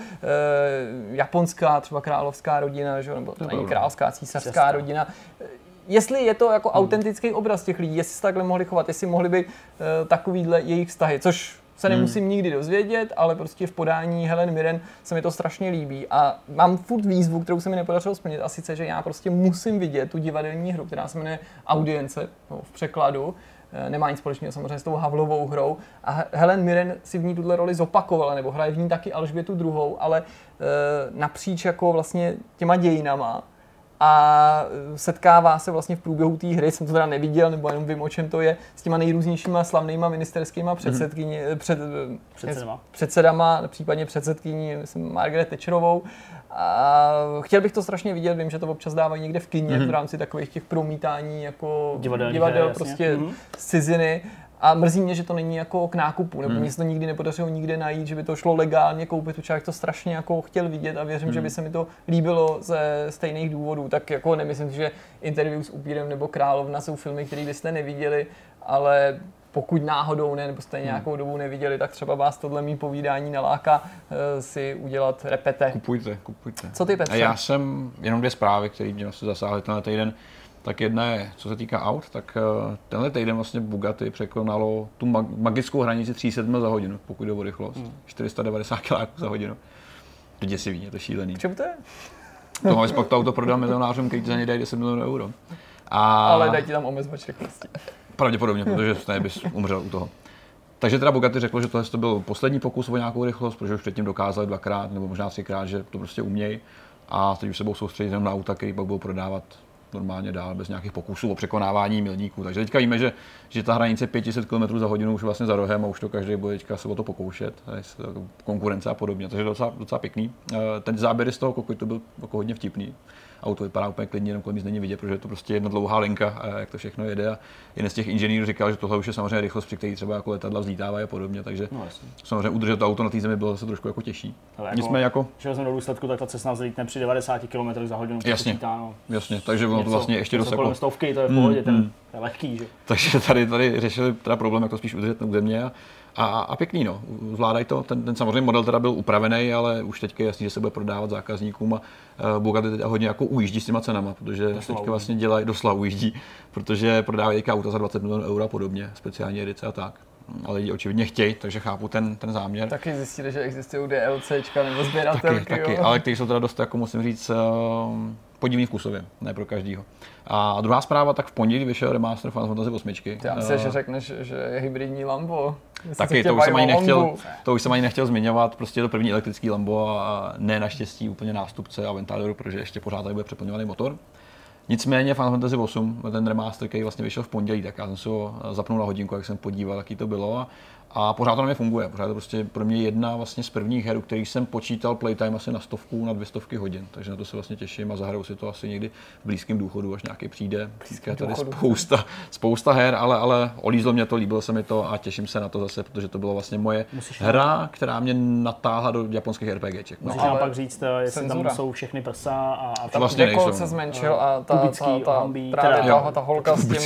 japonská třeba královská rodina, že jo, nebo ani královská císařská rodina. Jestli je to jako autentický obraz těch lidí, jestli se takhle mohli chovat, jestli mohli být takovýhle jejich vztahy, což se nemusím nikdy dozvědět, ale prostě v podání Helen Mirren se mi to strašně líbí a mám furt výzvu, kterou se mi nepodařilo splnit, a sice, že já prostě musím vidět tu divadelní hru, která se jmenuje Audience, v překladu, nemá nic společného samozřejmě s tou Havlovou hrou a Helen Mirren si v ní tuhle roli zopakovala, nebo hraje v ní taky Alžbětu II, ale napříč jako vlastně těma dějinama. A setkává se vlastně v průběhu té hry, jsem to teda neviděl, nebo jenom vím, o čem to je, s těma nejrůznějšíma slavnýma ministerskýma předsedama, případně předsedkyní, myslím, Margaret Thatcherovou. A chtěl bych to strašně vidět, vím, že to občas dávají někde v kině v rámci takových těch promítání jako divadel prostě z ciziny. A mrzí mě, že to není jako k nákupu, nebo mě se to nikdy nepodařilo nikde najít, že by to šlo legálně koupit, protože to strašně jako chtěl vidět a věřím, že by se mi to líbilo ze stejných důvodů. Tak jako nemyslím si, že Interview s upírem nebo Královna jsou filmy, které byste neviděli, ale pokud náhodou ne, nebo jste nějakou dobu neviděli, tak třeba vás tohle mý povídání naláká si udělat repete. Kupujte. Co ty, Petře? A já jsem jenom 2 zprávy, které mě vlastně zasáhly tenhle týden. Tak jedna je, co se týká aut, tak tenhle týden vlastně Bugatti překonalo tu magickou hranici 300 mil za hodinu, pokud jde o rychlost. 490 km za hodinu. To děsivý, je to šílený. Čemu to je? To máš pak to auto prodal milionářům, který za něj dají 10 milionů euro. Ale dají ti tam omezovač rychlosti. Pravděpodobně, protože ne bys umřel u toho. Takže teda Bugatti řeklo, že tohle to byl poslední pokus o nějakou rychlost, protože už předtím dokázali 2krát nebo možná 3krát, že to prostě umějí. A teď už se budou soustředit jenom na auta, který pak budou prodávat normálně dál, bez nějakých pokusů o překonávání milníků. Takže teďka víme, že ta hranice 500 km za hodinu už vlastně za rohem a už to každý bude teďka se o to pokoušet, konkurence a podobně, takže docela pěkný. Ten záběr z toho kokpitu byl jako hodně vtipný. Auto vypadá úplně klidně, jenom kolem nic není vidět, protože je to prostě jedna dlouhá linka, jak to všechno jede. A jeden z těch inženýrů říkal, že tohle už je samozřejmě rychlost, při který třeba jako letadla vzlítávají a podobně, takže samozřejmě udržet to auto na té zemi bylo zase trošku jako těžší. Nicméně jako, že jsme do důsledku, tak ta Cessna vzlítne při 90 km za hodinu. Jasně, takže ono to vlastně ještě dost jako stovky, to je v pohodě, to je lehký, že? Takže tady řešili teda problém jako spíš udržet na země a pěkný, no. Zvládají to, ten samozřejmě model teda byl upravený, ale už teďka je jasný, že se bude prodávat zákazníkům a Bugatti teď hodně jako ujíždí s těma cenama, protože teďka vlastně dělají, doslova ujíždí, protože prodávají auta za 20 milionů eur a podobně, speciální edice a tak. Ale lidi očividně chtějí, takže chápu ten záměr. Taky zjistili, že existují DLCčka nebo sběratelky. Taky, ale které jsou teda dost, jako musím říct, podivný vkusově, ne pro každýho. A druhá zpráva, tak v pondělí vyšel remaster Final Fantasy 8. Já myslím, že řekneš, že je hybridní Lambo. Taky, to už jsem ani nechtěl zmiňovat, prostě je to první elektrický Lambo a ne naštěstí úplně nástupce Aventadoru, protože ještě pořád tady bude přeplňovaný motor. Nicméně Final Fantasy 8, ten remaster, který vlastně vyšel v pondělí, tak já jsem si ho zapnul na hodinku, jak jsem podíval, jaký to bylo. A pořád to na mě funguje. Pořád to prostě pro mě jedna vlastně z prvních her, který jsem počítal playtime asi na 100 na 200 hodin. Takže na to se vlastně těším a zahraju si to asi někdy v blízkém důchodu, až nějaký přijde. Je tady spousta her, ale olízlo mě to, líbilo se mi to a těším se na to zase, protože to byla vlastně moje hra, která mě natáhla do japonských RPGček. Musíš nám pak říct, jestli tam jsou všechny prsa a tam vlastně nejsou. Se zmenšil a ta holka s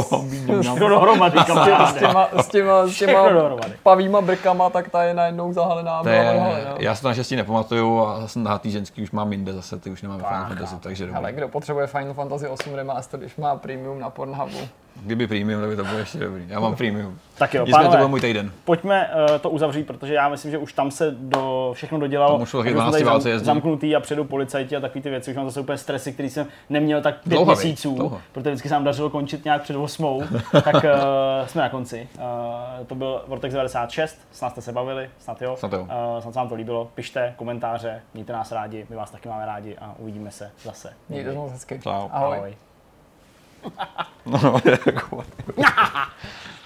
těma pavýma brkama, tak ta je najednou zahalená. Já se to naštěstí nepamatuju a na tý ženský už mám jinde zase, ty už nemám Final Fantasy, takže dobrý. Ale kdo potřebuje Final Fantasy 8 remaster, když má premium na Pornhubu? Kdyby premium, tak by to bylo ještě dobrý. Já mám premium. Tak jo, pánové, to byl můj týden. Pojďme to uzavřít, protože já myslím, že už tam se všechno dodělalo. Tam šlo 12 válce jezdí. Zamknutý a předu policajti a takový ty věci. Už mám zase úplně stresy, který jsem neměl tak 5 měsíců, protože vždycky se nám dařilo končit nějak před 8. Tak jsme na konci. To byl Vortex 96, snad jste se bavili, snad jo. Snad se vám to líbilo. Pište komentáře, mějte nás rádi, my vás taky máme rádi a uvidíme se zase. Mějte se moc hezky. Čau. Ahoj. No, jako